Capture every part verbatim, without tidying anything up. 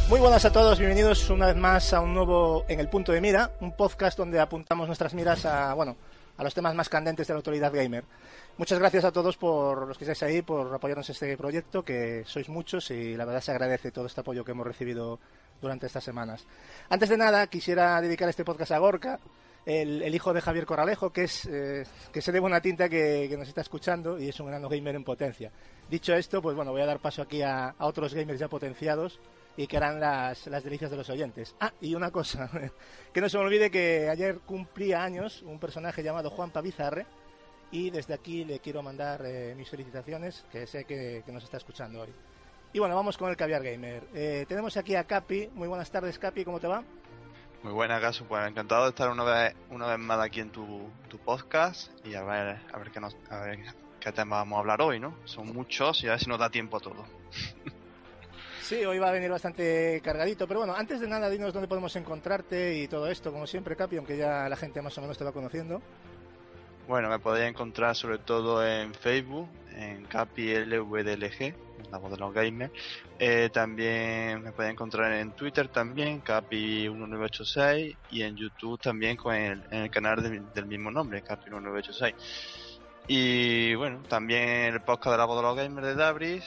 Muy buenas a todos, bienvenidos una vez más a un nuevo En el Punto de Mira, un podcast donde apuntamos nuestras miras a, bueno, a los temas más candentes de la actualidad gamer. Muchas gracias a todos por los que estáis ahí, por apoyarnos en este proyecto, que sois muchos y la verdad se agradece todo este apoyo que hemos recibido durante estas semanas. Antes de nada, quisiera dedicar este podcast a Gorka, el, el hijo de Javier Corralejo, que es eh, que se debe una tinta que, que nos está escuchando y es un gran gamer en potencia. Dicho esto, pues bueno, voy a dar paso aquí a, a otros gamers ya potenciados y que harán las, las delicias de los oyentes. Ah, y una cosa, que no se me olvide que ayer cumplía años un personaje llamado Juanpa Bizarre y desde aquí le quiero mandar eh, mis felicitaciones, que sé que, que nos está escuchando hoy. Y bueno, vamos con el Caviar Gamer. Eh, tenemos aquí a Capi. Muy buenas tardes, Capi, ¿cómo te va? Muy buenas, Gasu, pues encantado de estar una vez una vez más aquí en tu, tu podcast y a ver a ver qué nos a ver qué tema vamos a hablar hoy, ¿no? Son muchos y a ver si nos da tiempo a todo. Sí, hoy va a venir bastante cargadito, pero bueno, antes de nada, dinos dónde podemos encontrarte y todo esto, como siempre, Capi, aunque ya la gente más o menos te va conociendo. Bueno, me podéis encontrar sobre todo en Facebook, en Capi L V D L G, la voz de los gamers. Eh, también me podéis encontrar en Twitter también, Capi uno nueve ocho seis, y en YouTube también con el, en el canal de, del mismo nombre, Capi uno nueve ocho seis. Y bueno, también el podcast de la voz de los gamers de Dabris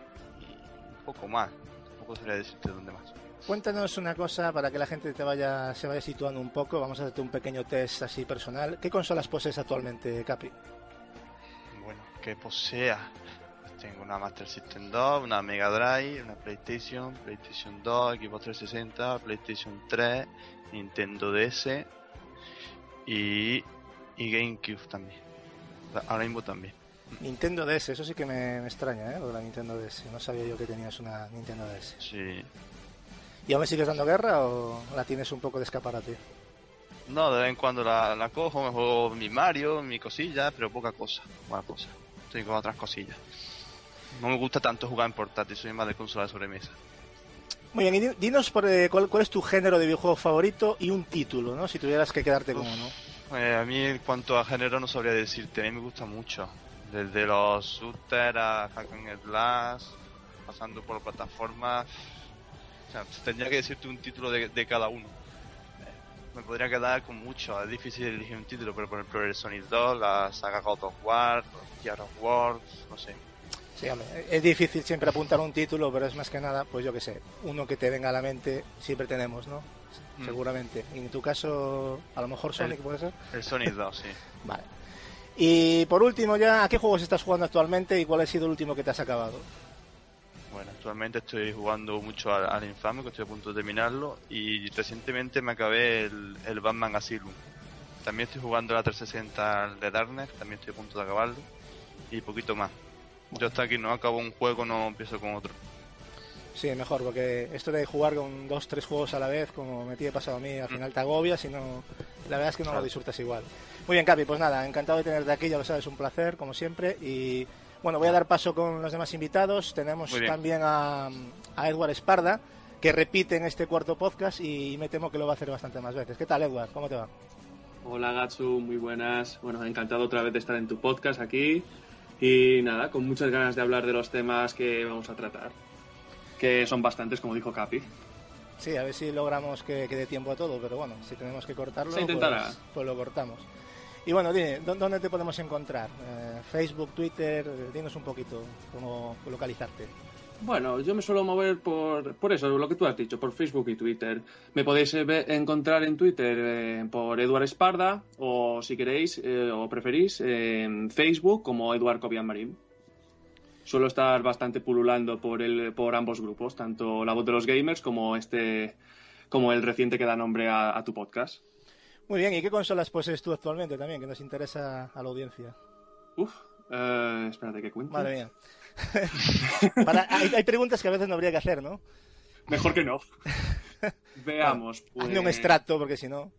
y un poco más. Tampoco sabría decirte dónde más. Cuéntanos una cosa para que la gente te vaya se vaya situando un poco. Vamos a hacerte un pequeño test así personal. ¿Qué consolas posees actualmente, Capi? Bueno, que posea. Tengo una Master System dos, una Mega Drive, una PlayStation, PlayStation dos, Xbox trescientos sesenta, PlayStation tres, Nintendo D S y, y GameCube también. Ahora mismo también. Nintendo D S, eso sí que me, me extraña, ¿eh? Lo de la Nintendo D S. No sabía yo que tenías una Nintendo D S. Sí. ¿Y aún me sigues dando guerra o la tienes un poco de escaparate? No, de vez en cuando la, la cojo, me juego mi Mario, mi cosilla, pero poca cosa, buena cosa. Estoy con otras cosillas. No me gusta tanto jugar en portátil, soy más de consola de sobremesa. Muy bien, y dinos por, eh, cuál, cuál es tu género de videojuego favorito y un título, ¿no? Si tuvieras que quedarte con uno. Eh, a mí en cuanto a género no sabría decirte, a mí me gusta mucho. Desde los shooters a Hack and Slash, pasando por plataformas. O sea, tendría que decirte un título de, de cada uno. Me podría quedar con mucho, es difícil elegir un título, pero por ejemplo el Sonic dos, la saga God of War, Gears of War, no sé. Sí, hombre, es difícil siempre apuntar un título, pero es más que nada, pues yo que sé, uno que te venga a la mente, siempre tenemos, ¿no? Mm. Seguramente. Y en tu caso, a lo mejor Sonic, el, ¿puede ser? El Sonic dos, sí. Vale. Y por último ya, ¿a qué juegos estás jugando actualmente y cuál ha sido el último que te has acabado? Bueno, actualmente estoy jugando mucho al, al Infamous, que estoy a punto de terminarlo, y recientemente me acabé el, el Batman Asylum. También estoy jugando la trescientos sesenta de Darkness, también estoy a punto de acabarlo, y poquito más. Yo hasta aquí no acabo un juego, no empiezo con otro. Sí, mejor, porque esto de jugar con dos, tres juegos a la vez, como me tiene pasado a mí, al final mm. te agobias y no, la verdad es que no claro. Lo disfrutas igual. Muy bien, Capi, pues nada, encantado de tenerte aquí, ya lo sabes, un placer, como siempre, y bueno, voy a dar paso con los demás invitados. Tenemos también a, a Edward Esparda, que repite en este cuarto podcast y me temo que lo va a hacer bastante más veces. ¿Qué tal, Edward? ¿Cómo te va? Hola, Gatsu, muy buenas. Bueno, encantado otra vez de estar en tu podcast aquí. Y nada, con muchas ganas de hablar de los temas que vamos a tratar, que son bastantes, como dijo Capi. Sí, a ver si logramos que quede tiempo a todo, pero bueno, si tenemos que cortarlo, se intentará. Pues, pues lo cortamos. Y bueno, dime, ¿dónde te podemos encontrar? Eh, Facebook, Twitter, dinos un poquito cómo localizarte. Bueno, yo me suelo mover por, por eso, lo que tú has dicho, por Facebook y Twitter. Me podéis eh, encontrar en Twitter eh, por Edward Esparda, o si queréis eh, o preferís, eh, en Facebook como Eduard Cobian Marín. Suelo estar bastante pululando por el por ambos grupos, tanto La Voz de los Gamers como este como el reciente que da nombre a, a tu podcast. Muy bien, ¿y qué consolas posees tú actualmente también, que nos interesa a la audiencia? Uf, eh, espérate que cuente. Madre mía. Para, hay, hay preguntas que a veces no habría que hacer, ¿no? Mejor que no. Veamos. Bueno, pues... Hazme un extracto, porque si no...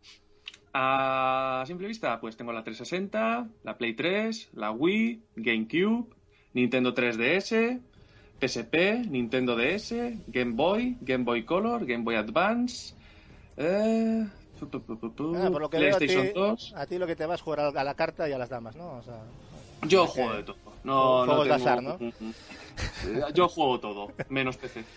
A simple vista, pues tengo la trescientos sesenta, la Play tres, la Wii, GameCube, Nintendo tres D S, P S P, Nintendo D S, Game Boy, Game Boy Color, Game Boy Advance... Eh... Ah, por lo que PlayStation veo a ti, dos. A ti lo que te vas a jugar a la carta y a las damas, ¿no? O sea, yo juego de todo. No, juegos no de azar, ¿no? Yo juego todo, menos P C.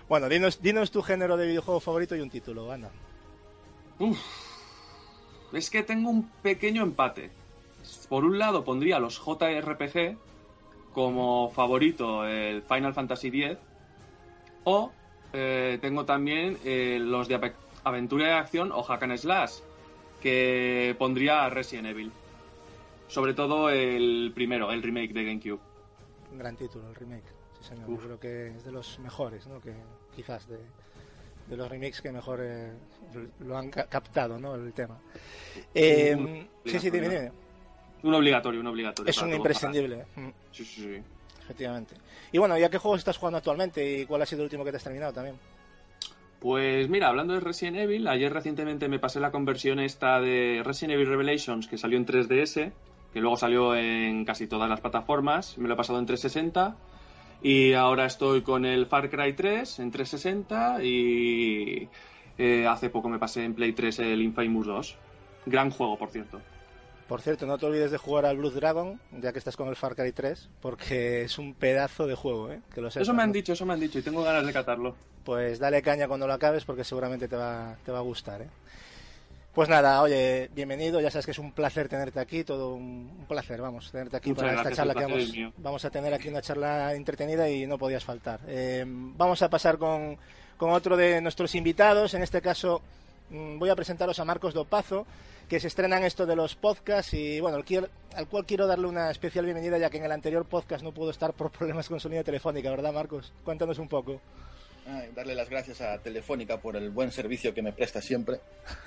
Bueno, dinos, dinos tu género de videojuego favorito y un título, anda. Uf, es que tengo un pequeño empate. Por un lado pondría los J R P G como favorito el Final Fantasy X, o eh, tengo también eh, los de aventura de acción o hack and slash, que pondría Resident Evil. Sobre todo el primero, el remake de GameCube. Un gran título, el remake. Sí, señor. Yo creo que es de los mejores, ¿no? Que quizás de, de los remakes que mejor eh, lo han ca captado, ¿no? El tema. Eh, sí, sí, dime, dime. Un obligatorio, un obligatorio. Es un imprescindible. Mm. Sí, sí, sí. Efectivamente. Y bueno, ¿y a qué juegos estás jugando actualmente y cuál ha sido el último que te has terminado también? Pues mira, hablando de Resident Evil, ayer recientemente me pasé la conversión esta de Resident Evil Revelations, que salió en tres D S, que luego salió en casi todas las plataformas. Me lo he pasado en trescientos sesenta y ahora estoy con el Far Cry tres en trescientos sesenta y eh, hace poco me pasé en Play tres el Infamous dos. Gran juego, por cierto. Por cierto, no te olvides de jugar al Blood Dragon, ya que estás con el Far Cry tres, porque es un pedazo de juego, ¿eh? Que lo sepas, eso me han ¿no? dicho, eso me han dicho, y tengo ganas de catarlo. Pues dale caña cuando lo acabes, porque seguramente te va, te va a gustar, ¿eh? Pues nada, oye, bienvenido, ya sabes que es un placer tenerte aquí, todo un, un placer, vamos, tenerte aquí. Muchas para gracias, esta charla que vamos, vamos a tener aquí, una charla entretenida y no podías faltar. Eh, vamos a pasar con, con otro de nuestros invitados, en este caso mmm, voy a presentaros a Marcos Dopazo, que se estrenan esto de los podcasts y bueno, al, al cual quiero darle una especial bienvenida, ya que en el anterior podcast no pudo estar por problemas con su línea telefónica, ¿verdad, Marcos? Cuéntanos un poco. Ay, darle las gracias a Telefónica por el buen servicio que me presta siempre.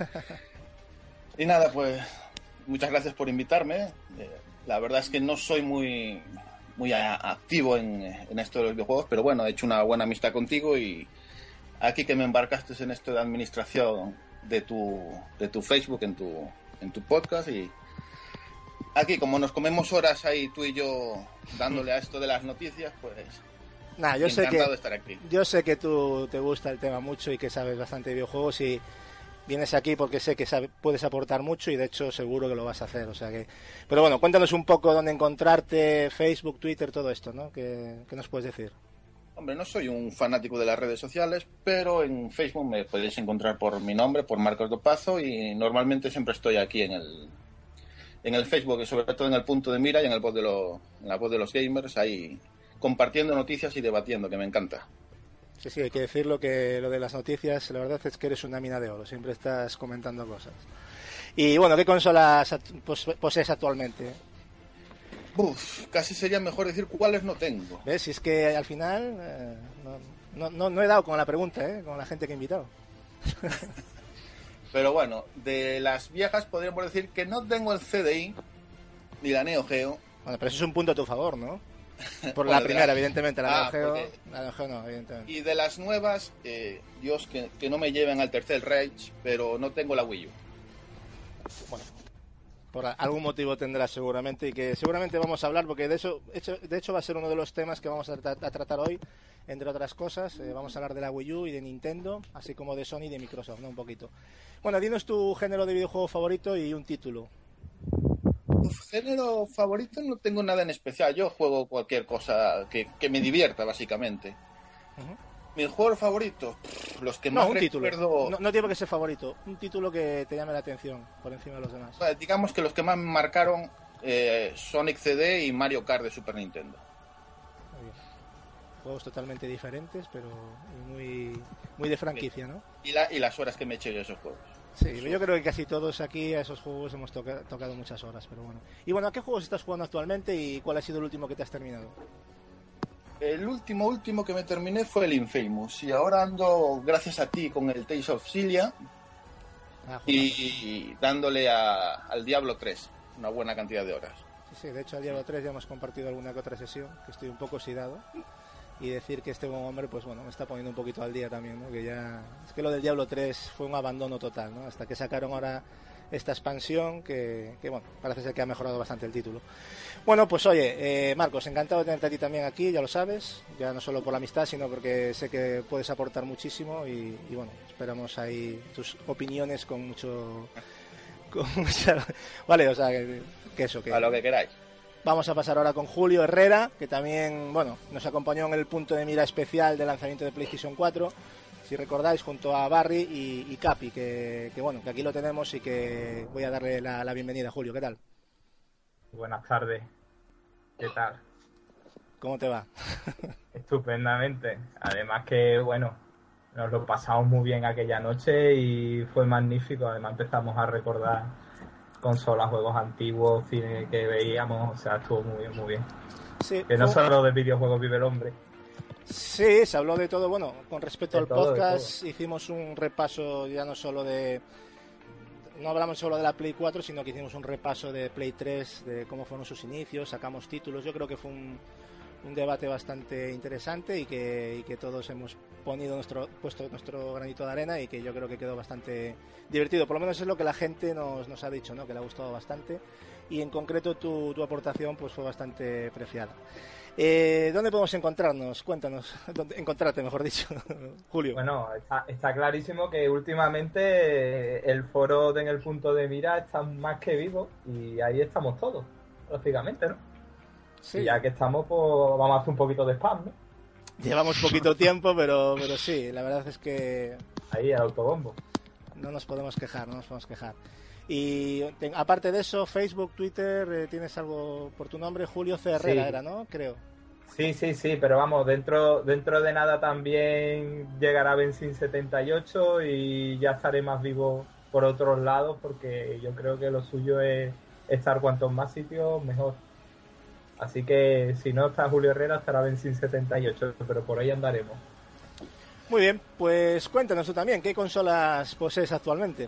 Y nada, pues muchas gracias por invitarme. Eh, la verdad es que no soy muy, muy a, activo en, en esto de los videojuegos, pero bueno, he hecho una buena amistad contigo y aquí que me embarcaste en esto de administración de tu, de tu Facebook, en tu, en tu podcast, y aquí como nos comemos horas ahí tú y yo dándole a esto de las noticias, pues nah, yo encantado sé que, de estar aquí. Yo sé que tú te gusta el tema mucho y que sabes bastante de videojuegos y vienes aquí porque sé que sabe, puedes aportar mucho y de hecho seguro que lo vas a hacer, o sea que... Pero bueno, cuéntanos un poco dónde encontrarte, Facebook, Twitter, todo esto, ¿no? ¿Qué, qué nos puedes decir? Hombre, no soy un fanático de las redes sociales, pero en Facebook me podéis encontrar por mi nombre, por Marcos Dopazo, y normalmente siempre estoy aquí en el en el Facebook, y sobre todo en el punto de mira y en el voz de lo, en la voz de los gamers, ahí compartiendo noticias y debatiendo, que me encanta. Sí, sí, hay que decirlo, que lo de las noticias, la verdad es que eres una mina de oro, siempre estás comentando cosas. Y bueno, ¿qué consolas posees actualmente? Uf, casi sería mejor decir cuáles no tengo. ¿Ves? Si es que al final eh, no, no, no he dado con la pregunta, ¿eh? Con la gente que he invitado. Pero bueno, de las viejas podríamos decir que no tengo el C D I ni la Neo Geo. Bueno, pero eso es un punto a tu favor, ¿no? Por bueno, la primera, la... evidentemente, la ah, Neo Geo, porque... la Neo Geo no, evidentemente. Y de las nuevas, eh, Dios, que, que no me lleven al tercer Reich, pero no tengo la Wii U. Bueno, por algún motivo tendrá seguramente, y que seguramente vamos a hablar, porque de eso, de hecho va a ser uno de los temas que vamos a, tra a tratar hoy, entre otras cosas. Eh, vamos a hablar de la Wii U y de Nintendo, así como de Sony y de Microsoft, ¿no? Un poquito. Bueno, dinos tu género de videojuego favorito y un título. Género favorito no tengo nada en especial. Yo juego cualquier cosa que, que me divierta, básicamente. Uh-huh. Mi juego favorito, pff, los que no, más un recuerdo... título. No, no tiene que ser favorito. Un título que te llame la atención por encima de los demás. Bueno, digamos que los que más me marcaron eh, Sonic C D y Mario Kart de Super Nintendo. Muy bien. Juegos totalmente diferentes, pero muy, muy de franquicia, ¿no? Y, la, y las horas que me eché yo a esos juegos. Sí, eso. Yo creo que casi todos aquí a esos juegos hemos toca tocado muchas horas, pero bueno. Y bueno, ¿a qué juegos estás jugando actualmente y cuál ha sido el último que te has terminado? El último, último que me terminé fue el Infamous, y ahora ando, gracias a ti, con el Tales of Xillia ah, y, y dándole a, al Diablo tres una buena cantidad de horas. Sí, sí, de hecho al Diablo tres ya hemos compartido alguna que otra sesión, que estoy un poco oxidado. Y decir que este buen hombre, pues bueno, me está poniendo un poquito al día también, ¿no? Que ya... Es que lo del Diablo tres fue un abandono total, ¿no? Hasta que sacaron ahora esta expansión que, que bueno, parece ser que ha mejorado bastante el título. Bueno, pues oye, eh, Marcos, encantado de tenerte a ti también aquí, ya lo sabes, ya no solo por la amistad, sino porque sé que puedes aportar muchísimo y, y bueno, esperamos ahí tus opiniones con mucho... Con mucha... Vale, o sea, que, que eso, que... A lo que queráis. Vamos a pasar ahora con Julio Herrera, que también, bueno, nos acompañó en el punto de mira especial del lanzamiento de PlayStation cuatro, si recordáis, junto a Barry y, y Capi, que, que bueno, que aquí lo tenemos y que voy a darle la, la bienvenida. Julio, ¿qué tal? Buenas tardes. ¿Qué tal? ¿Cómo te va? Estupendamente. Además que, bueno, nos lo pasamos muy bien aquella noche y fue magnífico. Además empezamos a recordar consolas, juegos antiguos, cine que veíamos. O sea, estuvo muy bien, muy bien. Sí, que no fue... solo de videojuegos vive el hombre. Sí, se habló de todo. Bueno, con respecto de al todo, podcast, hicimos un repaso ya no solo de... No hablamos solo de la Play cuatro, sino que hicimos un repaso de Play tres, de cómo fueron sus inicios, sacamos títulos. Yo creo que fue un, un debate bastante interesante y que, y que todos hemos ponido nuestro, puesto nuestro granito de arena y que yo creo que quedó bastante divertido. Por lo menos es lo que la gente nos, nos ha dicho, ¿no? Que le ha gustado bastante y en concreto tu, tu aportación pues fue bastante preciada. Eh, ¿Dónde podemos encontrarnos? Cuéntanos, ¿dónde encontrarte, mejor dicho, Julio? Bueno, está, está clarísimo que últimamente el foro de En el Punto de Mira está más que vivo y ahí estamos todos, lógicamente, ¿no? Sí. Y ya que estamos, pues vamos a hacer un poquito de spam, ¿no? Llevamos poquito tiempo, pero, pero sí, la verdad es que... Ahí, el autobombo. No nos podemos quejar, no nos podemos quejar. Y te, aparte de eso, Facebook, Twitter, eh, ¿tienes algo por tu nombre? Julio C. Herrera sí. Era, ¿no? Creo. Sí, sí, sí, pero vamos, dentro dentro de nada también llegará Benzin setenta y ocho y ya estaré más vivo por otros lados porque yo creo que lo suyo es estar cuantos más sitios mejor. Así que si no está Julio Herrera estará Benzin setenta y ocho, pero por ahí andaremos. Muy bien, pues cuéntanos tú también, ¿qué consolas posees actualmente?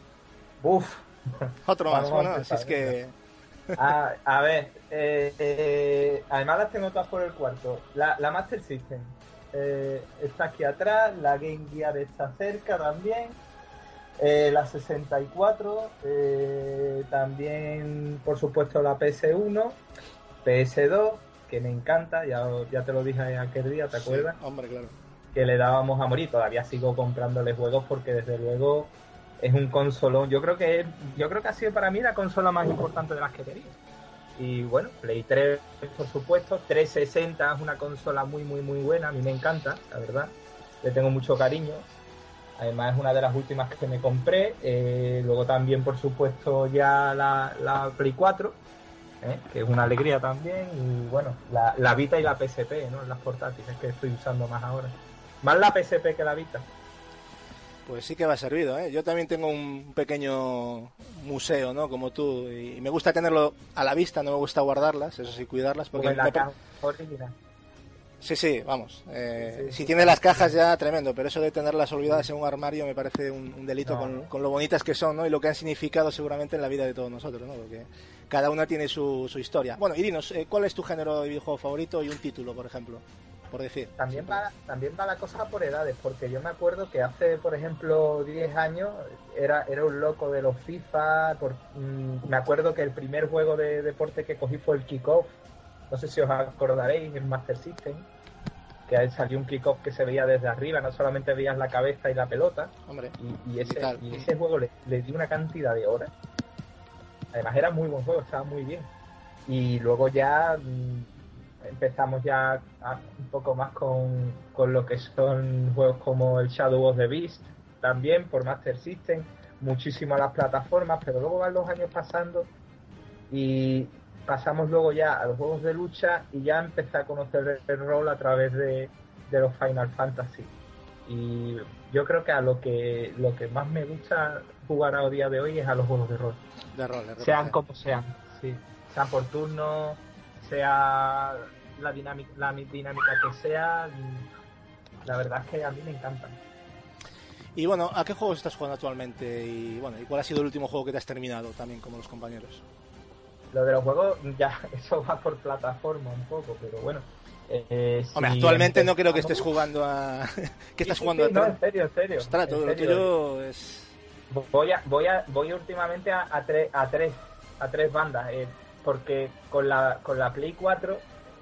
Uf. Otro más, bueno, así es que... A, a ver, eh, eh, además las tengo todas por el cuarto. La, la Master System eh, está aquí atrás, la Game Gear está cerca también, eh, la sesenta y cuatro, eh, también por supuesto la P S uno, P S dos, que me encanta, ya, ya te lo dije aquel día, ¿te acuerdas? Sí, hombre, claro. Que le dábamos a morir, todavía sigo comprándole juegos porque desde luego... Es un consolón. Yo creo que yo creo que ha sido para mí la consola más importante de las que quería. Y bueno, Play tres, por supuesto. trescientos sesenta es una consola muy, muy, muy buena. A mí me encanta, la verdad. Le tengo mucho cariño. Además, es una de las últimas que me compré. Eh, luego también, por supuesto, ya la, la Play cuatro, ¿eh? Que es una alegría también. Y bueno, la, la Vita y la P S P, ¿no? Las portátiles que estoy usando más ahora. Más la P S P que la Vita. Pues sí que va servido, ¿eh? Yo también tengo un pequeño museo, ¿no? Como tú, y me gusta tenerlo a la vista, no me gusta guardarlas, eso sí, cuidarlas. Porque la me... caja original. Sí, sí, vamos. Eh, sí, sí, si sí. tiene las cajas ya tremendo, pero eso de tenerlas olvidadas en un armario me parece un, un delito no, con, no. con lo bonitas que son, ¿no? Y lo que han significado seguramente en la vida de todos nosotros, ¿no? Porque cada una tiene su, su historia. Bueno, Irinos, eh, ¿cuál es tu género de videojuego favorito y un título, por ejemplo? Por decir. También va, también va la cosa por edades, porque yo me acuerdo que hace, por ejemplo, diez años era, era un loco de los FIFA. Por, mmm, me acuerdo que el primer juego de deporte que cogí fue el Kickoff. No sé si os acordaréis, el Master System. Que ahí salió un Kickoff que se veía desde arriba, no solamente veías la cabeza y la pelota. Hombre, y, y, ese, y ese juego le, le di una cantidad de horas. Además era muy buen juego, estaba muy bien. Y luego ya... Mmm, empezamos ya a, un poco más con, con lo que son juegos como el Shadow of the Beast, también por Master System, muchísimo a las plataformas, pero luego van los años pasando y pasamos luego ya a los juegos de lucha y ya empecé a conocer el rol a través de, de los Final Fantasy. Y yo creo que a lo que lo que más me gusta jugar a día de hoy es a los juegos de rol. De rol, de rol sean sí. como sean, sí. Sean por turno, sea la dinámica, la dinámica que sea, la verdad es que a mí me encantan. Y bueno, ¿a qué juegos estás jugando actualmente? Y bueno, ¿y cuál ha sido el último juego que te has terminado también como los compañeros? Lo de los juegos, ya eso va por plataforma un poco, pero bueno. Eh, Hombre, si actualmente empezamos... no creo que estés jugando a... ¿Qué estás sí, jugando sí, a... No, en serio, en serio. Ostras, todo lo tuyo es... Voy a, voy a, voy últimamente a, a, tre, a tres, a tres bandas, eh, porque con la, con la Play cuatro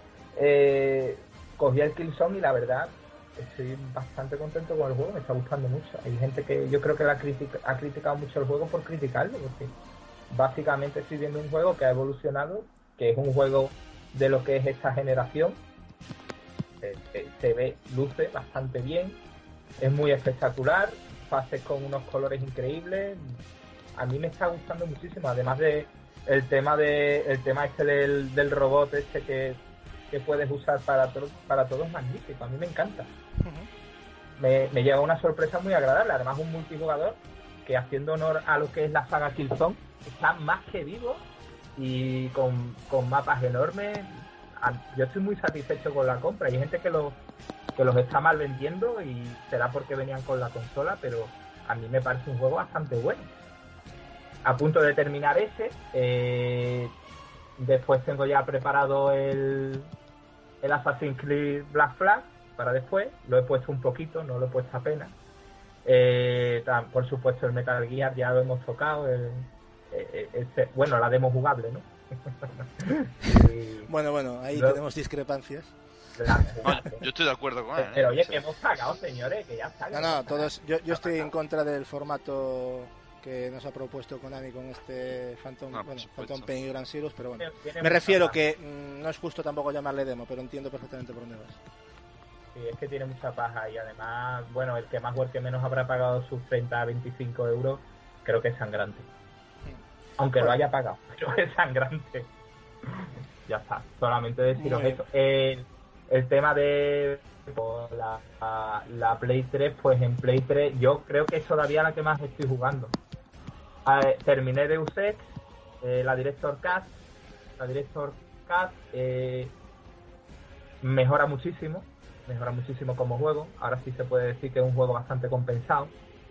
eh, cogí el Killzone y la verdad estoy bastante contento con el juego, me está gustando mucho. Hay gente que yo creo que la critica, ha criticado mucho el juego por criticarlo, porque básicamente estoy viendo un juego que ha evolucionado que es un juego de lo que es esta generación. Se, se, se ve, luce bastante bien, es muy espectacular, fases con unos colores increíbles. A mí me está gustando muchísimo, además de el tema de el tema este del, del robot este que, que puedes usar para todo para todo es magnífico, a mí me encanta. Uh-huh. me, me lleva una sorpresa muy agradable, además un multijugador que, haciendo honor a lo que es la saga Killzone, está más que vivo y con, con mapas enormes. Yo estoy muy satisfecho con la compra. Hay gente que los que los está mal vendiendo y será porque venían con la consola, pero a mí me parece un juego bastante bueno. A punto de terminar ese, eh, después tengo ya preparado el, el Assassin's Creed Black Flag para después. Lo he puesto un poquito, no lo he puesto apenas. Eh, por supuesto el Metal Gear ya lo hemos tocado. El, el, el, el, bueno, la demo jugable, ¿no? y... Bueno, bueno, ahí lo... tenemos discrepancias. Bueno, yo estoy de acuerdo con él. Pero oye, que hemos pagado, señores, que ya está. No, no, todos, yo, yo estoy en contra del formato que nos ha propuesto Konami con este Phantom, no, bueno, Phantom Pain y Ground Zeroes, pero bueno, me refiero que mmm, no es justo tampoco llamarle demo, pero entiendo perfectamente por dónde vas. Sí, es que tiene mucha paja y además, bueno, el que más o el que menos habrá pagado sus treinta a veinticinco euros, creo que es sangrante. Aunque bueno. lo haya pagado, pero es sangrante. Ya está, solamente deciros Muy eso. El, el tema de pues, la, la, la Play tres, pues en Play tres yo creo que es todavía la que más estoy jugando. Eh, terminé Deus Ex, eh, la Director Cut, la Director Cut eh, mejora muchísimo, mejora muchísimo como juego. Ahora sí se puede decir que es un juego bastante compensado.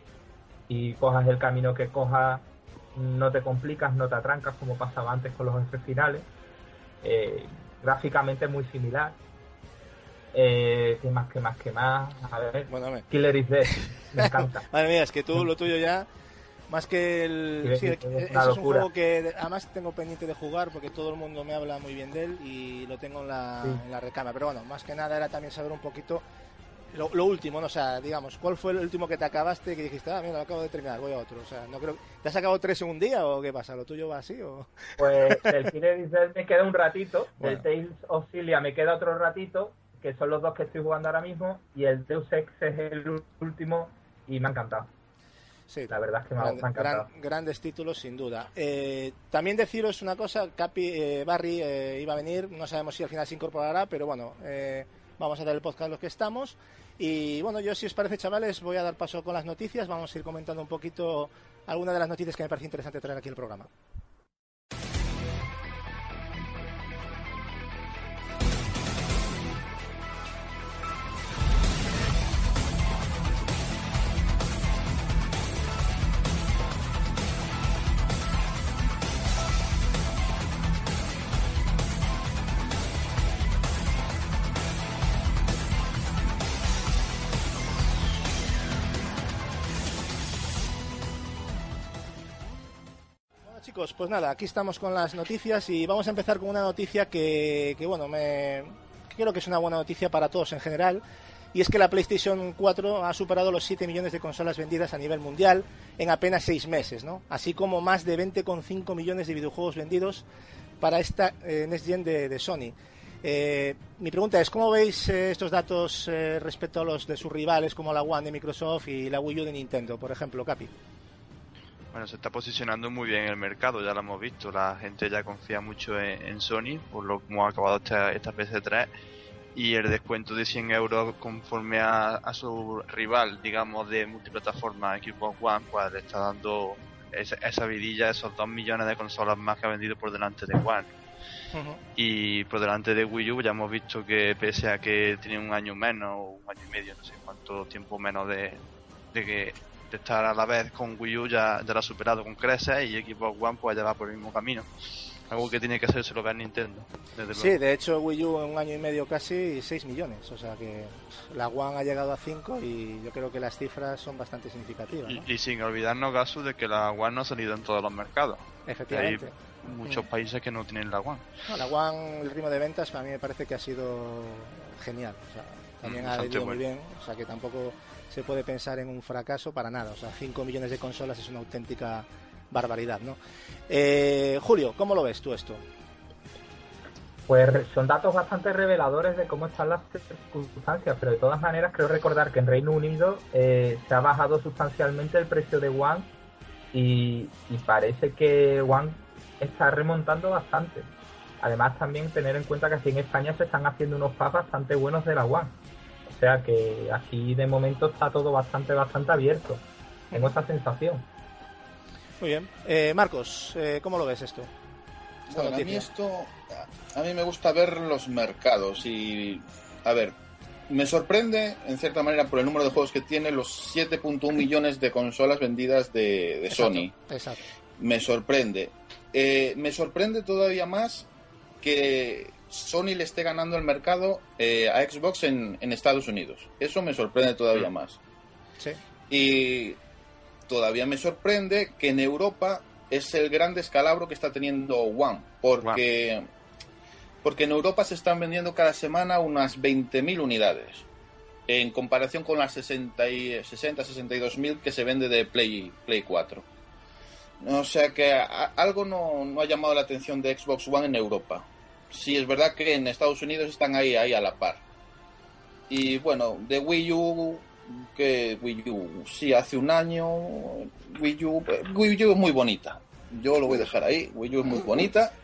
Y cojas el camino que cojas, no te complicas, no te atrancas como pasaba antes con los jefes finales. Eh, gráficamente muy similar. Eh, ¿Qué más, qué más, qué más? A ver, bueno, a Killer is Dead, me encanta. Madre mía, es que tú, lo tuyo ya, más que el... Sí, es, es, es un juego que además tengo pendiente de jugar porque todo el mundo me habla muy bien de él y lo tengo en la, sí. en la recámara. Pero bueno, más que nada era también saber un poquito lo, lo último, ¿no? O sea, digamos, ¿cuál fue el último que te acabaste que dijiste, ah, mira, lo acabo de terminar, voy a otro? O sea, no creo... ¿Te has sacado tres en un día o qué pasa? ¿Lo tuyo va así o...? Pues el Killer is Dead me queda un ratito, bueno. El Tales of Cilia me queda otro ratito, que son los dos que estoy jugando ahora mismo, y el Deus Ex es el último y me ha encantado. Sí, la verdad es que me, grande, me ha encantado. Gran, grandes títulos, sin duda. Eh, también deciros una cosa, Capi, eh, Barry eh, iba a venir, no sabemos si al final se incorporará, pero bueno, eh, vamos a dar el podcast los que estamos. Y bueno, yo si os parece, chavales, voy a dar paso con las noticias, vamos a ir comentando un poquito algunas de las noticias que me parece interesante traer aquí al programa. Chicos, pues nada, aquí estamos con las noticias y vamos a empezar con una noticia que, que bueno, me que creo que es una buena noticia para todos en general, y es que la PlayStation cuatro ha superado los siete millones de consolas vendidas a nivel mundial en apenas seis meses, ¿no? Así como más de veinte coma cinco millones de videojuegos vendidos para esta eh, Next Gen de, de Sony. Eh, mi pregunta es, ¿cómo veis eh, estos datos eh, respecto a los de sus rivales como la One de Microsoft y la Wii U de Nintendo, por ejemplo, Capi? Bueno, se está posicionando muy bien en el mercado, ya lo hemos visto. La gente ya confía mucho en, en Sony, por lo que hemos acabado esta, esta P S tres. Y el descuento de cien euros conforme a, a su rival, digamos, de multiplataforma Xbox One, pues le está dando esa, esa vidilla, esos dos millones de consolas más que ha vendido por delante de One. Uh-huh. Y por delante de Wii U ya hemos visto que pese a que tiene un año menos, o un año y medio, no sé cuánto tiempo menos de, de que... estar a la vez con Wii U, ya, ya lo ha superado con creces, y Xbox One pues ya va por el mismo camino, algo que tiene que hacer se lo ve a Nintendo, desde sí, luego. De hecho Wii U en un año y medio casi seis millones, o sea que la One ha llegado a cinco y yo creo que las cifras son bastante significativas, ¿no? y, y sin olvidarnos, Gasu, de que la One no ha salido en todos los mercados. Efectivamente. Hay muchos mm. países que no tienen la One. No, la One, el ritmo de ventas para mí me parece que ha sido genial, o sea, también mm, ha vendido muy bien, o sea que tampoco se puede pensar en un fracaso para nada. O sea, cinco millones de consolas es una auténtica barbaridad, ¿no? Eh, Julio, ¿cómo lo ves tú esto? Pues son datos bastante reveladores de cómo están las circunstancias, pero de todas maneras creo recordar que en Reino Unido eh, se ha bajado sustancialmente el precio de One y, y parece que One está remontando bastante. Además también tener en cuenta que aquí en España se están haciendo unos packs bastante buenos de la One. O sea que aquí de momento está todo bastante, bastante abierto. Tengo esa sensación. Muy bien. Eh, Marcos, eh, ¿cómo lo ves esto? Bueno, a mí esto, a mí me gusta ver los mercados y, a ver, me sorprende en cierta manera por el número de juegos que tiene, los siete punto uno millones de consolas vendidas de, de Exacto, Sony. Exacto. Me sorprende. Eh, me sorprende todavía más que Sony le esté ganando el mercado eh, a Xbox en, en Estados Unidos. Eso me sorprende todavía más. Sí. Y todavía me sorprende que en Europa es el gran descalabro que está teniendo One, porque, wow. porque en Europa se están vendiendo cada semana unas veinte mil unidades, en comparación con las sesenta, sesenta y dos mil que se vende de Play, Play cuatro. O sea que a, algo no, no ha llamado la atención de Xbox One en Europa. Sí, es verdad que en Estados Unidos están ahí, ahí a la par. Y bueno, de Wii U, que Wii U, sí, hace un año, Wii U, Wii U es muy bonita. Yo lo voy a dejar ahí. Wii U es muy bonita.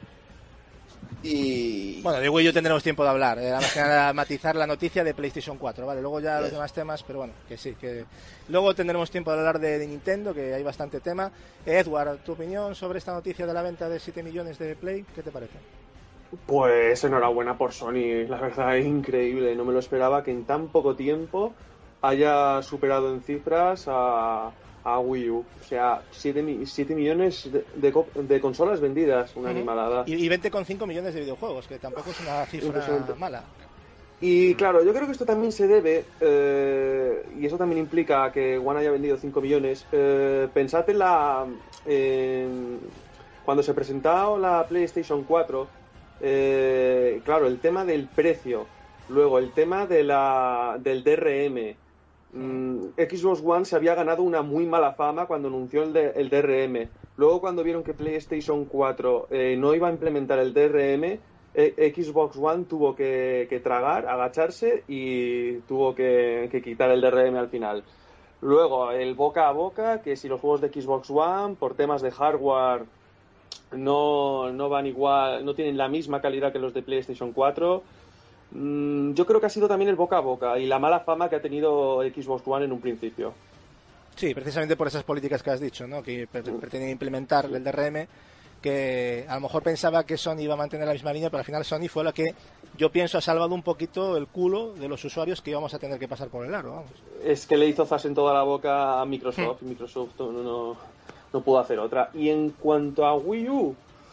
Y... Bueno, de Wii U tendremos tiempo de hablar. Eh, más que nada matizar la noticia de PlayStation cuatro, ¿vale? Luego ya los demás temas, pero bueno, que sí, que... Luego tendremos tiempo de hablar de, de Nintendo, que hay bastante tema. Eh, Edward, ¿tu opinión sobre esta noticia de la venta de siete millones de Play? ¿Qué te parece? Pues enhorabuena por Sony. La verdad es increíble. No me lo esperaba que en tan poco tiempo haya superado en cifras a... a Wii U, o sea, siete millones de, de, de consolas vendidas, una uh-huh. animalada. Y, y veinte coma cinco millones de videojuegos, que tampoco es una cifra mala. Y claro, yo creo que esto también se debe, eh, y eso también implica que One haya vendido cinco millones. Eh, pensad en la... En, cuando se presentó la PlayStation cuatro, eh, claro, el tema del precio, luego el tema de la, del D R M. Mm, Xbox One se había ganado una muy mala fama cuando anunció el, de, el D R M. Luego, cuando vieron que PlayStation cuatro eh, no iba a implementar el D R M, eh, Xbox One tuvo que, que tragar, agacharse y tuvo que, que quitar el D R M al final. Luego, el boca a boca, que si los juegos de Xbox One, por temas de hardware, no, no van igual, no tienen la misma calidad que los de PlayStation cuatro. Yo creo que ha sido también el boca a boca y la mala fama que ha tenido Xbox One en un principio. Sí, precisamente por esas políticas que has dicho, ¿no? Que pretenden implementar el D R M, que a lo mejor pensaba que Sony iba a mantener la misma línea, pero al final Sony fue la que, yo pienso, ha salvado un poquito el culo de los usuarios que íbamos a tener que pasar por el aro, vamos. Es que le hizo zas en toda la boca a Microsoft, hmm. y Microsoft no, no, no pudo hacer otra. Y en cuanto a Wii U...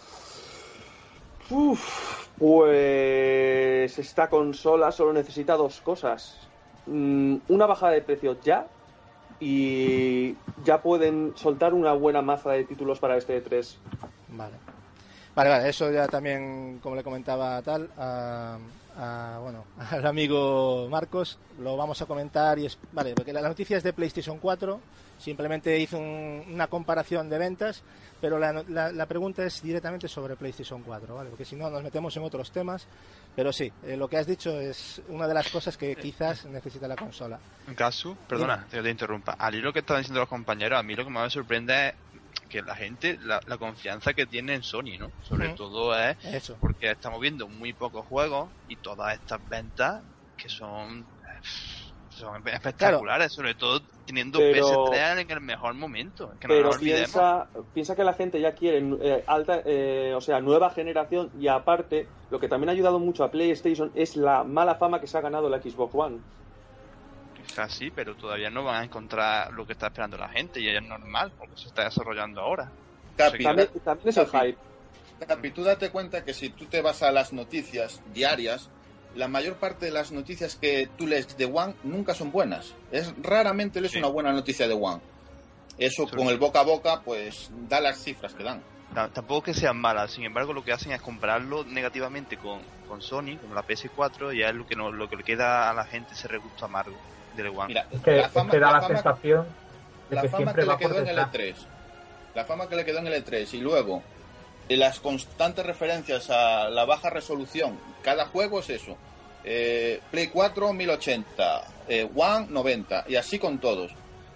Uff, pues esta consola solo necesita dos cosas. Una bajada de precio ya, y ya pueden soltar una buena maza de títulos para este E tres. Vale. Vale, vale, eso ya también, como le comentaba tal, a, a, bueno, al amigo Marcos, lo vamos a comentar y es, vale, porque la noticia es de PlayStation cuatro, simplemente hizo un, una comparación de ventas, pero la, la, la pregunta es directamente sobre PlayStation cuatro, ¿vale? Porque si no nos metemos en otros temas, pero sí, eh, lo que has dicho es una de las cosas que quizás necesita la consola. Gasu, perdona, que te interrumpa. Al hilo que estaban diciendo los compañeros, a mí lo que más me sorprende es que la gente, la, la confianza que tiene en Sony, ¿no? Sobre uh-huh. todo es Eso. Porque estamos viendo muy pocos juegos y todas estas ventas que son son espectaculares, claro. Sobre todo teniendo pero, P S tres en el mejor momento. Que pero no piensa, piensa que la gente ya quiere eh, alta, eh, o sea, nueva generación, y aparte, lo que también ha ayudado mucho a PlayStation es la mala fama que se ha ganado la Xbox One. Casi, pero todavía no van a encontrar lo que está esperando la gente, y es normal, porque se está desarrollando ahora. Capi, también, también es el hype. Capi, tú date cuenta que si tú te vas a las noticias diarias, la mayor parte de las noticias que tú lees de One nunca son buenas. Es raramente lees sí. una buena noticia de One. Eso sí. Con el boca a boca, pues da las cifras que dan. T- tampoco que sean malas, sin embargo lo que hacen es compararlo negativamente con, con Sony, con la P S cuatro, y es lo que, no, lo que le queda a la gente ese regusto amargo del One. Mira, es que, la fama, es que da la, la fama, sensación de la que fama siempre que va le quedó por en el E tres. La fama que le quedó en el E tres y luego las constantes referencias a la baja resolución. Cada juego es eso. Eh, Play cuatro mil ochenta, eh, One noventa, y así con todos.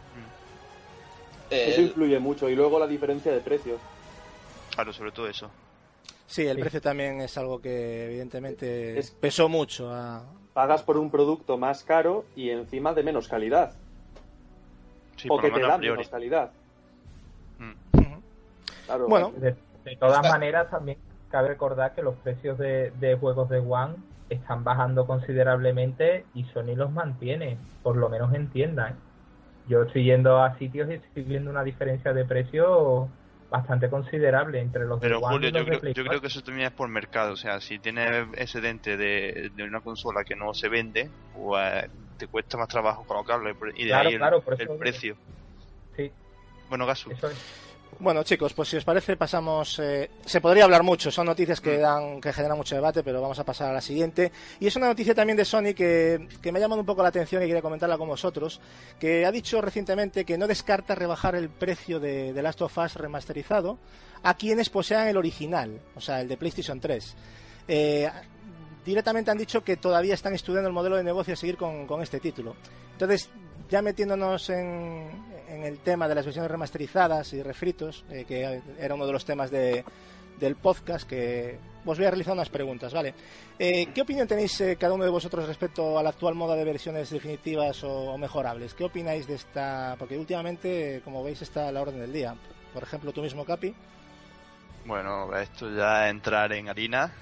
Eh, eso influye mucho. Y luego la diferencia de precios. Claro, sobre todo eso. Sí, el Sí. precio también es algo que evidentemente Es- pesó mucho. A... Pagas por un producto más caro y encima de menos calidad. Sí, o por que lo te menos a dan priori. menos calidad. Mm. Ujú. Claro. Bueno, De, de todas Está- maneras, también cabe recordar que los precios de, de juegos de One están bajando considerablemente y Sony los mantiene, por lo menos en tiendas, ¿eh? Yo estoy yendo a sitios y estoy viendo una diferencia de precio bastante considerable entre los Pero de One Julio, y los yo de creo, Play yo creo cuatro. que eso también es por mercado. O sea, si tienes excedente de, de una consola que no se vende, pues te cuesta más trabajo colocarlo. Y de Claro, ahí el, claro, por eso el digo. precio. Sí, Bueno, Gasu. eso es. Bueno, chicos, pues si os parece pasamos... Eh, se podría hablar mucho, son noticias que dan que generan mucho debate, pero vamos a pasar a la siguiente. Y es una noticia también de Sony que, que me ha llamado un poco la atención y quería comentarla con vosotros, que ha dicho recientemente que no descarta rebajar el precio de, de Last of Us remasterizado a quienes posean el original, o sea, el de PlayStation tres. Eh, directamente han dicho que todavía están estudiando el modelo de negocio a seguir con, con este título. Entonces, ya metiéndonos en, en el tema de las versiones remasterizadas y refritos, eh, que era uno de los temas de, del podcast, que os voy a realizar unas preguntas, ¿vale? Eh, ¿Qué opinión tenéis eh, cada uno de vosotros respecto a la actual moda de versiones definitivas o, o mejorables? ¿Qué opináis de esta...? Porque últimamente, eh, como veis, está a la orden del día. Por ejemplo, tú mismo, Capi. Bueno, esto ya es entrar en harina.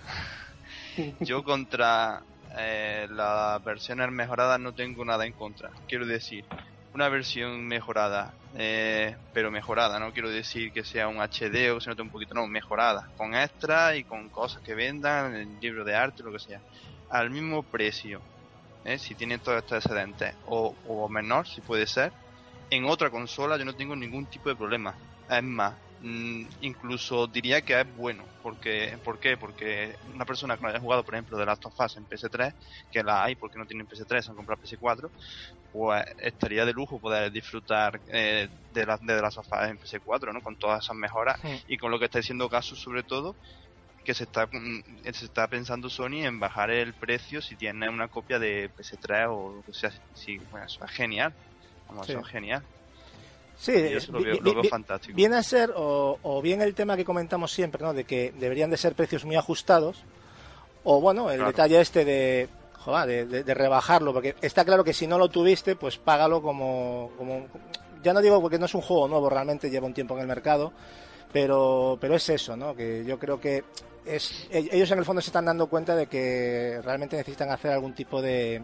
Yo contra eh, las versiones mejoradas no tengo nada en contra. Quiero decir, una versión mejorada, eh, pero mejorada, no quiero decir que sea un H D o que se note un poquito, no, mejorada, con extras y con cosas que vendan, el libro de arte, lo que sea, al mismo precio, ¿eh? Si tienen todos estos excedentes, o, o menor, si puede ser, en otra consola yo no tengo ningún tipo de problema. Es más, Mm, incluso diría que es bueno. Porque, ¿Por qué? Porque una persona que no haya jugado, por ejemplo, The Last of Us en P S tres, que la hay porque no tienen P S tres, se han comprado P S cuatro, pues estaría de lujo poder disfrutar eh, de, la, de The Last of Us en P S cuatro, ¿no? Con todas esas mejoras Sí. y con lo que está diciendo Gasu, sobre todo, que se está mm, se está pensando Sony en bajar el precio si tiene una copia de P S tres o lo que sea. Sí, bueno, eso es genial. Vamos, Sí. eso es genial. Sí, Y eso lo vi- veo, vi- lo veo vi- fantástico. viene a ser o, o bien el tema que comentamos siempre, ¿no? De que deberían de ser precios muy ajustados, o bueno, el Claro. detalle este de, joder, de, de- de rebajarlo, porque está claro que si no lo tuviste, pues págalo como, como, ya no digo porque no es un juego nuevo, realmente lleva un tiempo en el mercado, pero, pero es eso, ¿no? Que yo creo que es, ellos en el fondo se están dando cuenta de que realmente necesitan hacer algún tipo de,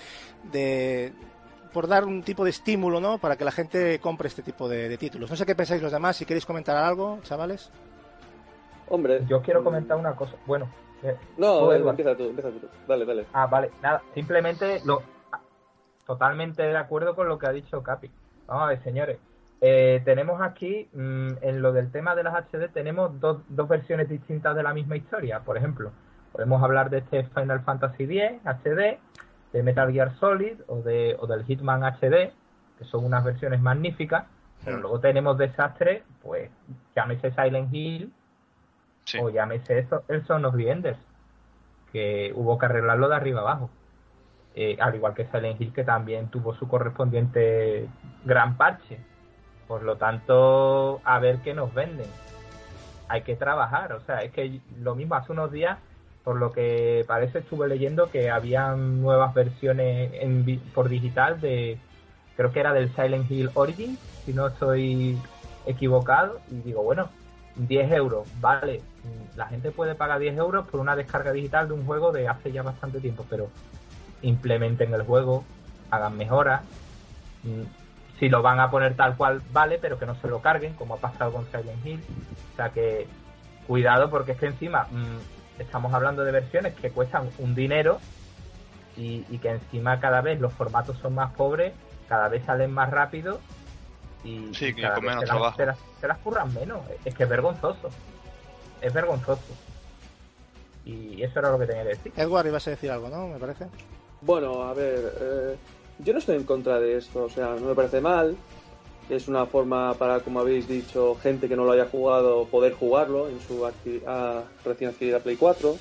de por dar un tipo de estímulo, ¿no? Para que la gente compre este tipo de, de títulos. No sé qué pensáis los demás, si queréis comentar algo, chavales. Hombre. Yo quiero comentar una cosa. Bueno, eh, No, tú, Edward. empieza tú, empieza tú. Dale, dale. Ah, vale, nada, simplemente lo totalmente de acuerdo con lo que ha dicho Capi. Vamos a ver, señores. Eh, tenemos aquí, mmm, en lo del tema de las H D, tenemos dos, dos versiones distintas de la misma historia. Por ejemplo, podemos hablar de este Final Fantasy diez H D, de Metal Gear Solid o, de, o del Hitman H D, que son unas versiones magníficas. Pero Mm. luego tenemos desastres, pues llámese Silent Hill Sí. o llámese eso, el Son of the Enders, que hubo que arreglarlo de arriba abajo. Eh, al igual que Silent Hill, que también tuvo su correspondiente gran parche. Por lo tanto, a ver qué nos venden. Hay que trabajar, o sea, es que lo mismo hace unos días, por lo que parece estuve leyendo que habían nuevas versiones en, vi- por digital de, creo que era del Silent Hill Origins, si no estoy equivocado, y digo, bueno, diez euros, vale, la gente puede pagar diez euros por una descarga digital de un juego de hace ya bastante tiempo, pero implementen el juego, hagan mejoras, mm, si lo van a poner tal cual, vale, pero que no se lo carguen, como ha pasado con Silent Hill. O sea que, cuidado, porque es que encima mmm, estamos hablando de versiones que cuestan un dinero y, y que encima cada vez los formatos son más pobres, cada vez salen más rápido y, Sí, y que cada con vez menos se las, trabajo. se, las, se las curran menos. Es que es vergonzoso. Es vergonzoso. Y eso era lo que tenía que decir. Edward, ibas a decir algo, ¿no? Me parece. Bueno, a ver, eh, yo no estoy en contra de esto, o sea, no me parece mal. Es una forma para, como habéis dicho, gente que no lo haya jugado, poder jugarlo en su acti- ah, recién adquirida Play cuatro.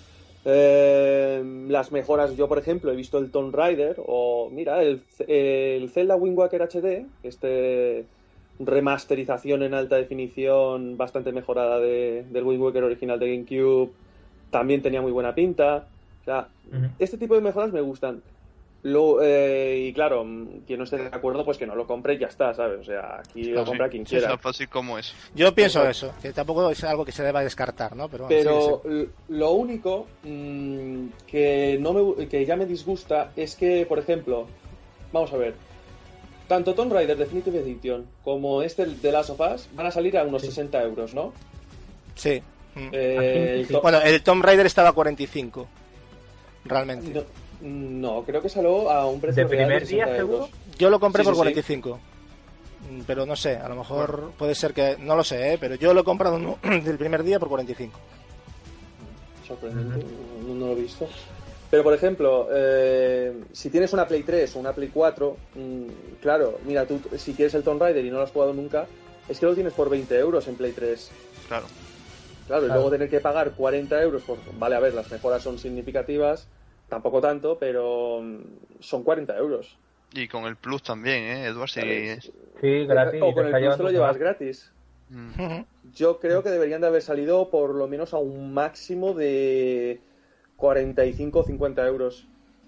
Eh, las mejoras, yo por ejemplo he visto el Tomb Raider o mira el, el Zelda Wind Waker H D, este remasterización en alta definición bastante mejorada de, del Wind Waker original de GameCube, también tenía muy buena pinta. O sea, uh-huh. Este tipo de mejoras me gustan. Lo, eh, y claro, quien no esté de acuerdo, pues que no lo compre y ya está, ¿sabes? O sea, aquí claro, lo compra sí, quien quiera. Es tan fácil como eso. Yo pienso eso, eso, que tampoco es algo que se deba descartar, ¿no? Pero, bueno, Pero sí, sí. Lo único mmm, que, no me, que ya me disgusta es que, por ejemplo, vamos a ver, tanto Tomb Raider Definitive Edition como este de Last of Us van a salir a unos sí. sesenta euros, ¿no? Sí. Eh, el to- bueno, el Tomb Raider estaba a cuarenta y cinco, realmente. No. No, creo que salió a un precio ¿De real primer de día, seguro? euros. Yo lo compré sí, por sí, cuarenta y cinco. Sí. Pero no sé, a lo mejor bueno. puede ser que... No lo sé, ¿eh? Pero yo lo he comprado no, del primer día por cuarenta y cinco. Sorprendente, uh-huh. no, no lo he visto. Pero, por ejemplo, eh, si tienes una Play tres o una Play cuatro, mmm, claro, mira, tú si quieres el Tomb Raider y no lo has jugado nunca, es que lo tienes por veinte euros en Play tres. Claro. Claro, y claro. luego tener que pagar cuarenta euros por... Vale, a ver, las mejoras son significativas, tampoco tanto, pero son cuarenta euros. Y con el Plus también, ¿eh, Eduard? Sí, sí gratis. O con el Plus te lo llevas gratis. Mm. Yo creo que deberían de haber salido por lo menos a un máximo de cuarenta y cinco o cincuenta euros.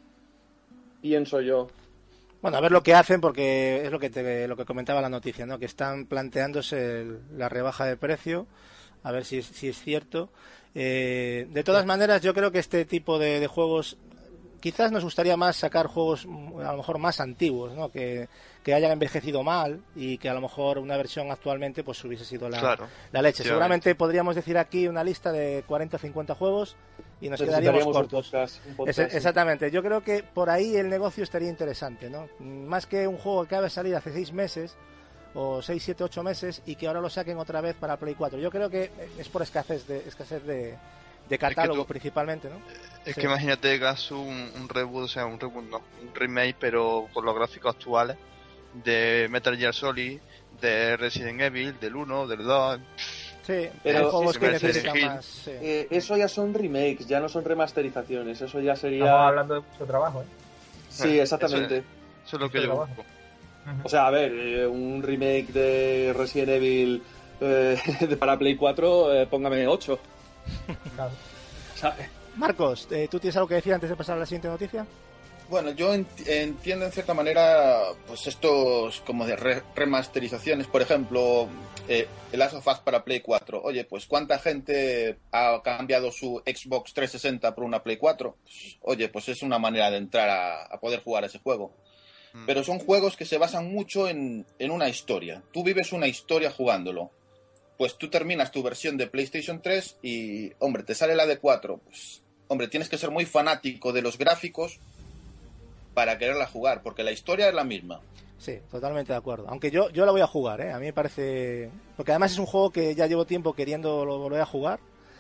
Pienso yo. Bueno, a ver lo que hacen, porque es lo que te, lo que comentaba la noticia, ¿no? Que están planteándose el, la rebaja de precio, a ver si, si es cierto. Eh, de todas maneras, yo creo que este tipo de, de juegos, quizás nos gustaría más sacar juegos a lo mejor más antiguos, ¿no? Que, que hayan envejecido mal y que a lo mejor una versión actualmente pues hubiese sido la, claro, la leche. Seguramente podríamos decir aquí una lista de cuarenta o cincuenta juegos y nos quedaríamos cortos. Un podcast, un podcast, es, sí. Exactamente. Yo creo que por ahí el negocio estaría interesante, ¿no? Más que un juego que acaba de salir hace seis meses o seis, siete, ocho meses y que ahora lo saquen otra vez para Play cuatro. Yo creo que es por escasez de escasez de, de catálogo, es que tú, principalmente, ¿no? Es sí. que imagínate que hagas un, un reboot, o sea, un reboot, no, un remake, pero con los gráficos actuales de Metal Gear Solid, de Resident Evil, del uno, del dos. Sí, pero hay juegos sí, que necesitan más. Sí. Eh, eso ya son remakes, ya no son remasterizaciones. Eso ya sería. Estamos hablando de mucho trabajo, ¿eh? Sí, exactamente. Eso es, eso es lo que yo busco. O sea, a ver, eh, un remake de Resident Evil eh, para Play cuatro, eh, póngame ocho. Claro. ¿Sabes? Marcos, eh, ¿tú tienes algo que decir antes de pasar a la siguiente noticia? Bueno, yo ent- entiendo en cierta manera pues estos como de re- remasterizaciones. Por ejemplo, eh, el Last of Us para Play cuatro. Oye, pues ¿cuánta gente ha cambiado su Xbox trescientos sesenta por una Play cuatro? Pues, oye, pues es una manera de entrar a, a poder jugar a ese juego. Mm. Pero son juegos que se basan mucho en, en una historia. Tú vives una historia jugándolo. Pues tú terminas tu versión de PlayStation tres y, hombre, te sale la de cuatro. Pues, hombre, tienes que ser muy fanático de los gráficos para quererla jugar, porque la historia es la misma. Sí, totalmente de acuerdo. Aunque yo, yo la voy a jugar, ¿eh? A mí me parece... Porque además es un juego que ya llevo tiempo queriendo volver a jugar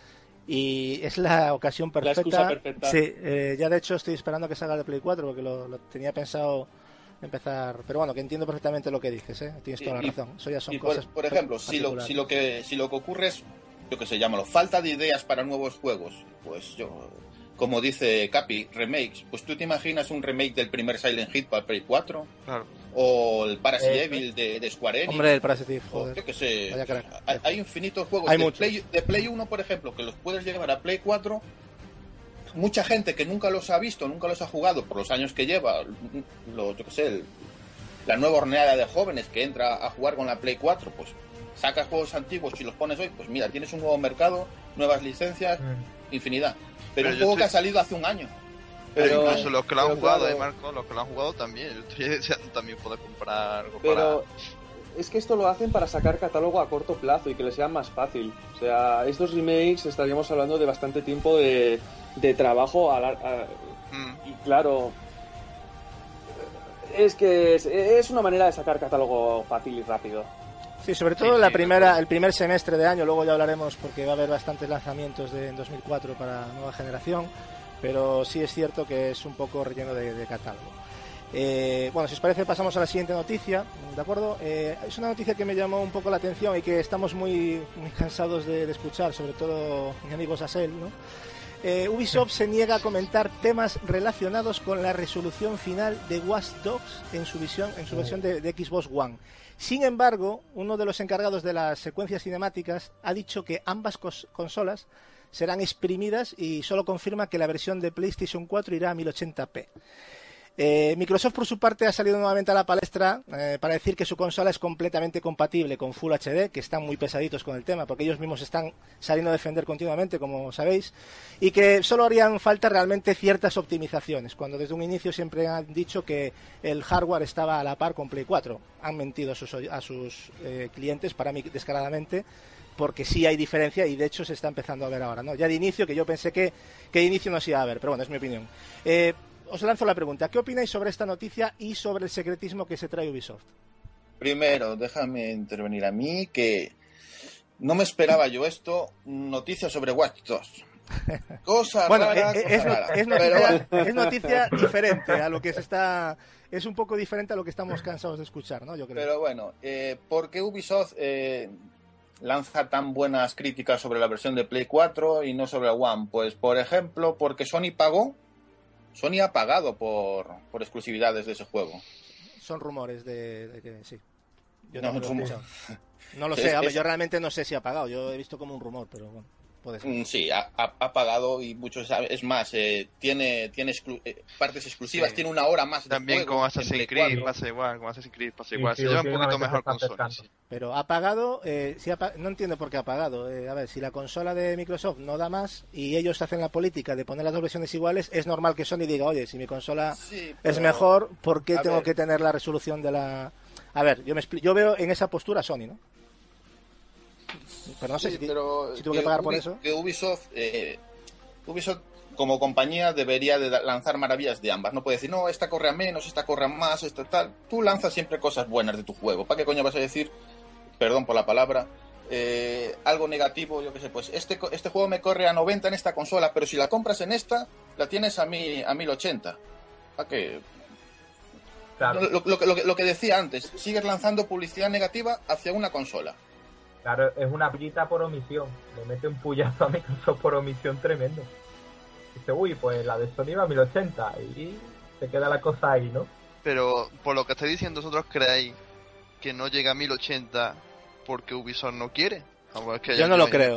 y es la ocasión perfecta. La excusa perfecta. Sí, eh, ya de hecho estoy esperando que salga de Play cuatro porque lo, lo tenía pensado empezar... Pero bueno, que entiendo perfectamente lo que dices, ¿eh? Tienes toda la y, razón. Eso ya son y cosas... Por, por ejemplo, si lo, si, lo que, si lo que ocurre es, yo que sé, llámalo, falta de ideas para nuevos juegos, pues yo... Como dice Capi, remakes. Pues tú te imaginas un remake del primer Silent Hill para Play cuatro. Claro. O el Parasite eh, Evil de, de Square Enix. Hombre, el Parasite Evil, joder. O, yo que sé. Vaya crack. Hay, hay infinitos juegos. Hay de, muchos. Play, de Play uno, por ejemplo, que los puedes llevar a Play cuatro. Mucha gente que nunca los ha visto, nunca los ha jugado por los años que lleva. Lo, yo que sé, el, la nueva horneada de jóvenes que entra a jugar con la Play cuatro, pues sacas juegos antiguos y los pones hoy, pues mira, tienes un nuevo mercado, nuevas licencias, mm. infinidad. Pero, Pero un juego estoy... que ha salido hace un año. Pero, pero incluso los que lo han jugado, claro, eh, Marco, los que lo han jugado también. Yo estoy deseando también poder comprar algo pero para... es que esto lo hacen para sacar catálogo a corto plazo y que les sea más fácil. O sea, estos remakes estaríamos hablando de bastante tiempo de, de trabajo a la, a, mm. y claro, es que es, es una manera de sacar catálogo fácil y rápido. Sí, sobre todo sí, la sí, primera, el primer semestre de año. Luego ya hablaremos porque va a haber bastantes lanzamientos de en dos mil cuatro para nueva generación, pero sí es cierto que es un poco relleno de, de catálogo. Eh, bueno, si os parece pasamos a la siguiente noticia, ¿de acuerdo? Eh, es una noticia que me llamó un poco la atención y que estamos muy, muy cansados de, de escuchar, sobre todo mi amigo Sassel, ¿no? Eh, Ubisoft se niega a comentar temas relacionados con la resolución final de Watch Dogs en su, visión, en su versión de, de Xbox One. Sin embargo, uno de los encargados de las secuencias cinemáticas ha dicho que ambas cos- consolas serán exprimidas y solo confirma que la versión de PlayStation cuatro irá a mil ochenta p. Eh, Microsoft, por su parte, ha salido nuevamente a la palestra eh, para decir que su consola es completamente compatible con Full H D, que están muy pesaditos con el tema, porque ellos mismos están saliendo a defender continuamente, como sabéis, y que solo harían falta realmente ciertas optimizaciones, cuando desde un inicio siempre han dicho que el hardware estaba a la par con Play cuatro. Han mentido a sus, a sus eh, clientes, para mí descaradamente, porque sí hay diferencia y de hecho se está empezando a ver ahora, ¿no? Ya de inicio, que yo pensé que, que de inicio no se iba a ver, pero bueno, es mi opinión. Eh, Os lanzo la pregunta, ¿qué opináis sobre esta noticia y sobre el secretismo que se trae Ubisoft? Primero, déjame intervenir a mí, que no me esperaba yo esto, noticias sobre Watch Dogs. Cosa bueno, rara, es, cosa es, rara. es, noticia, pero... es noticia diferente a lo que se está... Es un poco diferente a lo que estamos cansados de escuchar, ¿no? Yo creo. Pero bueno, eh, ¿por qué Ubisoft eh, lanza tan buenas críticas sobre la versión de Play cuatro y no sobre la One? Pues, por ejemplo, porque Sony pagó Sony ha pagado por, por exclusividades de ese juego. Son rumores de, de que sí. Yo no, no, rumor. no lo es, sé, a ver, es... yo realmente no sé si ha pagado. Yo he visto como un rumor, pero bueno, puede ser. Sí, ha, ha, ha pagado y muchos. Es más, eh, tiene, tiene exclu eh, partes exclusivas, sí. Tiene una hora más de También juego. Con Assassin's Creed pasa igual, con Assassin's Creed pasa igual. Sí, se sí, lleva un poquito mejor con Sony. Sí. Pero ha pagado, eh, si ha pa no entiendo por qué ha pagado. Eh, a ver, si la consola de Microsoft no da más y ellos hacen la política de poner las dos versiones iguales, es normal que Sony diga, oye, si mi consola sí, pero... es mejor, ¿por qué tengo ver. que tener la resolución de la...? A ver, yo me yo veo en esa postura a Sony, ¿no? Pero no sé sí, si, pero si tuvo que pagar Ubi, por eso. Que Ubisoft, eh, Ubisoft como compañía debería de lanzar maravillas de ambas. No puede decir, no, esta corre a menos, esta corre a más, esta tal. Tú lanzas siempre cosas buenas de tu juego. ¿Para qué coño vas a decir, perdón por la palabra, eh, algo negativo? Yo qué sé, pues este, este juego me corre a noventa en esta consola, pero si la compras en esta, la tienes a, mi, a mil ochenta. ¿Para qué? Claro. Lo, lo, lo, lo que decía antes, sigues lanzando publicidad negativa hacia una consola. Claro, es una pullita por omisión. Le mete un puyazo a Microsoft por omisión tremendo. Dice, uy, pues la de Sony va a mil ochenta y se queda la cosa ahí, ¿no? Pero por lo que estáis diciendo, ¿vosotros creéis que no llega a mil ochenta porque Ubisoft no quiere? Vamos, es que yo no lo creo.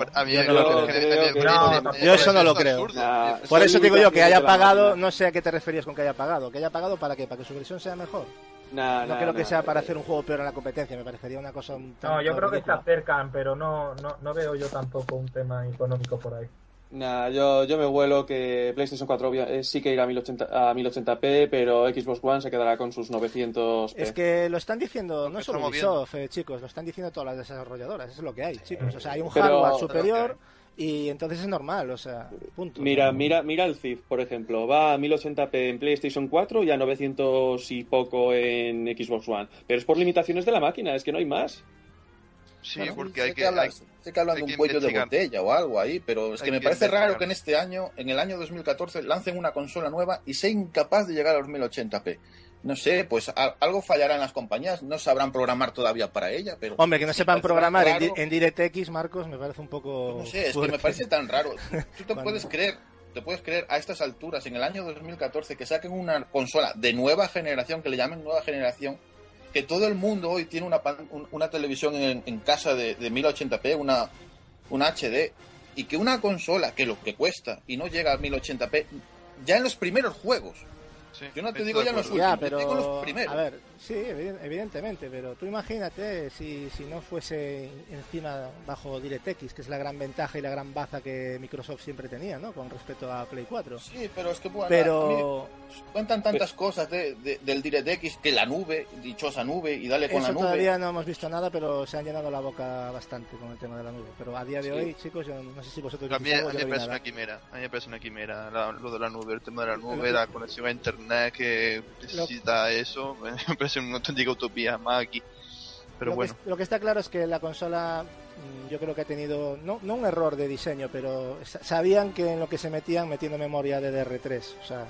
Yo eso no lo creo. Nah, por eso digo yo que haya pagado, no sé a qué te referías con que haya pagado. ¿Que haya pagado para qué? ¿Para que su versión sea mejor? Nah, no nah, creo que nah, sea para hacer un juego peor en la competencia, me parecería una cosa un No, yo creo ridícula. Que se acercan, pero no, no, no veo yo tampoco un tema económico por ahí. Nah, yo, yo me vuelo que PlayStation cuatro eh, sí que irá a mil ochenta, a mil ochenta p, pero Xbox One se quedará con sus novecientos p. Es que lo están diciendo, no solo Ubisoft, eh, chicos, lo están diciendo todas las desarrolladoras, eso es lo que hay, chicos. O sea, hay un pero, hardware superior y entonces es normal, o sea, punto. Mira, mira, mira el Thief, por ejemplo, va a mil ochenta p en PlayStation cuatro y a novecientos y poco en Xbox One. Pero es por limitaciones de la máquina, es que no hay más. Sí, bueno, porque sé hay que, que hablan, hay, sé que hablan de un cuello de botella o algo ahí, pero es que me que parece investigar. raro que en este año, en el año dos mil catorce, lancen una consola nueva y sea incapaz de llegar a los mil ochenta p. No sé, pues a, algo fallará en las compañías, no sabrán programar todavía para ella, pero... Hombre, que no sepan programar en, en DirectX, Marcos, me parece un poco... No sé, es fuerte. Que me parece tan raro. Tú te puedes creer, te puedes creer a estas alturas, en el año dos mil catorce, que saquen una consola de nueva generación, que le llamen nueva generación, que todo el mundo hoy tiene una, una televisión en, en casa de, de mil ochenta p, una, una H D, y que una consola que lo que cuesta y no llega a mil ochenta p, ya en los primeros juegos. Sí, yo no te digo ya en los últimos, ya, pero, te digo los primeros. A ver, sí, evidentemente, pero tú imagínate si, si no fuese encima bajo DirectX, que es la gran ventaja y la gran baza que Microsoft siempre tenía, ¿no? Con respecto a Play cuatro. Sí, pero es que bueno, pero... cuentan tantas pero... cosas de, de, del DirectX, que la nube, dichosa nube, y dale con Eso la nube. Todavía no hemos visto nada, pero se han llenado la boca bastante con el tema de la nube. Pero a día de sí. hoy, chicos, yo no sé si vosotros... A mí, a mí me parece una quimera, a mí me parece una quimera la, lo de la nube, el tema de la nube, la conexión a internet que necesita lo... eso, me parece una auténtica utopía más aquí. Pero lo bueno. Que, lo que está claro es que la consola, yo creo que ha tenido, no, no un error de diseño, pero sabían que en lo que se metían metiendo memoria de D D R tres. O sea,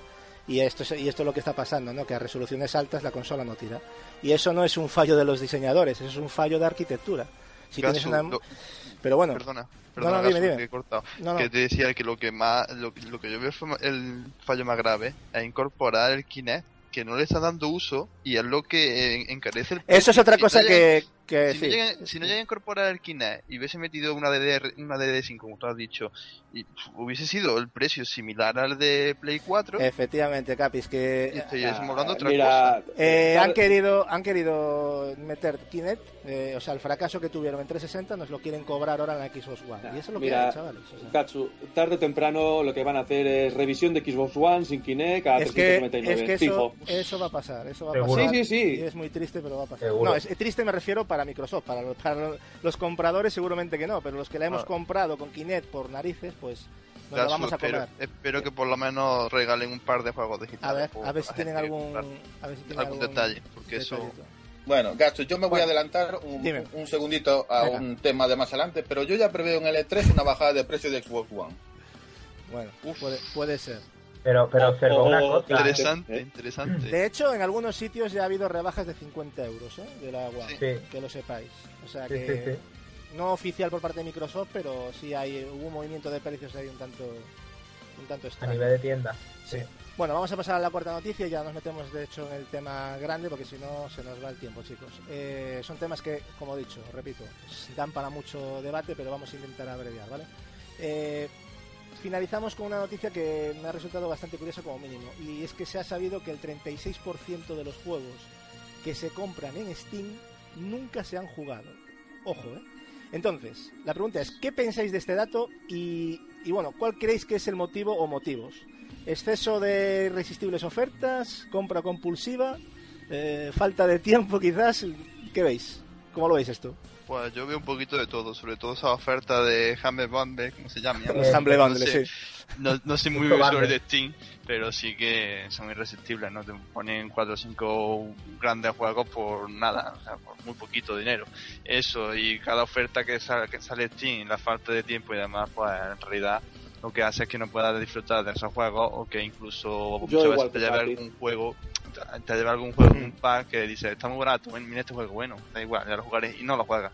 Y esto, es, y esto es lo que está pasando, ¿no? Que a resoluciones altas la consola no tira. Y eso no es un fallo de los diseñadores, eso es un fallo de arquitectura. Si Gasu, tienes una... lo... Pero bueno... Perdona, perdona, no, no, Gasu, dime, dime. que he cortado. No, no. Que te decía que lo que más lo, lo que yo veo el fallo más grave es incorporar el Kinect, que no le está dando uso, y es lo que eh, encarece el precio. Eso es otra si cosa no que... Llega, que si, sí. no llega, si no llega a incorporar el Kinect y hubiese metido una D D R, una D D R cinco, como tú has dicho, y pff, hubiese sido el precio similar al de Play cuatro. Efectivamente, Capis, que... Y estoy hablando de otra Mira, cosa. Eh, han querido han querido meter Kinect, eh, o sea, el fracaso que tuvieron en trescientos sesenta nos lo quieren cobrar ahora en la Xbox One. Y eso es lo que Mira, hay, chavales. O sea. Katsu, tarde o temprano lo que van a hacer es revisión de Xbox One sin Kinect a Es que, trescientos noventa y nueve, es que eso, fijo. eso va a pasar, eso va a Seguro. pasar. Sí, sí, sí. Y es muy triste, pero va a pasar. Seguro. No, es, triste me refiero para Microsoft, para los, para los compradores seguramente que no, pero los que la hemos Ah. comprado con Kinect por narices, pues nos Gasu, la vamos a espero, comer. espero que por lo menos regalen un par de juegos A digitales. ver, por a ver si la tienen gente que algún, comprar. a ver si tienen algún algún detalle, porque eso... detallito. Bueno, Gasto, yo me voy Bueno. a adelantar un, Dime. un segundito a Venga. un tema de más adelante, pero yo ya preveo en el E tres una bajada de precio de Xbox One. Bueno, puede, puede ser. Pero, pero observa O- una o- cosa. Interesante, ¿eh? interesante. De hecho, en algunos sitios ya ha habido rebajas de cincuenta euros, ¿eh? De la One, Sí. que lo sepáis. O sea Sí, que sí, sí. no oficial por parte de Microsoft, pero sí hay hubo un movimiento de precios ahí un tanto un tanto A extraño. nivel de tienda. Sí. Bueno, vamos a pasar a la cuarta noticia y ya nos metemos de hecho en el tema grande porque si no se nos va el tiempo, chicos. Eh, son temas que, como he dicho, repito, dan para mucho debate, pero vamos a intentar abreviar, ¿vale? Eh, finalizamos con una noticia que me ha resultado bastante curiosa como mínimo, y es que se ha sabido que el treinta y seis por ciento de los juegos que se compran en Steam nunca se han jugado. Ojo, ¿eh? Entonces, la pregunta es, ¿qué pensáis de este dato? Y, y bueno, ¿cuál creéis que es el motivo o motivos? ¿Exceso de irresistibles ofertas? ¿Compra compulsiva? Eh, ¿Falta de tiempo quizás? ¿Qué veis? ¿Cómo lo veis esto? Pues yo veo un poquito de todo, sobre todo esa oferta de Humble Bundle, ¿cómo se llama? Los Humble Bundle, no sé, sí. No, no soy muy Justo visor bundle. de Steam, pero sí que son irresistibles, ¿no? Te ponen cuatro o cinco grandes juegos por nada, o sea, por muy poquito dinero. Eso, y cada oferta que sale, que sale Steam, la falta de tiempo y demás, pues en realidad lo que hace es que no puedas disfrutar de esos juegos, o que incluso Yo muchas igual veces te que lleve Katy. algún juego, te lleva algún juego, Mm. un pack que dice, está muy barato, ven, mira este juego, bueno, da igual, ya lo jugaré, y no lo juegas.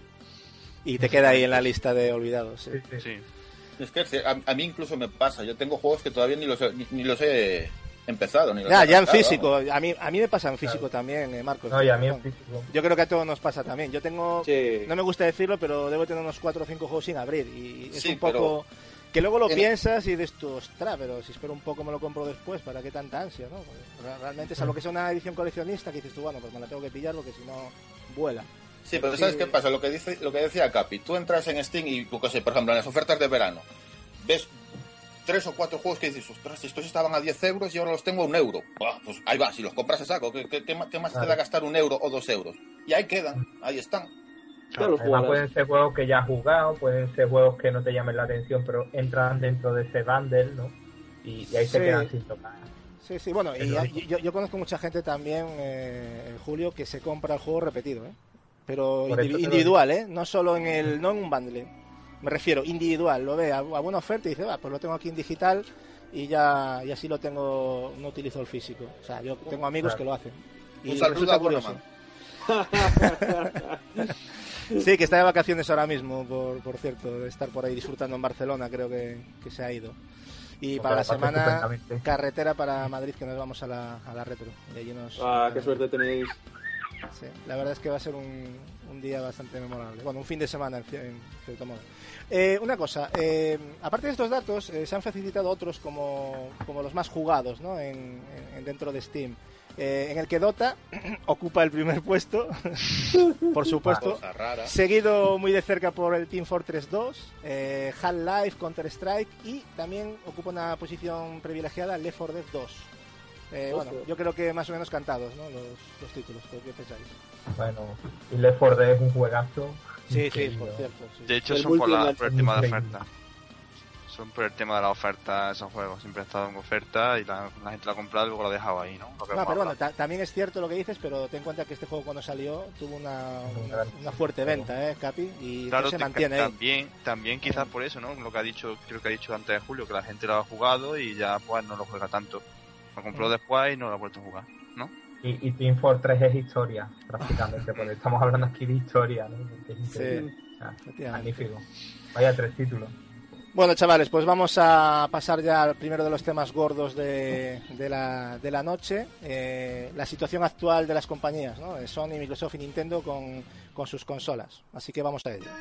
Y te queda ahí en la lista de olvidados. Sí. Sí, sí. Sí. Es que a, a mí incluso me pasa, yo tengo juegos que todavía ni los he, ni, ni los he empezado. Ni los Ya, he ya en arrancado, físico. vamos. A mí, a mí me pasa en físico Claro. también, eh, Marcos. No, y a mí en físico. Yo creo que a todos nos pasa también. Yo tengo, Sí. no me gusta decirlo, pero debo tener unos cuatro o cinco juegos sin abrir. Y es Sí, un poco... Que luego lo en- piensas y dices tú, ostras, pero si espero un poco me lo compro después, ¿para qué tanta ansia, no? Porque realmente, salvo que sea una edición coleccionista, que dices tú, bueno, pues me la tengo que pillar porque si no, vuela. Sí, pero Sí. ¿sabes qué pasa? Lo que dice, lo que decía Capi, tú entras en Steam y, yo qué sé, por ejemplo, en las ofertas de verano, ves tres o cuatro juegos que dices, ostras, estos estaban a diez euros y ahora los tengo a un euro. Buah, pues ahí va, si los compras a saco, ¿qué, qué, qué más, qué más te Claro. da gastar un euro o dos euros? Y ahí quedan, ahí están. Ya los Además jugarás. pueden ser juegos que ya has jugado, pueden ser juegos que no te llamen la atención, pero entran dentro de ese bundle, ¿no? Y, y ahí se Sí. quedan sin tocar. Sí, sí, bueno, y Es ya- lógico. yo, yo conozco mucha gente también, eh, Julio, que se compra el juego repetido, ¿eh? Pero Por eso indivi- te lo individual, ¿eh? No solo en el, no en un bundle. Me refiero, individual, lo ve a, a buena oferta y dice, va, pues lo tengo aquí en digital y ya y así lo tengo, no utilizo el físico. O sea, yo tengo amigos Claro. que lo hacen. Y Un saludo resulta a Bonoman. curioso. Sí, que está de vacaciones ahora mismo, por, por cierto, de estar por ahí disfrutando en Barcelona, creo que, que se ha ido. Y Pues para la que la pase semana, estupendamente. carretera para Madrid, que nos vamos a la, a la retro. Y allí nos, Ah, qué suerte tenéis. Sí, la verdad es que va a ser un, un día bastante memorable. Bueno, un fin de semana, en, ci- en cierto modo. Eh, una cosa, eh, aparte de estos datos, eh, se han facilitado otros como, como los más jugados, ¿no? en, en- dentro de Steam. Eh, en el que Dota ocupa el primer puesto, por supuesto. Cosa rara. Seguido muy de cerca por el Team Fortress dos, eh, Half-Life, Counter-Strike y también ocupa una posición privilegiada Left four Dead dos. Eh, bueno, yo creo que más o menos cantados, ¿no? Los, los títulos, ¿qué qué pensáis? Bueno, y Left four Dead es un juegazo. Sí, sí, increíble. por cierto. Sí. De hecho, El son por, la, multi- por el tema de increíble. oferta. Son por el tema de la oferta esos juegos. Siempre ha estado en oferta y la, la gente lo ha comprado y luego lo ha dejado ahí, ¿no? Lo que No, hemos pero bueno, hablado. ta- también es cierto lo que dices, pero ten en cuenta que este juego cuando salió tuvo una, Un una, gran- una fuerte venta, ¿eh, Capi? Y Claro, se te- mantiene ahí. también, también quizás por eso, ¿no? Lo que ha dicho, creo que ha dicho antes de Julio, que la gente lo ha jugado y ya pues no lo juega tanto. Lo compró después y no lo ha vuelto a jugar, ¿no? Y, y Team Fortress es historia, prácticamente, porque estamos hablando aquí de historia, ¿no? Porque es increíble. Sí, o sea, magnífico. Vaya tres títulos. Bueno, chavales, pues vamos a pasar ya al primero de los temas gordos de, de, la, de la noche. Eh, la situación actual de las compañías, ¿no? De Sony, Microsoft y Nintendo con, con sus consolas. Así que vamos a ello.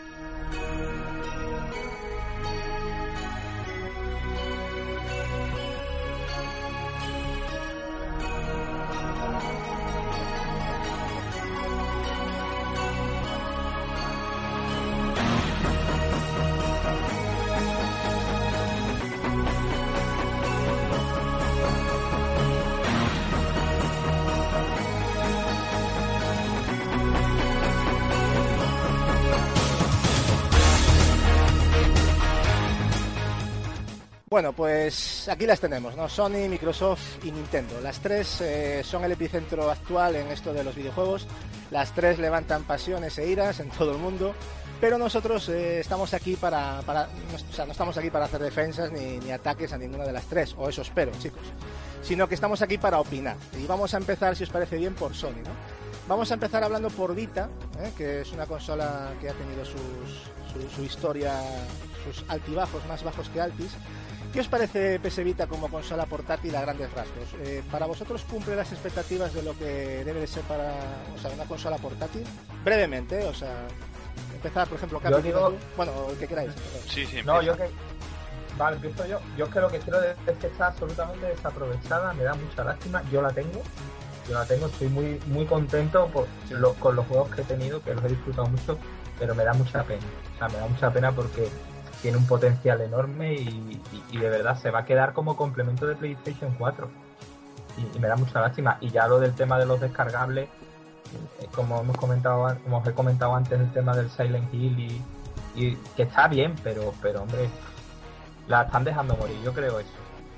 Bueno, pues aquí las tenemos, ¿no? Sony, Microsoft y Nintendo. Las tres eh, son el epicentro actual en esto de los videojuegos. Las tres levantan pasiones e iras en todo el mundo. Pero nosotros eh, estamos aquí para, para no, o sea, no estamos aquí para hacer defensas ni, ni ataques a ninguna de las tres, o eso espero, chicos. Sino que estamos aquí para opinar. Y vamos a empezar, si os parece bien, por Sony, ¿no? Vamos a empezar hablando por Vita, ¿eh? Que es una consola que ha tenido sus, su, su historia, sus altibajos, más bajos que altis. ¿Qué os parece P S Vita como consola portátil a grandes rasgos? Eh, ¿Para vosotros cumple las expectativas de lo que debe de ser para, o sea, una consola portátil? Brevemente, o sea, empezar, por ejemplo, Capi, digo... bueno, el que queráis. Sí, sí. No, yo que... Vale, empiezo yo. Yo es que lo que quiero decir es que está absolutamente desaprovechada, me da mucha lástima. Yo la tengo, yo la tengo, estoy muy muy contento por sí. lo, con los juegos que he tenido, que los he disfrutado mucho, pero me da mucha pena. O sea, me da mucha pena porque tiene un potencial enorme y, y, y de verdad se va a quedar como complemento de PlayStation cuatro. Y, y me da mucha lástima. Y ya lo del tema de los descargables, eh, como hemos comentado, como os he comentado antes, el tema del Silent Hill y, y que está bien, pero, pero hombre, la están dejando morir, yo creo eso.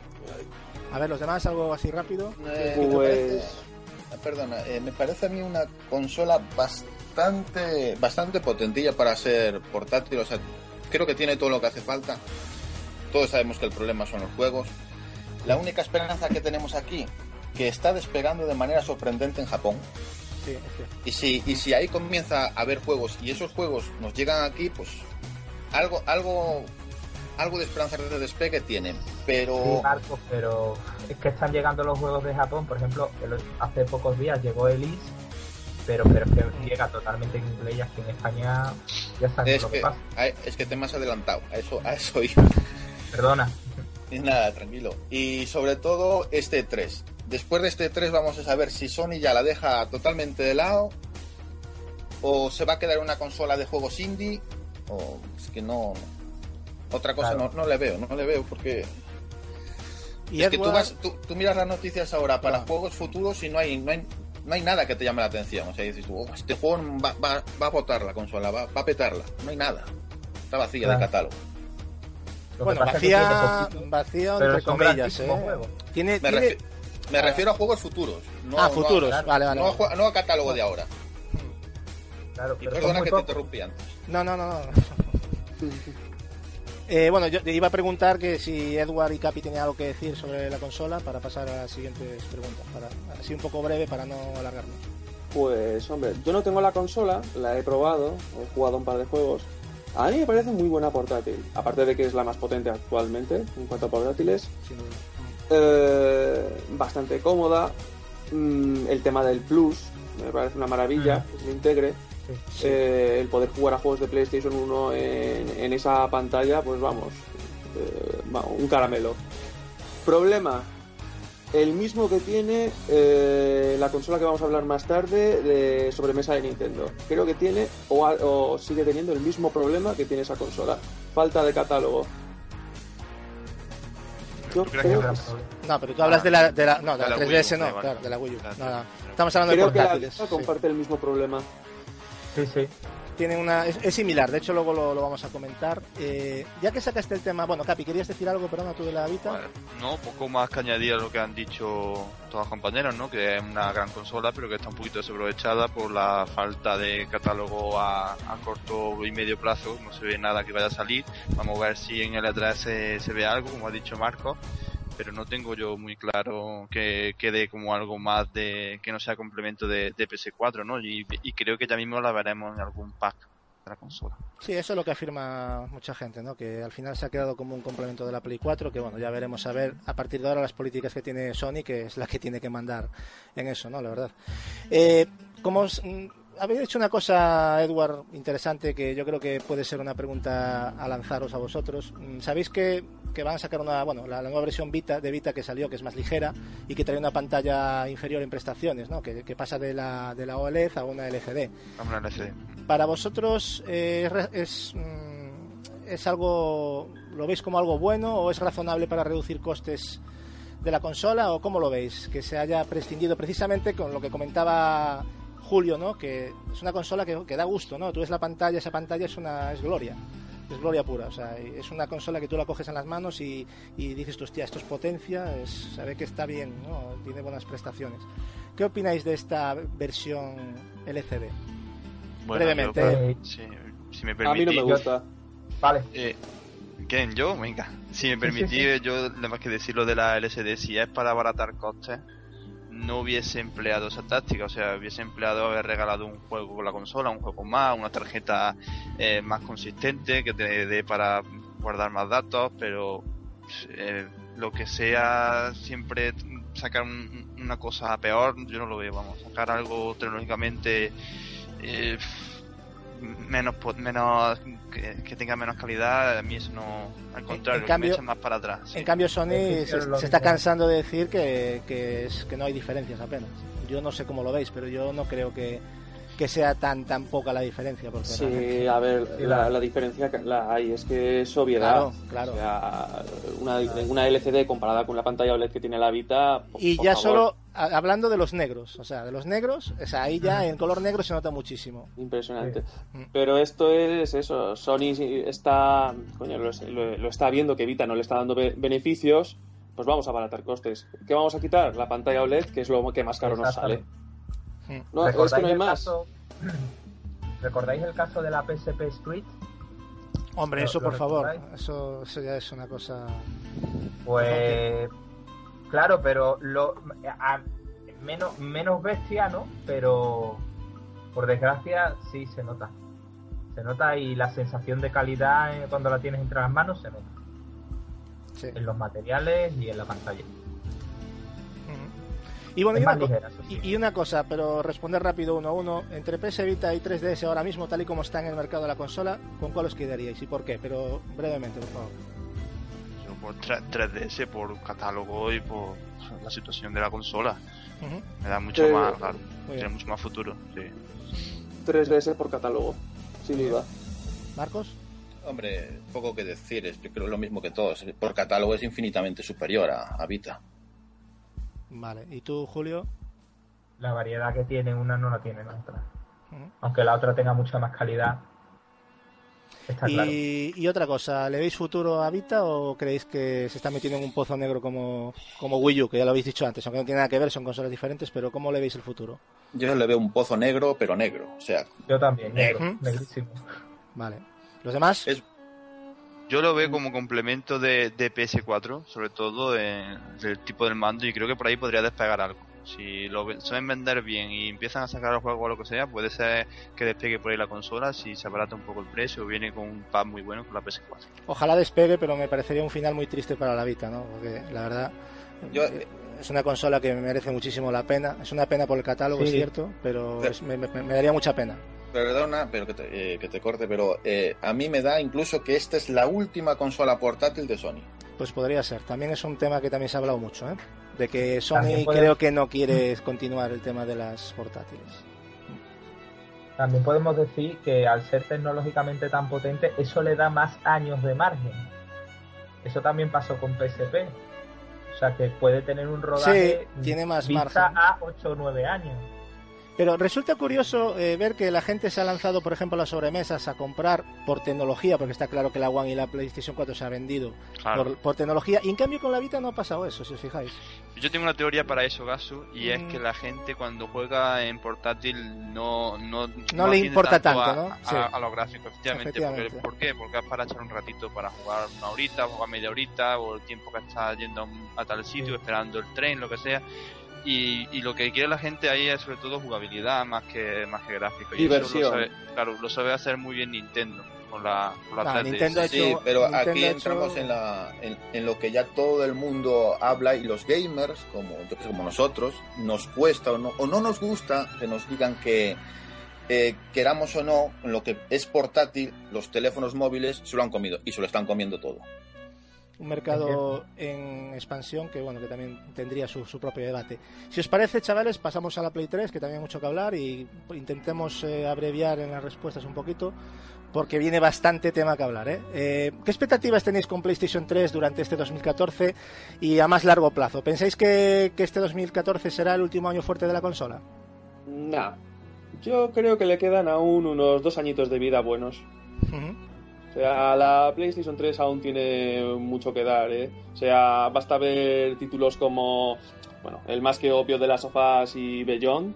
A ver, los demás, algo así rápido. Eh, Pues- me parece- perdona, eh, me parece a mí una consola bastante bastante potentilla para ser portátil. O sea, creo que tiene todo lo que hace falta. Todos sabemos que el problema son los juegos. La única esperanza que tenemos aquí, que está despegando de manera sorprendente en Japón. Sí, es cierto. Y si, y si ahí comienza a haber juegos y esos juegos nos llegan aquí, pues algo, algo, algo de esperanza de despegue tienen. Pero Sí, Marcos, pero es que están llegando los juegos de Japón. Por ejemplo, el- hace pocos días llegó Elise, pero, pero es que llega totalmente en inglés y aquí en España ya sabes es lo que, que, pasa. es que te me has adelantado. A eso, a eso iba. Perdona. Y nada, tranquilo. Y sobre todo este tres. Después de este tres vamos a saber si Sony ya la deja totalmente de lado o se va a quedar una consola de juegos indie o es que no... Otra cosa Claro. no, no le veo, no le veo porque... Y es que tú, Edward- vas, tú, tú miras las noticias ahora para Claro. juegos futuros y no hay, no hay no hay nada que te llame la atención. O sea, dices tú, "Oh, este juego va, va, va a botar la consola, va, va a petarla". No hay nada. Está vacía Claro. de catálogo. Lo que Bueno, pasa es que tiene vacía, poquito, vacía pero entre son comillas, grandísimos ¿eh? juegos. Tiene, Me, tiene... refi- me Ah. refiero a juegos futuros. No, Ah, no futuros, a- vale, vale. No, a, vale. ju- no a catálogo de ahora. Claro, Y pero son perdona muy que te pocos. interrumpí antes. No, no, no, no. Eh, bueno, yo te iba a preguntar que si Edward y Capi tenían algo que decir sobre la consola para pasar a las siguientes preguntas, para así un poco breve para no alargarnos. Pues hombre, yo no tengo la consola, la he probado, he jugado un par de juegos. A mí me parece muy buena portátil, aparte de que es la más potente actualmente en cuanto a portátiles. Sin duda. Eh, bastante cómoda. Mm, el tema del Plus me parece una maravilla, que se lo integre. Sí. Eh, el poder jugar a juegos de PlayStation uno en, en esa pantalla, pues vamos, eh, va, un caramelo. Problema, el mismo que tiene eh, la consola que vamos a hablar más tarde de sobremesa de Nintendo. Creo que tiene o, ha- o sigue teniendo el mismo problema que tiene esa consola. Falta de catálogo. Yo ¿Tú crees creo que- que, sí. No, pero tú hablas de la, de la, no, de De la la tres Wii D U, S, no, da igual. claro, de la Wii U. Claro. No, no. Estamos hablando creo de que la portátiles. Vita sí. comparte el mismo problema. Sí, sí. Tiene una, es, es similar, de hecho luego lo, lo vamos a comentar. Eh, ya que sacaste el tema, bueno, Capi, ¿querías decir algo, perdona, tú de la Vita? Bueno, no, poco más que añadir a lo que han dicho todos los compañeros, ¿no? Que es una gran consola, pero que está un poquito desaprovechada por la falta de catálogo a, a corto y medio plazo. No se ve nada que vaya a salir. Vamos a ver si en el E tres se, se ve algo, como ha dicho Marco. pero no tengo yo muy claro que quede como algo más de que no sea complemento de, de P S cuatro, ¿no? Y, y creo que ya mismo la veremos en algún pack de la consola. Sí, eso es lo que afirma mucha gente, ¿no? Que al final se ha quedado como un complemento de la Play cuatro, que bueno, ya veremos a ver a partir de ahora las políticas que tiene Sony, que es la que tiene que mandar en eso, ¿no? La verdad. Eh, como os, habéis hecho una cosa, Edward, interesante, que yo creo que puede ser una pregunta a lanzaros a vosotros. ¿Sabéis que, que van a sacar una, bueno, la, la nueva versión Vita, de Vita que salió, que es más ligera y que trae una pantalla inferior en prestaciones, ¿no? Que, que pasa de la, de la O L E D a una L C D. A una L C D. Para vosotros eh, es, es algo, ¿lo veis como algo bueno o es razonable para reducir costes de la consola, o cómo lo veis? Que se haya prescindido precisamente con lo que comentaba Julio, ¿no? Que es una consola que, que da gusto, ¿no? Tú ves la pantalla, esa pantalla es una es gloria, es gloria pura, o sea, es una consola que tú la coges en las manos y, y dices, hostia, esto es potencia, es, sabe que está bien, ¿no? Tiene buenas prestaciones. ¿Qué opináis de esta versión L C D? Bueno, brevemente. Yo, si, si me permitís, a mí no me gusta. Vale. Eh, ¿Quién? ¿Yo? Venga. Si me permitís, sí, sí, sí. yo, nada más que decir lo de la L C D, si es para abaratar costes, no hubiese empleado esa táctica. O sea, hubiese empleado haber regalado un juego con la consola, un juego más, una tarjeta eh, más consistente que te dé para guardar más datos, pero eh, lo que sea, siempre sacar un, una cosa peor, yo no lo veo. Vamos, sacar algo tecnológicamente Eh, menos menos que, que tenga menos calidad, a mí eso no, al contrario, en cambio, me echa más para atrás. Sí. En cambio Sony se, se está cansando de decir que, que, es, que no hay diferencias apenas. Yo no sé cómo lo veis, pero yo no creo que, que sea tan tan poca la diferencia. Porque sí, realmente... a ver, la, la diferencia la hay, es que es obviedad. Claro, claro. O sea, una, una L C D comparada con la pantalla O L E D que tiene la Vita. Por, y por ya favor. solo a, hablando de los negros, o sea, de los negros, o sea, ahí ya en color negro se nota muchísimo. Impresionante. Sí. Pero esto es eso, Sony está, coño, lo, lo, lo está viendo que Vita no le está dando be- beneficios, pues vamos a abaratar costes. ¿Qué vamos a quitar? La pantalla O L E D, que es lo que más caro nos sale. No, es que no hay más. Caso, ¿recordáis el caso de la P S P Street? Hombre, ¿Lo, eso lo por favor, recordáis? eso, eso ya es una cosa... Pues claro, pero lo a, menos menos bestia, ¿no? Pero por desgracia sí se nota. Se nota y la sensación de calidad eh, cuando la tienes entre las manos se nota. Sí. En los materiales y en la pantalla. Y bueno, Es y una, más ligera, eso sí. y, y una cosa, pero responder rápido uno a uno. Entre P S Vita y tres D S ahora mismo, tal y como está en el mercado de la consola, ¿con cuál os quedaríais y por qué? Pero brevemente, por favor. Yo por tres D S, por catálogo y por la situación de la consola. Uh-huh. Me da mucho Eh, más, claro, muy tiene bien. mucho más futuro. Sí. tres D S por catálogo, sin duda. ¿Marcos? Hombre, poco que decir, es, yo creo lo mismo que todos. Por catálogo es infinitamente superior a, a Vita. Vale. ¿Y tú, Julio? La variedad que tiene una no la tiene la otra. Uh-huh. Aunque la otra tenga mucha más calidad. Está Y, claro. y otra cosa, ¿le veis futuro a Vita o creéis que se está metiendo en un pozo negro como, como Wii U, que ya lo habéis dicho antes, aunque no tiene nada que ver, son consolas diferentes, pero ¿cómo le veis el futuro? Yo le veo un pozo negro, pero negro. O sea, Yo también, negro, Ujú. negrísimo. Vale. ¿Los demás? es Yo lo veo como complemento de, de P S cuatro, sobre todo en el tipo del mando, y creo que por ahí podría despegar algo. Si lo ven- saben vender bien y empiezan a sacar el juego o lo que sea, puede ser que despegue por ahí la consola si se abarata un poco el precio o viene con un pad muy bueno con la P S cuatro. Ojalá despegue, pero me parecería un final muy triste para la Vita, ¿no? Porque la verdad Yo- eh, es una consola que me merece muchísimo la pena. Es una pena por el catálogo, Sí. es cierto, pero Pero- es- me, me- me daría mucha pena. Perdona, pero que te, eh, que te corte, pero eh, a mí me da incluso que esta es la última consola portátil de Sony. Pues podría ser. También es un tema que también se ha hablado mucho, ¿eh? De que Sony También puede- creo que no quiere continuar el tema de las portátiles. También podemos decir que al ser tecnológicamente tan potente, eso le da más años de margen. Eso también pasó con P S P. O sea que puede tener un rodaje Sí, tiene más vista margen. a ocho o nueve años. Pero resulta curioso eh, ver que la gente se ha lanzado, por ejemplo, a las sobremesas a comprar por tecnología, porque está claro que la One y la PlayStation cuatro se ha vendido claro. por, por tecnología, y en cambio con la Vita no ha pasado eso, si os fijáis. Yo tengo una teoría para eso, Gasu, y mm. es que la gente cuando juega en portátil no no, no, no le importa tanto, a, ¿no? A, sí. a, a los gráficos, efectivamente. efectivamente. Porque, ¿por qué? Porque es para echar un ratito, para jugar una horita, jugar media horita, o el tiempo que está yendo a tal sitio, sí. esperando el tren, lo que sea. Y, y lo que quiere la gente ahí es sobre todo jugabilidad más que más que gráfico. Y diversión. Eso lo sabe, claro, lo sabe hacer muy bien Nintendo con la, con la no, tres D S. Nintendo ha hecho, sí, pero Nintendo aquí hecho... entramos en, la, en, en lo que ya todo el mundo habla y los gamers, como, como nosotros, nos cuesta o no, o no nos gusta que nos digan que eh, queramos o no, en lo que es portátil, los teléfonos móviles se lo han comido y se lo están comiendo todo. Un mercado en expansión que bueno que también tendría su, su propio debate. Si os parece, chavales, pasamos a la Play tres, que también hay mucho que hablar, y intentemos eh, abreviar en las respuestas un poquito, porque viene bastante tema que hablar, ¿eh? Eh, ¿Qué expectativas tenéis con PlayStation tres durante este dos mil catorce y a más largo plazo? ¿Pensáis que, que este dos mil catorce será el último año fuerte de la consola? Nah, yo creo que le quedan aún unos dos añitos de vida buenos. Uh-huh. O sea, la PlayStation tres aún tiene mucho que dar, ¿eh? O sea, basta ver títulos como, bueno, el más que obvio de Last of Us y Beyond,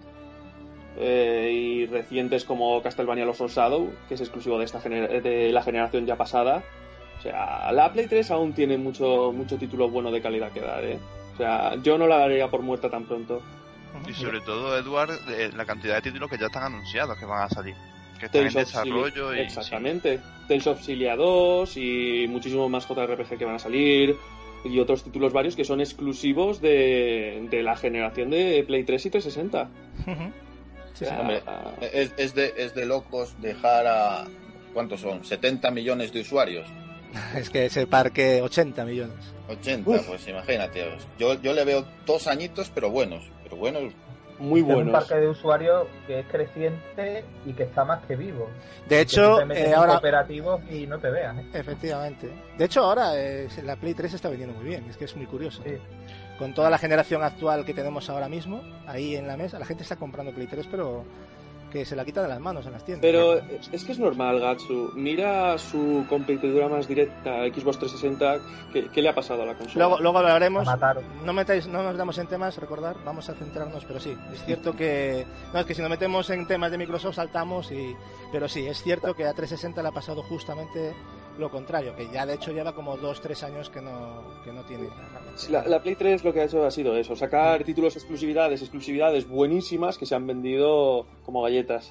eh, y recientes como Castlevania Lost of Shadow, que es exclusivo de esta gener- de la generación ya pasada. O sea, la Play tres aún tiene mucho mucho título bueno de calidad que dar, ¿eh? O sea, yo no la daría por muerta tan pronto. Y sobre todo, Eduard, eh, la cantidad de títulos que ya están anunciados que van a salir. Que están Tales en desarrollo Sil- y... Exactamente. Sí. Tales of Xillia dos y muchísimos más J R P G que van a salir. Y otros títulos varios que son exclusivos de, de la generación de Play tres y trescientos sesenta. Uh-huh. Sí, o sea, hombre, es, es, de, es de locos dejar a... ¿Cuántos son? ¿setenta millones de usuarios? Es que ese parque, ochenta millones. ochenta, Uf. Pues imagínate. Yo, yo le veo dos añitos, pero buenos. Pero buenos... Muy buenos. Es un parque de usuarios que es creciente y que está más que vivo. De hecho, eh, ahora operativos y no te veas. ¿eh? Efectivamente. De hecho, ahora eh, la Play tres está vendiendo muy bien. Es que es muy curioso. Sí. Con toda la generación actual que tenemos ahora mismo, ahí en la mesa, la gente está comprando Play tres, pero que se la quita de las manos en las tiendas. Pero es que es normal, Gatsu. Mira su competidora más directa, Xbox trescientos sesenta, ¿qué, qué le ha pasado a la consola? Luego, luego hablaremos. No metáis, no nos damos en temas, recordar, vamos a centrarnos, pero sí, es cierto que no, es que si nos metemos en temas de Microsoft saltamos, y pero sí, es cierto que a trescientos sesenta le ha pasado justamente lo contrario, que ya de hecho lleva como dos tres años que no, que no tiene. La, la Play tres lo que ha hecho ha sido eso, sacar títulos exclusividades, exclusividades buenísimas que se han vendido como galletas.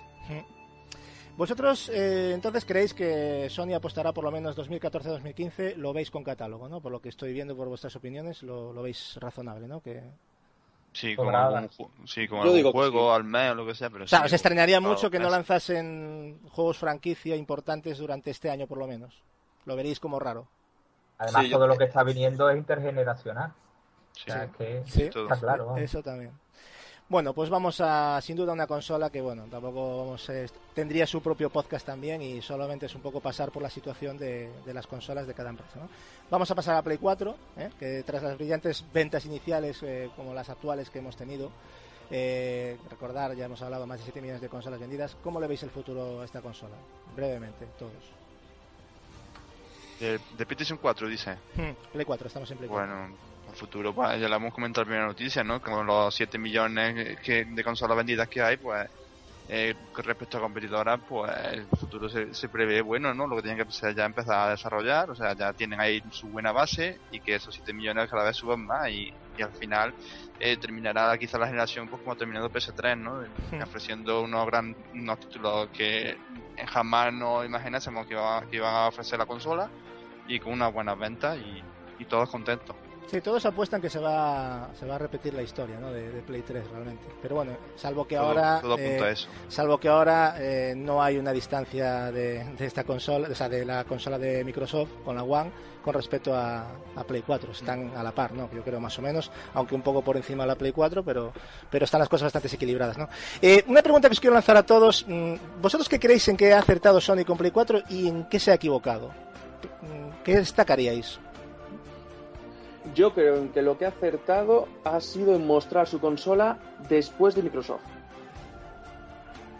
Vosotros, eh, entonces, creéis que Sony apostará por lo menos dos mil catorce dos mil quince, lo veis con catálogo, ¿no? Por lo que estoy viendo por vuestras opiniones, lo, lo veis razonable, ¿no? Que... Sí, con algún, sí, con algún juego, sí. Al mes o lo que sea, pero o sea, sí, os extrañaría mucho que es. no lanzasen juegos franquicia importantes durante este año, por lo menos. Lo veréis como raro. Además, sí, todo yo... lo que está viniendo es intergeneracional. Sí, o sea, es que sí, está claro. Vamos. Eso también. Bueno, pues vamos a, sin duda, una consola que, bueno, tampoco vamos a, tendría su propio podcast también y solamente es un poco pasar por la situación de, de las consolas de cada empresa, ¿no? Vamos a pasar a Play cuatro, ¿eh? Que tras las brillantes ventas iniciales eh, como las actuales que hemos tenido, eh, recordar, ya hemos hablado más de siete millones de consolas vendidas. ¿Cómo le veis el futuro a esta consola? Brevemente, todos. De, de PlayStation cuatro, dice. Hmm, Play cuatro, estamos en Play cuatro. Bueno, el futuro, pues, ya lo hemos comentado en la primera noticia, ¿no? Con los siete millones que, de consolas vendidas que hay, pues, eh, con respecto a competidoras, pues, el futuro se, se prevé bueno, ¿no? Lo que tienen que hacer ya empezar a desarrollar, o sea, ya tienen ahí su buena base y que esos siete millones cada vez suban más y, y al final eh, terminará quizá la generación, pues, como ha terminado P S tres, ¿no? Hmm. Ofreciendo unos gran, unos títulos que jamás nos imaginásemos que, iba, que iban a ofrecer la consola y con unas buenas ventas y, y todos contentos. Sí, todos apuestan que se va se va a repetir la historia, ¿no? de, de Play tres realmente. Pero bueno, salvo que todo, ahora todo apunta eh, a eso. salvo que ahora eh, no hay una distancia de, de esta consola, o sea, de la consola de Microsoft con la One con respecto a, a Play cuatro. Están a la par, ¿no? Yo creo más o menos, aunque un poco por encima de la Play cuatro, pero pero están las cosas bastante equilibradas, ¿no? Eh, una pregunta que os quiero lanzar a todos. ¿Vosotros qué creéis en qué ha acertado Sony con Play cuatro y en qué se ha equivocado? ¿Qué destacaríais? Yo creo que lo que ha acertado ha sido en mostrar su consola después de Microsoft.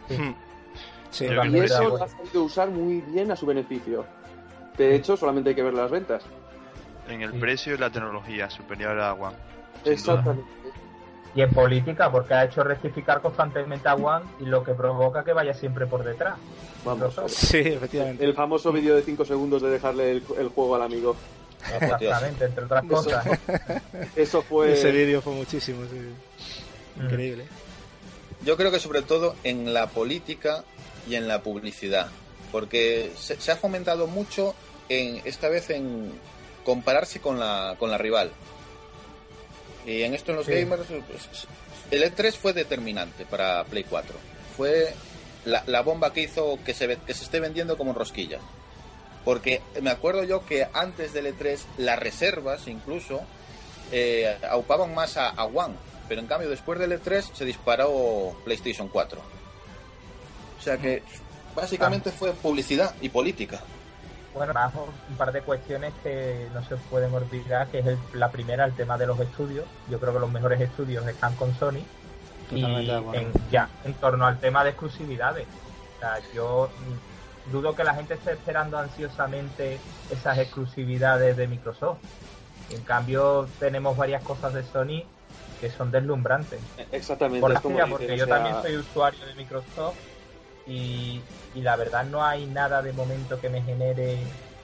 Sí. Sí, Y Totalmente de eso acuerdo. lo ha sabido usar muy bien a su beneficio. De hecho, solamente hay que ver las ventas. En el Sí. precio y la tecnología superior a One. Sin Exactamente. Y en política, porque ha hecho rectificar constantemente a One y lo que provoca que vaya siempre por detrás. Vamos. sí, efectivamente. El famoso vídeo de cinco segundos de dejarle el, el juego al amigo. Exactamente, entre otras Eso. cosas. Eso fue... Ese vídeo fue muchísimo, sí. Mm. Increíble. Yo creo que sobre todo en la política y en la publicidad, porque se, se ha fomentado mucho en esta vez en compararse con la con la rival. Y en esto en los Sí. gamers pues, el E tres fue determinante para Play cuatro. Fue la, la bomba que hizo que se ve- que se esté vendiendo como rosquilla. Porque me acuerdo yo que antes del E tres las reservas incluso eh, aupaban más a, a One, pero en cambio después del E tres se disparó PlayStation cuatro. O sea que básicamente fue publicidad y política. Bueno, más un par de cuestiones que no se pueden olvidar, que es el- la primera, el tema de los estudios. Yo creo que los mejores estudios están con Sony. Y Totalmente de acuerdo. en, ya, en torno al tema de exclusividades. O sea, yo mm, dudo que la gente esté esperando ansiosamente esas exclusividades de Microsoft. En cambio, tenemos varias cosas de Sony que son deslumbrantes. Exactamente. Por es la como fila, dicen, porque o yo sea, también soy usuario de Microsoft y, y la verdad no hay nada de momento que me genere...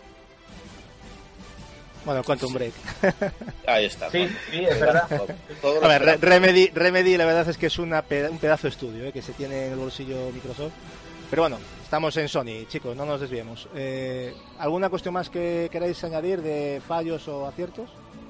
Bueno, Quantum Break. Ahí está. Sí, Juan. sí, es verdad. Todo- todo lo A ver, Re- esperamos. Remedy, Remedy la verdad es que es una peda- un pedazo de estudio eh, que se tiene en el bolsillo Microsoft. Pero bueno, estamos en Sony, chicos, no nos desviemos. Eh, ¿Alguna cuestión más que queráis añadir de fallos o aciertos?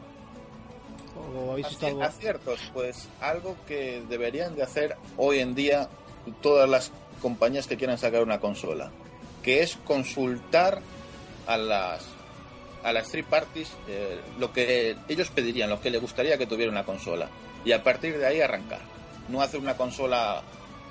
¿O habéis visto Aci- algo? Aciertos, pues algo que deberían de hacer hoy en día todas las compañías que quieran sacar una consola, que es consultar a las a las three parties eh, lo que ellos pedirían, lo que les gustaría que tuviera una consola, y a partir de ahí arrancar, no hacer una consola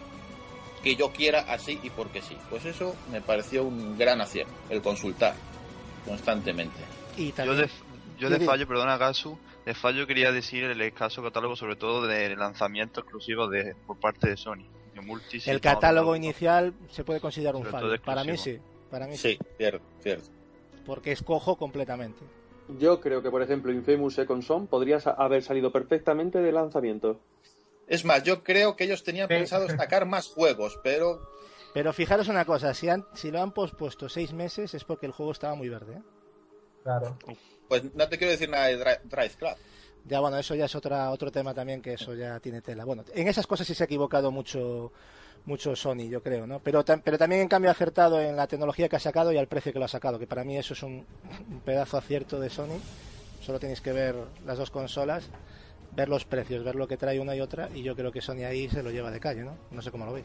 que yo quiera así y porque sí. Pues eso me pareció un gran acierto, el consultar constantemente. Y Yo también, de, yo de Sí, sí. fallo, perdona Gasu, de fallo quería decir el escaso catálogo, sobre todo de lanzamiento exclusivo de por parte de Sony. De multi, sí, el no, catálogo no, no. inicial se puede considerar un Sobre todo fallo. exclusivo. Para mí sí, para mí sí, Sí, cierto, cierto. porque escojo completamente. Yo creo que, por ejemplo, Infamous Second Son podría sa- haber salido perfectamente de lanzamiento. Es más, yo creo que ellos tenían Sí. pensado sacar más juegos, pero Pero fijaros una cosa, si, han, si lo han pospuesto seis meses es porque el juego estaba muy verde. ¿eh? Claro. pues no te quiero decir nada de Dri- Drive Club. Ya bueno, eso ya es otra otro tema también, que eso ya tiene tela. Bueno, en esas cosas sí se ha equivocado mucho mucho Sony, yo creo, ¿no? Pero, tam- pero también en cambio ha acertado en la tecnología que ha sacado y al precio que lo ha sacado, que para mí eso es un, un pedazo acierto de Sony. Solo tenéis que ver las dos consolas, ver los precios, ver lo que trae una y otra, y yo creo que Sony ahí se lo lleva de calle, ¿no? No sé cómo lo veis.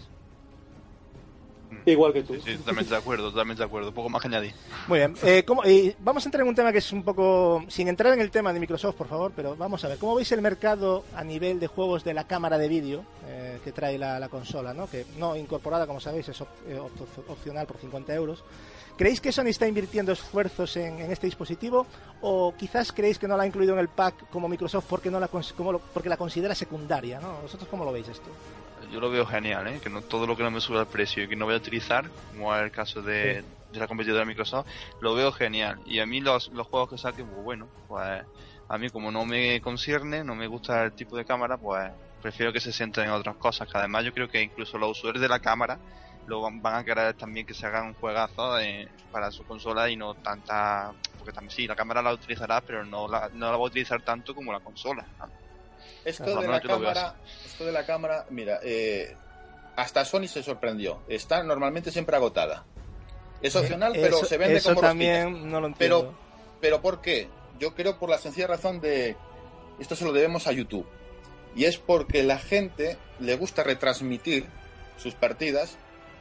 Igual que tú. Sí, sí, totalmente de acuerdo, totalmente de acuerdo. Poco más que añadir. Muy bien, eh, ¿cómo- y vamos a entrar en un tema que es un poco, sin entrar en el tema de Microsoft, por favor, pero vamos a ver, ¿cómo veis el mercado a nivel de juegos de la cámara de vídeo eh, que trae la, la consola, ¿no? Que no incorporada, como sabéis, es op- eh, op- opcional por cincuenta euros? ¿Creéis que Sony está invirtiendo esfuerzos en, en este dispositivo o quizás creéis que no la ha incluido en el pack como Microsoft porque no la cons- como lo- porque la considera secundaria, ¿no? ¿Vosotros cómo lo veis esto? Yo lo veo genial, ¿eh? Que no todo lo que no me sube al precio y que no voy a utilizar, como es el caso de, de la competidora Microsoft, lo veo genial. Y a mí los, los juegos que saquen, pues bueno, pues a mí como no me concierne, no me gusta el tipo de cámara, pues prefiero que se centren en otras cosas. Que además yo creo que incluso los usuarios de la cámara lo van, van a querer también que se hagan un juegazo de- para su consola y no tanta... Porque también sí, la cámara la utilizará, pero no la, no la va a utilizar tanto como la consola. Esto Claro, de no la te lo veo cámara, esto de la cámara, mira, eh, hasta Sony se sorprendió. Está normalmente siempre agotada. Es opcional, pero Eso- se vende eso como también rosquilla. no lo entiendo. Pero, pero ¿por qué? Yo creo por la sencilla razón de esto se lo debemos a YouTube. Y es porque la gente le gusta retransmitir sus partidas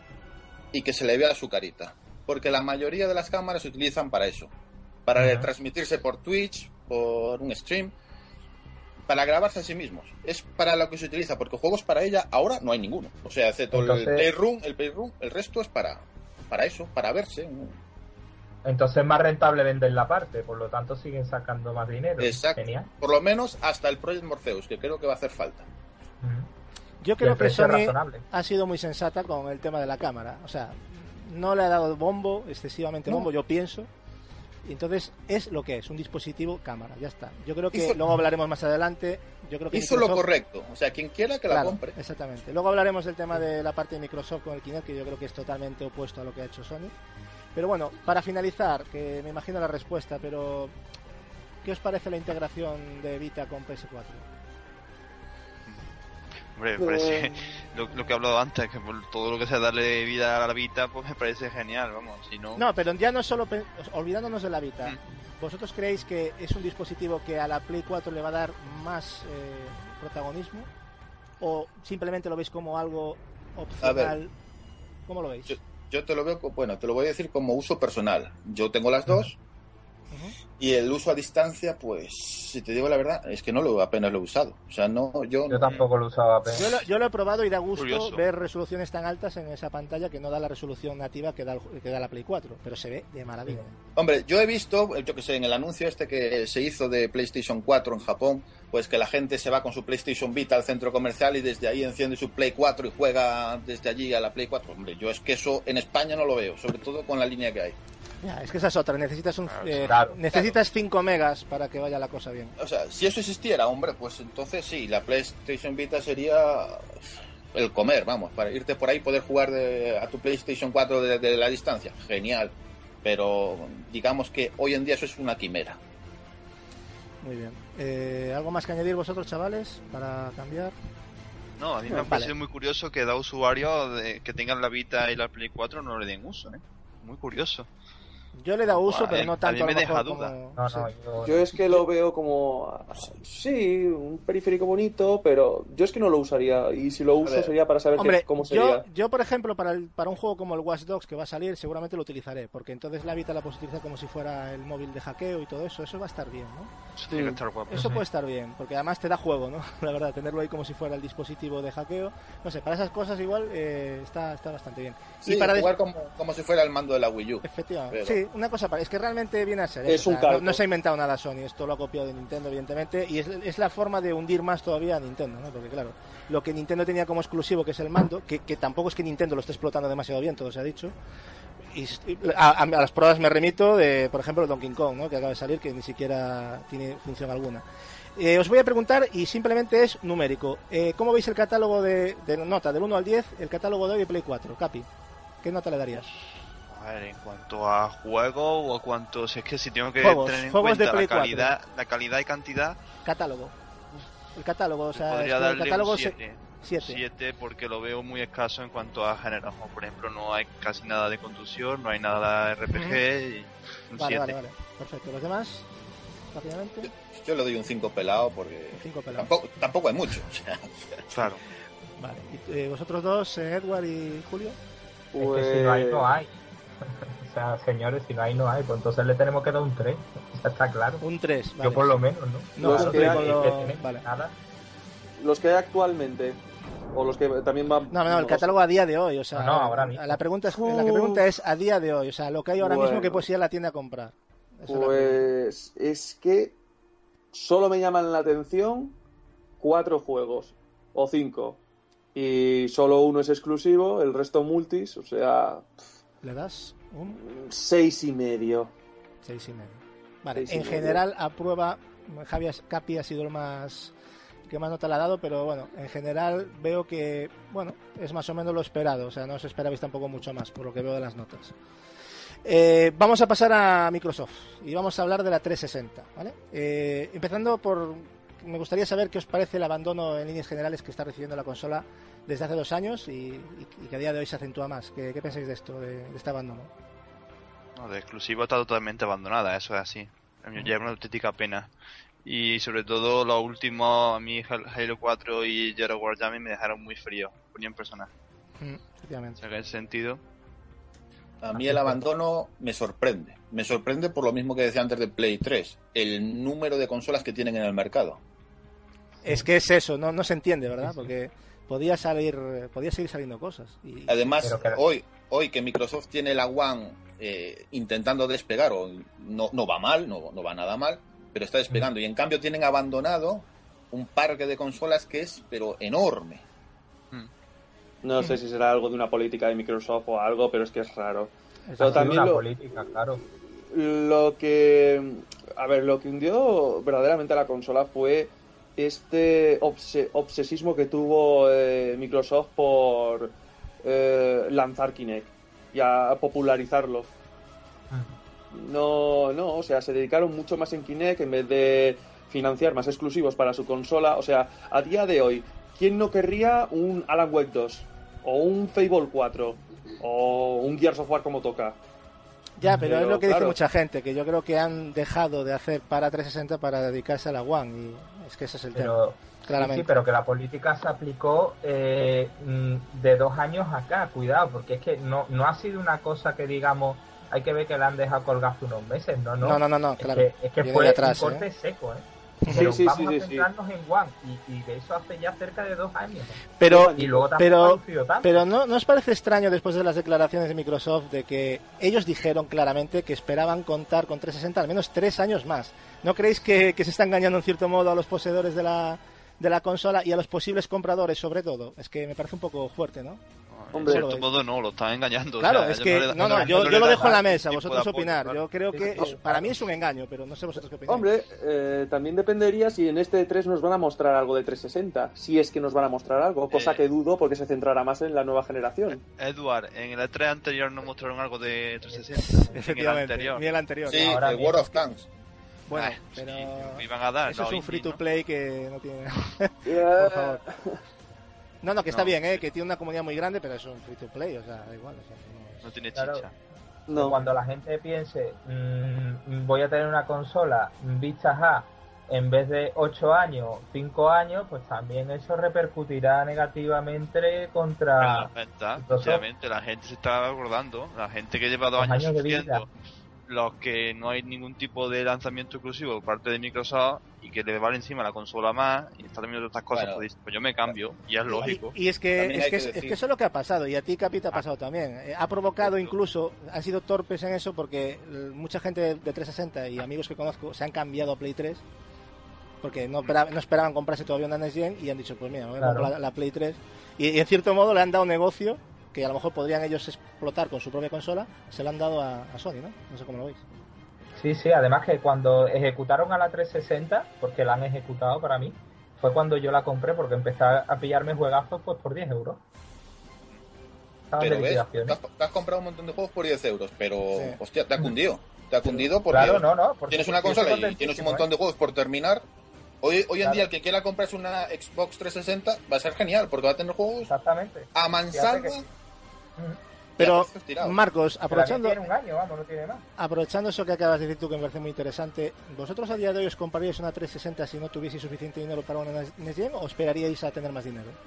y que se le vea su carita. Porque la mayoría de las cámaras se utilizan para eso. Para Ajá. retransmitirse por Twitch, por un stream, para grabarse a sí mismos. Es para lo que se utiliza, porque juegos para ella ahora no hay ninguno. O sea, excepto Entonces- el Playroom, el Playroom, el resto es para, para eso, para verse. Entonces es más rentable vender la parte, por lo tanto siguen sacando más dinero. Exacto. Genial. Por lo menos hasta el Project Morpheus, que creo que va a hacer falta. Ujú. Yo creo el que precio es Sony razonable. ha sido muy sensata con el tema de la cámara. O sea, no le ha dado bombo, excesivamente No. bombo, yo pienso. Y entonces es lo que es, un dispositivo cámara, ya está. Yo creo que Hizo- luego hablaremos más adelante. Yo creo que Hizo lo Microsoft- correcto. O sea, quien quiera que la Claro, compre. exactamente. Luego hablaremos del tema de la parte de Microsoft con el Kinect, que yo creo que es totalmente opuesto a lo que ha hecho Sony. Pero bueno, para finalizar, que me imagino la respuesta, pero ¿qué os parece la integración de Vita con P S cuatro? Hombre, me parece lo, lo que he hablado antes, que por todo lo que sea darle vida a la Vita, pues me parece genial, vamos, si no... No, pero ya no solo pe- olvidándonos de la Vita. Mm. ¿Vosotros creéis que es un dispositivo que a la Play cuatro le va a dar más eh, protagonismo? ¿O simplemente lo veis como algo opcional? ¿Cómo lo veis? Yo, yo te lo veo, co- bueno, te lo voy a decir como uso personal. Yo tengo las dos. Ujú. Y el uso a distancia, pues, si te digo la verdad, es que no lo apenas lo he usado. O sea, no, yo... Yo tampoco lo usaba apenas. Yo lo, yo lo he probado y da gusto Curioso. ver resoluciones tan altas en esa pantalla que no da la resolución nativa que da, el- que da la Play cuatro, pero se ve de maravilla. Hombre, yo he visto, yo que sé, en el anuncio este que se hizo de PlayStation cuatro en Japón, pues que la gente se va con su PlayStation Vita al centro comercial y desde ahí enciende su Play cuatro y juega desde allí a la Play cuatro. Hombre, yo es que eso en España no lo veo, sobre todo con la línea que hay. Ya, es que esa es otra, necesitas un, Claro, eh, claro. necesitas cinco megas para que vaya la cosa bien. O sea, si eso existiera, hombre, pues entonces sí, la PlayStation Vita sería el comer, vamos, para irte por ahí y poder jugar de- a tu PlayStation cuatro desde de la distancia. Genial. Pero digamos que hoy en día eso es una quimera. Muy bien. Eh, ¿Algo más que añadir vosotros, chavales, para cambiar? No, a mí me ha Vale. parecido muy curioso que da usuarios de- que tengan la Vita y la Play cuatro no le den uso, ¿eh? Muy curioso. Yo le he dado uso, Buah, pero eh, no a tanto mí a me lo deja mejor duda. como- No, sí. no, yo, Yo es que lo veo como, sí, un periférico bonito, pero yo es que no lo usaría. Y si lo uso ver. sería para saber qué- Hombre, cómo yo, sería. yo, por ejemplo, para, el- para un juego como el Watch Dogs que va a salir, seguramente lo utilizaré, porque entonces la Vita la puedes utilizar como si fuera el móvil de hackeo y todo eso, eso va a estar bien, ¿no? Eso tiene que Mm. estar guapo. Eso puede estar bien, porque además te da juego, ¿no? La verdad, tenerlo ahí como si fuera el dispositivo de hackeo, no sé, para esas cosas igual eh, está, está bastante bien. Sí, y para des- jugar como, como si fuera el mando de la Wii U. Efectivamente. Pero- Sí, una cosa para... Es que realmente viene a ser Es eso, un o sea, no, calco. no se ha inventado nada Sony, esto lo ha copiado de Nintendo, evidentemente, y es, es la forma de hundir más todavía a Nintendo, ¿no? Porque claro, lo que Nintendo tenía como exclusivo, que es el mando, que, que tampoco es que Nintendo lo esté explotando demasiado bien, todo se ha dicho, y y a, a- a las pruebas me remito de, por ejemplo, Donkey Kong, ¿no? Que acaba de salir, que ni siquiera tiene función alguna. Eh, os voy a preguntar, y simplemente es numérico, eh, ¿cómo veis el catálogo de, de nota del uno al diez, el catálogo de hoy de Play cuatro? Capi, ¿qué nota le darías? A ver, en cuanto a juego o a cuanto... Si es que si tengo que Juegos, tener en juegos de cuenta Play la cuatro. calidad, la calidad y cantidad, Catálogo. El catálogo, o sea, podría es que el darle catálogo un se- siete. siete. siete porque lo veo muy escaso en cuanto a géneros. Como por ejemplo, no hay casi nada de conducción, no hay nada de R P G y un Vale, siete. vale, vale. Perfecto. ¿Los demás? Rápidamente. Yo le doy un cinco pelado porque Cinco pelados. tampoco, tampoco hay mucho. O sea, Claro. Vale. ¿Y, eh, vosotros dos, eh, Edward y Julio? es que si no hay, no Pues- hay. O sea, señores, si no hay, no hay. Pues entonces le tenemos que dar un tres. Ya está claro. Un tres. Vale. Yo por lo menos, ¿no? No, Los claro, que pero hay- con lo- que tienen Vale. nada. Los que hay actualmente, o los que también van... No, no, el catálogo a día de hoy, o sea, No, no, ahora mismo. la pregunta es, la que pregunta es a día de hoy, o sea, lo que hay ahora mismo Bueno. que puedes ir a la tienda a comprar. Esa es la pregunta. Pues es que solo me llaman la atención cuatro juegos, o cinco. Y solo uno es exclusivo, el resto multis, o sea, ¿Le das un seis y medio. seis y medio? Vale, Seis y en medio. general aprueba, Javi Capi ha sido el más que más nota le ha dado, pero bueno, en general veo que, bueno, es más o menos lo esperado, o sea, no os esperabais tampoco mucho más, por lo que veo de las notas. Eh, vamos a pasar a Microsoft y vamos a hablar de la trescientos sesenta, ¿vale? Eh, empezando por, me gustaría saber qué os parece el abandono en líneas generales que está recibiendo la consola desde hace dos años y, y- y que a día de hoy se acentúa más. ¿Qué, qué pensáis de esto, de, de este abandono? No, de exclusivo está totalmente abandonada, eso es así. A mí ya es una auténtica pena. Y sobre todo los últimos, a mí Halo cuatro y Gears of War Jamming me dejaron muy frío, ponía en personaje. Mm, O efectivamente. sea que en ese sentido, a mí el abandono me sorprende. Me sorprende por lo mismo que decía antes de Play tres. El número de consolas que tienen en el mercado. Es que es eso, no, no se entiende, ¿verdad? Porque podía salir, podía seguir saliendo cosas. Y, Además, Pero que- hoy, hoy que Microsoft tiene la One eh, intentando despegar, o no, no va mal, no, no va nada mal, pero está despegando. Y en cambio tienen abandonado un parque de consolas que es, pero enorme. No sé si será algo de una política de Microsoft o algo, pero es que es raro. Es Pero también una lo, política, claro. lo que... A ver, lo que hundió verdaderamente a la consola fue este obse- obsesismo que tuvo eh, Microsoft por eh, lanzar Kinect y a popularizarlo. No, no, o sea, se dedicaron mucho más en Kinect en vez de financiar más exclusivos para su consola. O sea, a día de hoy, ¿quién no querría un Alan Wake dos? O un Fable cuatro? O un Gears of War como toca. Ya, pero, pero es lo que claro. dice mucha gente, que yo creo que han dejado de hacer para trescientos sesenta para dedicarse a la One, y es que ese es el pero, tema, claramente. Sí, pero que la política se aplicó eh, de dos años acá, cuidado, porque es que no, no ha sido una cosa que digamos, hay que ver que la han dejado colgar hace unos meses, no, no, no, no, no, no es claro. que, es que fue atrás, un corte ¿eh? seco, ¿eh? Sí, Pero sí, vamos sí, a sí, centrarnos sí. en One, y, y de eso hace ya cerca de dos años. Pero, y luego pero, tanto. pero ¿no, ¿no os parece extraño después de las declaraciones de Microsoft de que ellos dijeron claramente que esperaban contar con trescientos sesenta al menos tres años más? ¿No creéis que, que se está engañando en cierto modo a los poseedores de la, de la consola y a los posibles compradores sobre todo? Es que me parece un poco fuerte, ¿no? Hombre, en cierto modo no, lo están engañando. Claro, o sea, es que, no, le, no, no, no, yo, no yo lo le dejo en la da mesa, tipo vosotros de apoyo, opinar. claro. Yo creo que, Sí, sí, para mí es un engaño, pero no sé vosotros qué opináis. Hombre, eh, también dependería si en este E tres nos van a mostrar algo de trescientos sesenta, si es que nos van a mostrar algo, cosa Eh. que dudo porque se centrará más en la nueva generación. Edward, en el E tres anterior nos mostraron algo de trescientos sesenta. En el Efectivamente, anterior. ni el anterior. Sí, ahora el mismo World of es que- Tanks. Bueno, Ah, pero sí, me iban a dar. eso no, es un indie, free to ¿no? play que no tiene... Eh, Por favor. No, no, que está No. bien, ¿eh? Que tiene una comunidad muy grande, pero es un free to play, o sea, da igual. O sea, no es- No tiene Claro. chicha. No. Cuando la gente piense, mmm, voy a tener una consola vista A en vez de ocho años, cinco años, pues también eso repercutirá negativamente Pero contra las ventas, Microsoft. obviamente, la gente se está acordando, la gente que lleva dos Los años años de vida. sufriendo, los que no hay ningún tipo de lanzamiento exclusivo por parte de Microsoft y que le vale encima la consola más y está terminando estas cosas, Bueno. pues, dice, pues yo me cambio, y es lógico. Y, y es que También es hay que, que es, es decir- que eso es lo que ha pasado, y a ti, Capi, te ha pasado también. Eh, ha provocado incluso, han sido torpes en eso porque eh, mucha gente de trescientos sesenta y amigos que conozco se han cambiado a Play tres porque no, espera- no esperaban comprarse todavía una Next Gen y han dicho, pues mira, me voy a Claro. comprar la, la Play tres. Y, y en cierto modo le han dado negocio que a lo mejor podrían ellos explotar con su propia consola, se lo han dado a, a Sony, ¿no? No sé cómo lo veis. Sí, sí, además que cuando ejecutaron a la trescientos sesenta, porque la han ejecutado para mí, fue cuando yo la compré porque empecé a pillarme juegazos pues por diez euros. Estaban de Pero ves, liquidación. te has, te has comprado un montón de juegos por diez euros, pero, Sí. hostia, te ha cundido. Te ha cundido porque Claro, no, no. porque- tienes una porque consola estoy y tienes un contentísimo, montón de juegos por terminar. Hoy, hoy en Claro. día el que quiera comprarse una Xbox trescientos sesenta va a ser genial porque va a tener ¿eh? juegos Exactamente. a mansalva. Fíjate Ujú. Pero, y a precios tirados. Marcos, Que la aprovechando... tiene un año, vamos, no tiene más. Aprovechando eso que acabas de decir tú, que me parece muy interesante, ¿vosotros a día de hoy os compraríais una trescientos sesenta si no tuvieseis suficiente dinero para una Next Gen o esperaríais a tener más dinero?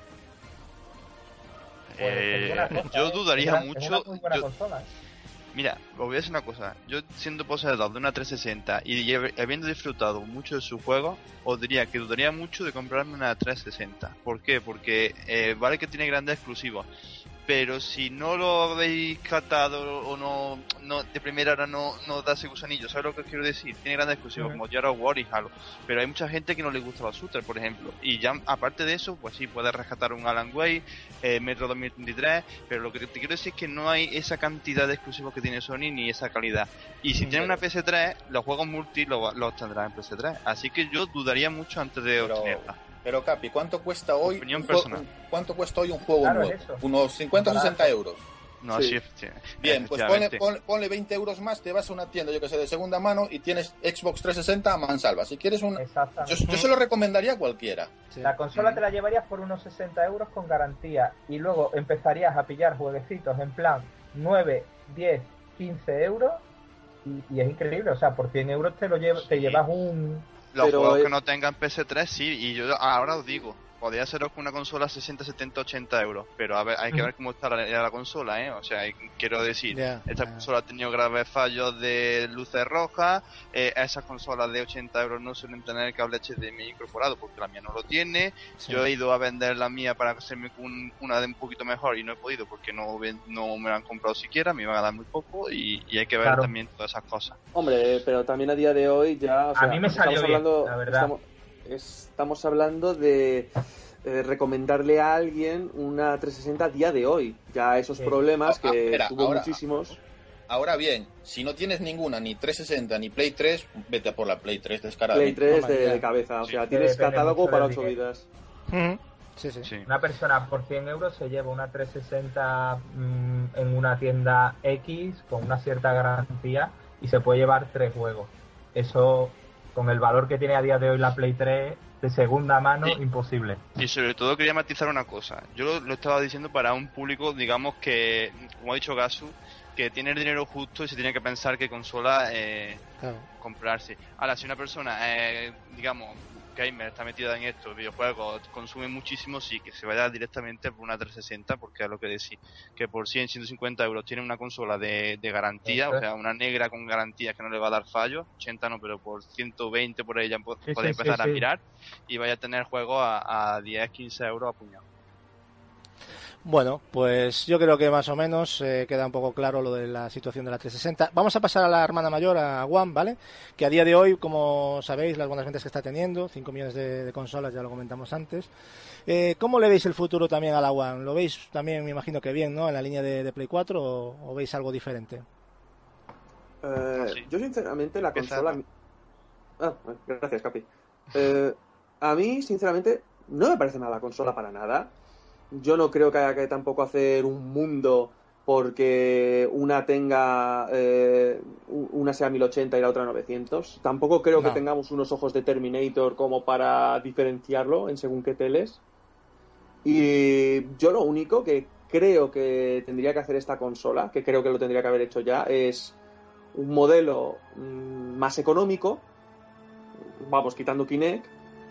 Pues, Eh, es buena cosa, yo ¿eh? dudaría Es una- mucho. Es una muy buena yo- consola, ¿eh? Mira, os voy a decir una cosa. Yo, siendo poseedor de una trescientos sesenta y lle- habiendo disfrutado mucho de su juego, os diría que dudaría mucho de comprarme una trescientos sesenta. ¿Por qué? Porque eh, vale que tiene grandes exclusivos, pero si no lo habéis catado o no, no de primera hora no, no da ese gusanillo, ¿sabes lo que quiero decir? Tiene grandes exclusivos Ujú. como Gears of War y Halo, pero hay mucha gente que no le gusta los shooters, por ejemplo, y ya aparte de eso, pues sí, puedes rescatar un Alan Wake, eh, Metro dos mil treinta y tres, pero lo que te quiero decir es que no hay esa cantidad de exclusivos que tiene Sony ni esa calidad. Y si tienes una P S tres, los juegos multi los, los tendrás en P S tres, así que yo dudaría mucho antes de Pero- obtenerla. Pero Capi, ¿cuánto cuesta hoy Opinión un juego- personal. ¿cuánto cuesta hoy un juego Claro, nuevo? es eso. Unos cincuenta o sesenta euros. No, Sí. sí, efecti- Bien, pues ponle, efectivamente. ponle, ponle veinte euros más, te vas a una tienda, yo que sé, de segunda mano y tienes Xbox trescientos sesenta a mansalva. Si quieres un... Yo, Exactamente. yo se lo recomendaría a cualquiera. Sí. La consola te la llevarías por unos sesenta euros con garantía y luego empezarías a pillar jueguecitos en plan nueve, diez, quince euros y, y es increíble, o sea, por cien euros te lo llevas, te Sí. llevas un... Los Pero juegos es- que no tengan P S tres, sí, y yo ahora os digo, podría seros con una consola sesenta, setenta, ochenta euros, pero a ver, hay que Ujú. ver cómo está la, la consola, ¿eh? O sea, hay- quiero decir, Ya, esta ya. consola ha tenido graves fallos de luces rojas, eh, esas consolas de ochenta euros no suelen tener cable H D M I incorporado porque la mía no lo tiene. Sí. Yo he ido a vender la mía para hacerme un- una de un poquito mejor y no he podido porque no, ven- no me la han comprado siquiera, me iban a dar muy poco y, y hay que ver Claro. también todas esas cosas. Hombre, pero también a día de hoy ya... O A sea, mí me salió estamos bien, hablando, la verdad. Estamos, estamos hablando de eh, recomendarle a alguien una trescientos sesenta a día de hoy. Ya esos Sí. problemas Ah, que espera, tuvo ahora- muchísimos. Ahora bien, si no tienes ninguna, ni trescientos sesenta ni Play tres, vete a por la Play tres Play descaradamente. tres Toma, de, ya. de cabeza. O Sí. sea, tienes Depende catálogo mucho para del ocho dinero. vidas. Ujú. Sí, sí. Sí. Una persona por cien euros se lleva una trescientos sesenta mmm, en una tienda X con una cierta garantía y se puede llevar tres juegos. Eso, con el valor que tiene a día de hoy la Play tres, de segunda mano, Sí. imposible. Y sobre todo quería matizar una cosa. Yo lo, lo estaba diciendo para un público, digamos que, como ha dicho Gasu, que tiene el dinero justo y se tiene que pensar qué consola eh, Claro. comprarse. Ahora, si una persona, eh, digamos, gamer, está metida en esto, videojuegos, consume muchísimo, sí, que se vaya directamente por una trescientos sesenta, porque es lo que decís, que por cien, ciento cincuenta euros tiene una consola de, de garantía, Eso o es. sea, una negra con garantía que no le va a dar fallos, ochenta no, pero por ciento veinte por ahí ya po- Sí, podéis sí, empezar sí, a sí. mirar y vaya a tener juegos a, a diez, quince euros a puñado. Bueno, pues yo creo que más o menos eh, queda un poco claro lo de la situación de la trescientos sesenta. Vamos a pasar a la hermana mayor, a One, ¿vale? Que a día de hoy, como sabéis, las buenas ventas que está teniendo, cinco millones de, de consolas, ya lo comentamos antes. Eh, ¿Cómo le veis el futuro también a la One? ¿Lo veis también, me imagino que bien, ¿no? En la línea de, de Play cuatro, o, o veis algo diferente? Eh, Sí. Yo sinceramente la Empieza, consola... ¿no? Ah, gracias, Capi. Eh, a mí, sinceramente, no me parece mala consola para nada. Yo no creo que haya que tampoco hacer un mundo porque una tenga eh, una sea mil ochenta y la otra novecientos. Tampoco creo No. que tengamos unos ojos de Terminator como para diferenciarlo en según qué teles. Y yo lo único que creo que tendría que hacer esta consola, que creo que lo tendría que haber hecho ya, es un modelo mmm, más económico, vamos, quitando Kinect,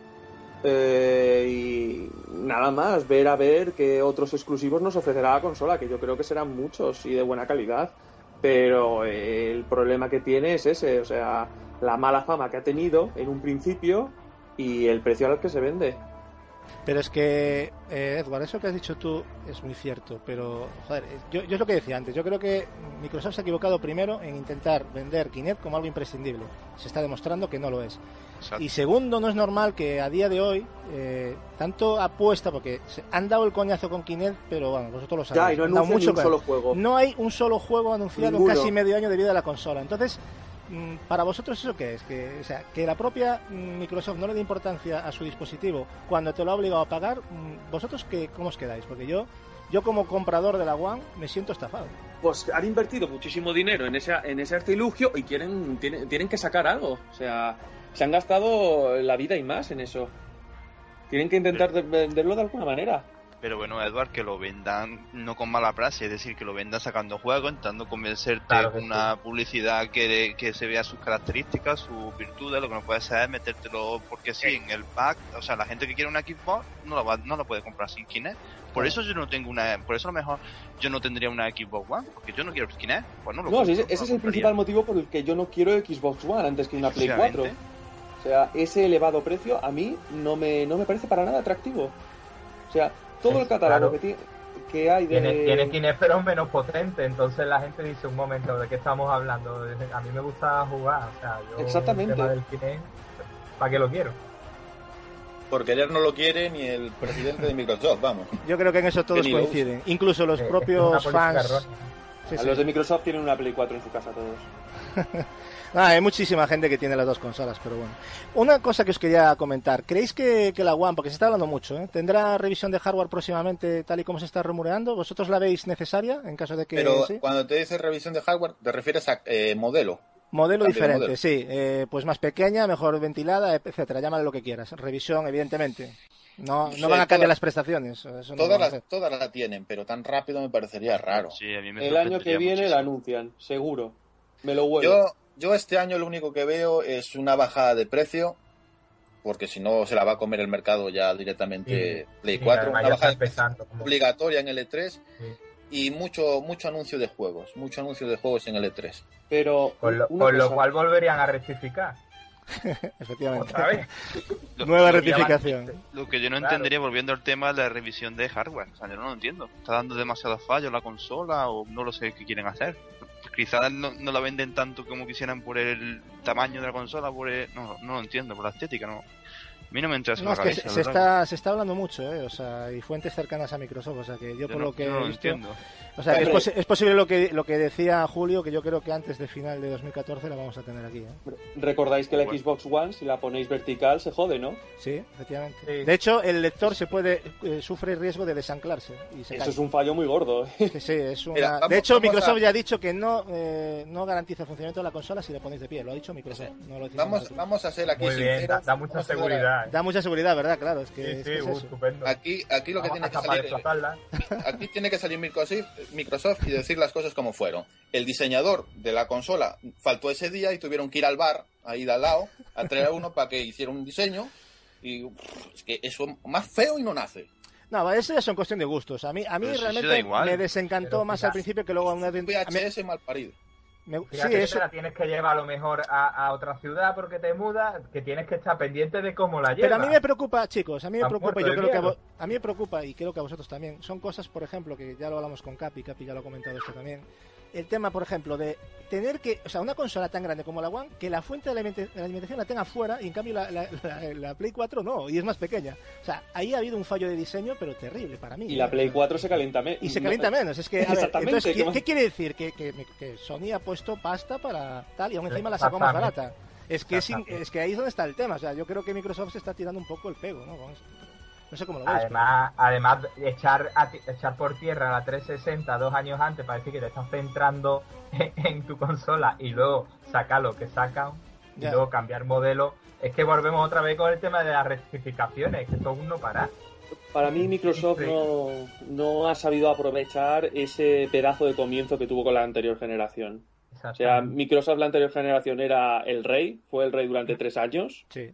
eh, y nada más, ver a ver qué otros exclusivos nos ofrecerá la consola, que yo creo que serán muchos y de buena calidad, pero eh, el problema que tiene es ese, o sea, la mala fama que ha tenido en un principio y el precio al que se vende. Pero es que, eh, Edward, eso que has dicho tú es muy cierto, pero, joder, yo, yo es lo que decía antes, yo creo que Microsoft se ha equivocado primero en intentar vender Kinect como algo imprescindible. Se está demostrando que no lo es. Exacto. Y segundo, no es normal que a día de hoy, eh, tanto apuesta, porque se han dado el coñazo con Kinect, pero bueno, vosotros lo sabéis. Ya, y no han dado anuncian ni un coñazo. solo juego. No hay un solo juego anunciado Ninguno. en casi medio año de vida de la consola. Entonces, mm, para vosotros, ¿eso qué es? Que, o sea, que la propia mm, Microsoft no le dé importancia a su dispositivo cuando te lo ha obligado a pagar, mm, ¿vosotros qué, cómo os quedáis? Porque yo, yo como comprador de la One me siento estafado. Pues han invertido muchísimo dinero en ese, en ese artilugio y quieren, tienen, tienen que sacar algo. O sea, se han gastado la vida y más en eso. Tienen que intentar de- venderlo de alguna manera. Pero bueno, Edward, que lo vendan no con mala praxis, es decir, que lo vendan sacando juegos, intentando convencerte Claro que con una publicidad que, que se vea sus características, sus virtudes. Lo que no puede ser es metértelo porque sí, en el pack. O sea, la gente que quiere una Xbox no la, va, no la puede comprar sin Kinect. Por eso yo no tengo una, por eso a lo mejor yo no tendría una Xbox One, porque yo no quiero Kinect. Pues no lo No, compro, ese, no ese lo es el compraría. principal motivo por el que yo no quiero Xbox One antes que una Play cuatro. Efectivamente. O sea, ese elevado precio a mí no me, no me parece para nada atractivo. O sea, todo Sí, el catálogo claro. que, tiene, que hay de... Tiene, tiene Kinect, pero es menos potente. Entonces la gente dice, un momento, ¿de qué estamos hablando? A mí me gusta jugar. O sea, yo Exactamente. el tema del Kinect, ¿para qué lo quiero? Por querer no lo quiere ni el presidente de Microsoft, vamos. Yo creo que en eso todos Ni lo coinciden, incluso los Eh, es propios una política fans. errónea. Sí, A sí. los de Microsoft tienen una Play cuatro en su casa todos. Ah, hay muchísima gente que tiene las dos consolas, pero bueno. Una cosa que os quería comentar. ¿Creéis que, que la One, porque se está hablando mucho, ¿eh? ¿tendrá revisión de hardware próximamente tal y como se está rumoreando? ¿Vosotros la veis necesaria en caso de que Pero sí? cuando te dices revisión de hardware, te refieres a eh, modelo. Modelo cambio de diferente, modelo. sí. Eh, pues más pequeña, mejor ventilada, etcétera. Llámale lo que quieras. Revisión, evidentemente. No, Sí, no van a cambiar todas- las prestaciones. Eso no lo Todas van a las, hacer. todas la tienen, pero tan rápido me parecería raro. Sí, a mí me El año que sorprendería viene muchísimo. la anuncian, seguro. Me lo huelo. Yo, yo este año lo único que veo es una bajada de precio, porque si no se la va a comer el mercado ya directamente Sí, Play sí, cuatro, además una ya bajada está de precio empezando, como- obligatoria en el E tres Sí. y mucho mucho anuncio de juegos, mucho anuncio de juegos en el E tres. Pero Con lo, una con lo cosa, cual volverían a rectificar. Efectivamente. Otra vez. Lo- Nueva lo- rectificación. Lo que yo no Claro. entendería, volviendo al tema de la revisión de hardware, o sea, yo no lo entiendo. ¿Está dando demasiados fallos la consola o no lo sé qué quieren hacer? Quizás no, no la venden tanto como quisieran por el tamaño de la consola, por el... no, no lo entiendo, por la estética, no. A mí no me interesa No, la es que cabeza, se, la se verdad. está, se está hablando mucho, ¿eh? O sea, y fuentes cercanas a Microsoft, o sea, que yo, Yo por no- lo que yo no he lo visto... entiendo. O sea, que es, Hombre. posi- es posible lo que lo que decía Julio, que yo creo que antes de final de dos mil catorce la vamos a tener aquí, ¿eh? Recordáis que la Bueno. Xbox One, si la ponéis vertical, se jode, ¿no? Sí, efectivamente. Sí. De hecho, el lector se puede eh, sufre riesgo de desanclarse y se Eso cae. es un fallo muy gordo. Sí, sí, es una... Mira, vamos- de hecho, vamos Microsoft a- ya ha dicho que no eh, no garantiza el funcionamiento de la consola si le ponéis de pie. Lo ha dicho Microsoft. No lo decimos Vamos, nosotros. vamos a ser aquí Muy bien, da, sinceros. da mucha Vamos a ser- seguridad. ¿eh? Da mucha seguridad, ¿verdad? Claro, es que, Sí, es, sí, que es uh, eso. estupendo. Aquí, aquí lo que Vamos tiene que hasta para salir, desplazarla. aquí tiene que salir Microsoft, Microsoft y decir las cosas como fueron. El diseñador de la consola faltó ese día y tuvieron que ir al bar, ahí de al lado, a traer a uno para que hiciera un diseño. Y uf, es que eso más feo y no nace. No, eso ya son cuestión de gustos. A mí, a mí Pero si realmente da igual. me desencantó Pero más quizás- al principio que luego a una... a mí- V H S mal parido. me- sí, Fíjate que eso... te la tienes que llevar a lo mejor a, a otra ciudad porque te mudas, que tienes que estar pendiente de cómo la llevas. Pero a mí me preocupa, chicos, a mí me Está preocupa, muerto yo de creo que a, miedo. vo- a mí me preocupa y creo que a vosotros también. Son cosas, por ejemplo, que ya lo hablamos con Capi, Capi ya lo ha comentado esto también. El tema, por ejemplo, de tener que, o sea, una consola tan grande como la One, que la fuente de la alimenta- de la alimentación la tenga fuera y en cambio la, la- la- la Play cuatro no, y es más pequeña. O sea, ahí ha habido un fallo de diseño, pero terrible para mí. Y la Play cuatro se calienta menos. Y se calienta menos, es que, a ver, Exactamente, entonces, ¿qué, ¿qué- qué quiere decir? Que, que, que Sony ha puesto pasta para tal y aún encima la sacó más Exactamente. barata. Es que, es, in- Exactamente. es que ahí es donde está el tema, o sea, yo creo que Microsoft se está tirando un poco el pego, ¿no? Vamos, no sé cómo lo veis. Además, además echar, a ti- echar por tierra la trescientos sesenta dos años antes para decir que te estás centrando en, en tu consola y luego sacar lo que sacan y Ya. luego cambiar modelo, es que volvemos otra vez con el tema de las rectificaciones, que esto es un no parar. Para mí Microsoft Sí. no, no ha sabido aprovechar ese pedazo de comienzo que tuvo con la anterior generación. O sea, Microsoft la anterior generación era el rey, fue el rey durante tres años Sí.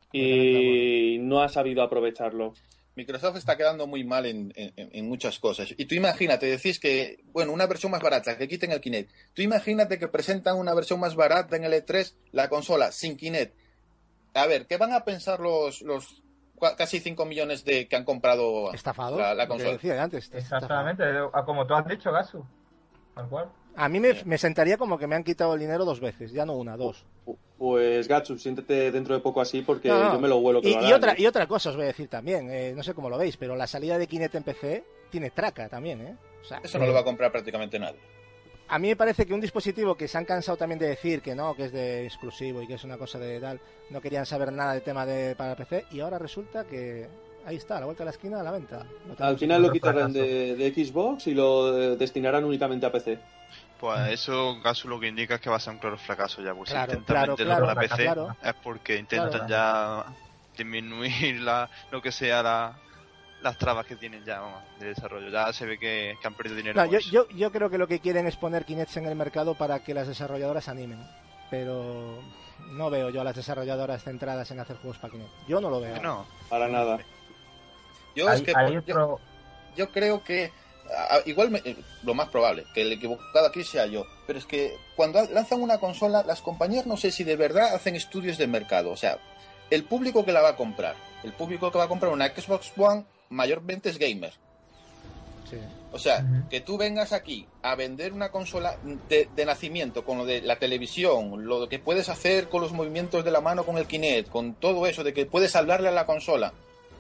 y no ha sabido aprovecharlo. Microsoft está quedando muy mal en, en- en muchas cosas. Y tú imagínate, decís que, bueno, una versión más barata, que quiten el Kinect. Tú imagínate que presentan una versión más barata en el E tres, la consola, sin Kinect. A ver, ¿qué van a pensar los, los cua- casi cinco millones de que han comprado Estafado. la, la lo que consola? decía antes. estafado. Exactamente, como tú has dicho, Gasu. Tal cual. A mí me, me sentaría como que me han quitado el dinero dos veces, ya no una, dos. Pues Gatsu, siéntete dentro de poco así porque No, no. yo me lo huelo que Y, lo y harán, otra, ¿eh? y otra cosa os voy a decir también, eh, no sé cómo lo veis, pero la salida de Kinect en P C tiene traca también, ¿eh? O sea, Eso no lo va a comprar prácticamente nadie. a mí me parece que un dispositivo que se han cansado también de decir que no, que es de exclusivo y que es una cosa de tal, no querían saber nada del tema de para P C y ahora resulta que ahí está, a la vuelta de la esquina a la venta. Lo Al tenemos final en- lo otro quitarán fracaso. de, de Xbox y lo eh, destinarán únicamente a P C. Pues eso, caso lo que indica es que va a ser un claro fracaso ya, porque Claro, si intentan claro, meterlo claro, para P C claro. es porque intentan Claro. ya disminuir la, lo que sea la, las trabas que tienen ya, vamos, de desarrollo. Ya se ve que, que han perdido dinero. No, con yo, eso. yo, yo creo que lo que quieren es poner Kinects en el mercado para que las desarrolladoras animen, pero no veo yo a las desarrolladoras centradas en hacer juegos para Kinect. Yo no lo veo. Que no. Para nada. Yo, Hay, es que, hay yo, otro... yo creo que a- igual me- lo más probable, que el equivocado aquí sea yo, pero es que cuando lanzan una consola, las compañías no sé si de verdad hacen estudios de mercado. O sea, el público que la va a comprar, el público que va a comprar una Xbox One mayormente es gamer. Sí. O sea, Ujú. que tú vengas aquí a vender una consola de, de nacimiento con lo de la televisión, lo que puedes hacer con los movimientos de la mano con el Kinect, con todo eso, de que puedes hablarle a la consola.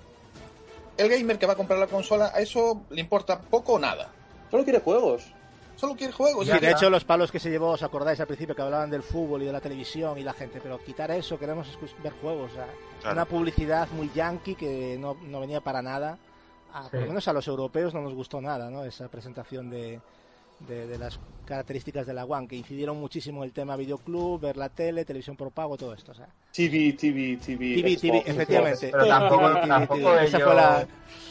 El gamer que va a comprar la consola, a eso le importa poco o nada. Solo quiere juegos. Solo quiere juegos. Sí, Ya, de ya. hecho los palos que se llevó, os acordáis al principio que hablaban del fútbol y de la televisión y la gente, pero quitar eso, queremos escu- ver juegos, o sea, Claro. una publicidad muy yankee que no, no venía para nada, a, por Sí. lo menos a los europeos no nos gustó nada, ¿no? Esa presentación de, de, de las características de la One, que incidieron muchísimo en el tema videoclub, ver la tele, televisión por pago, todo esto, o sea, T V, T V, T V. T V, T V, Xbox, efectivamente, Pero tampoco- T V, T V, tampoco T V, esa ellos- fue la...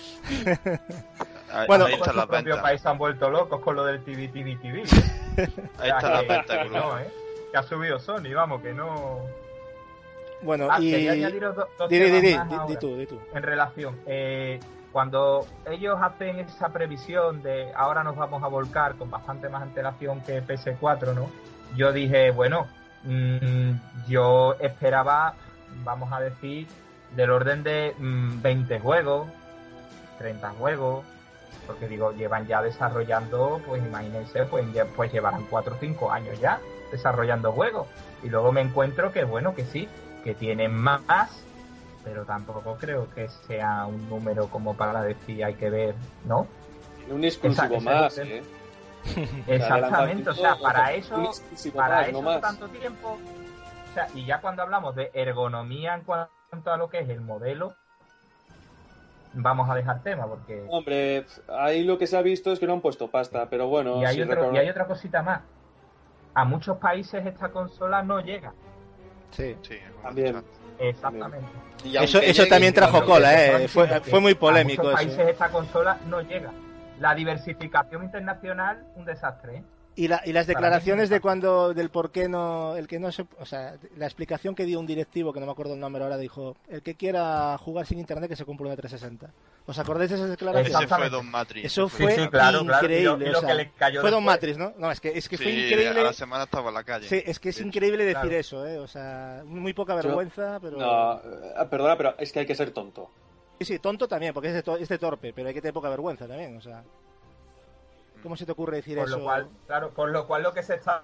Ahí, Bueno, ahí Tampoco está en la su propio venta. país se han vuelto locos con lo del T V, T V, T V. Ahí está la que- venta, que cruz. no, ¿eh? Que ha subido Sony, vamos, que no... Bueno, Ah, y... quería añadiros do- dos Di, di, temas di, más di, di ahora. tú, di tú. En relación, eh, cuando ellos hacen esa previsión de ahora nos vamos a volcar con bastante más antelación que P S cuatro, ¿no? Yo dije, bueno, mmm, yo esperaba, vamos a decir, del orden de mmm, veinte juegos, treinta juegos, porque digo, llevan ya desarrollando, pues imagínense, pues, ya- pues llevarán cuatro o cinco años ya desarrollando juegos. Y luego me encuentro que, bueno, que sí, que tienen más, pero tampoco creo que sea un número como para decir hay que ver, ¿no? Un exclusivo Esa- más, ese- ¿eh? Exactamente, o sea, para eso, Un exclusivo para más, eso no más. tanto tiempo, o sea, y ya cuando hablamos de ergonomía en cuanto a lo que es el modelo, vamos a dejar tema, porque Hombre, ahí lo que se ha visto es que no han puesto pasta, pero bueno, y hay, si otro, recuerdo- y hay otra cosita más. A muchos países esta consola no llega. Sí. Sí, También. Exactamente. Y Eso, aunque eso llegue, también trajo bueno, cola, Te eh. estaba Fue, diciendo que fue muy a polémico muchos eso. países esta consola no llega. La diversificación internacional, un desastre, ¿eh? Y, la, y las Para declaraciones mí, de cuando, del por qué no, el que no se, o sea, la explicación que dio un directivo, que no me acuerdo el nombre ahora, dijo, el que quiera jugar sin internet que se compre una trescientos sesenta. ¿Os acordáis de esas declaraciones? Ese fue Exactamente. Don Matrix. Eso Sí, fue sí, claro, claro. increíble. Y lo- y lo o sea, que le cayó fue Don después. Matrix, ¿no? No, es que, es que fue Sí, increíble. a la semana estaba en la calle. Sí, es que es De hecho. increíble decir Claro. eso, ¿eh? O sea, muy poca Yo- vergüenza, pero... No, eh, perdona, pero es que hay que ser tonto. Sí, sí, tonto también, porque es de, to- es de torpe, pero hay que tener poca vergüenza también, o sea... ¿Cómo se te ocurre decir Por eso? lo cual, claro, por lo cual lo que se está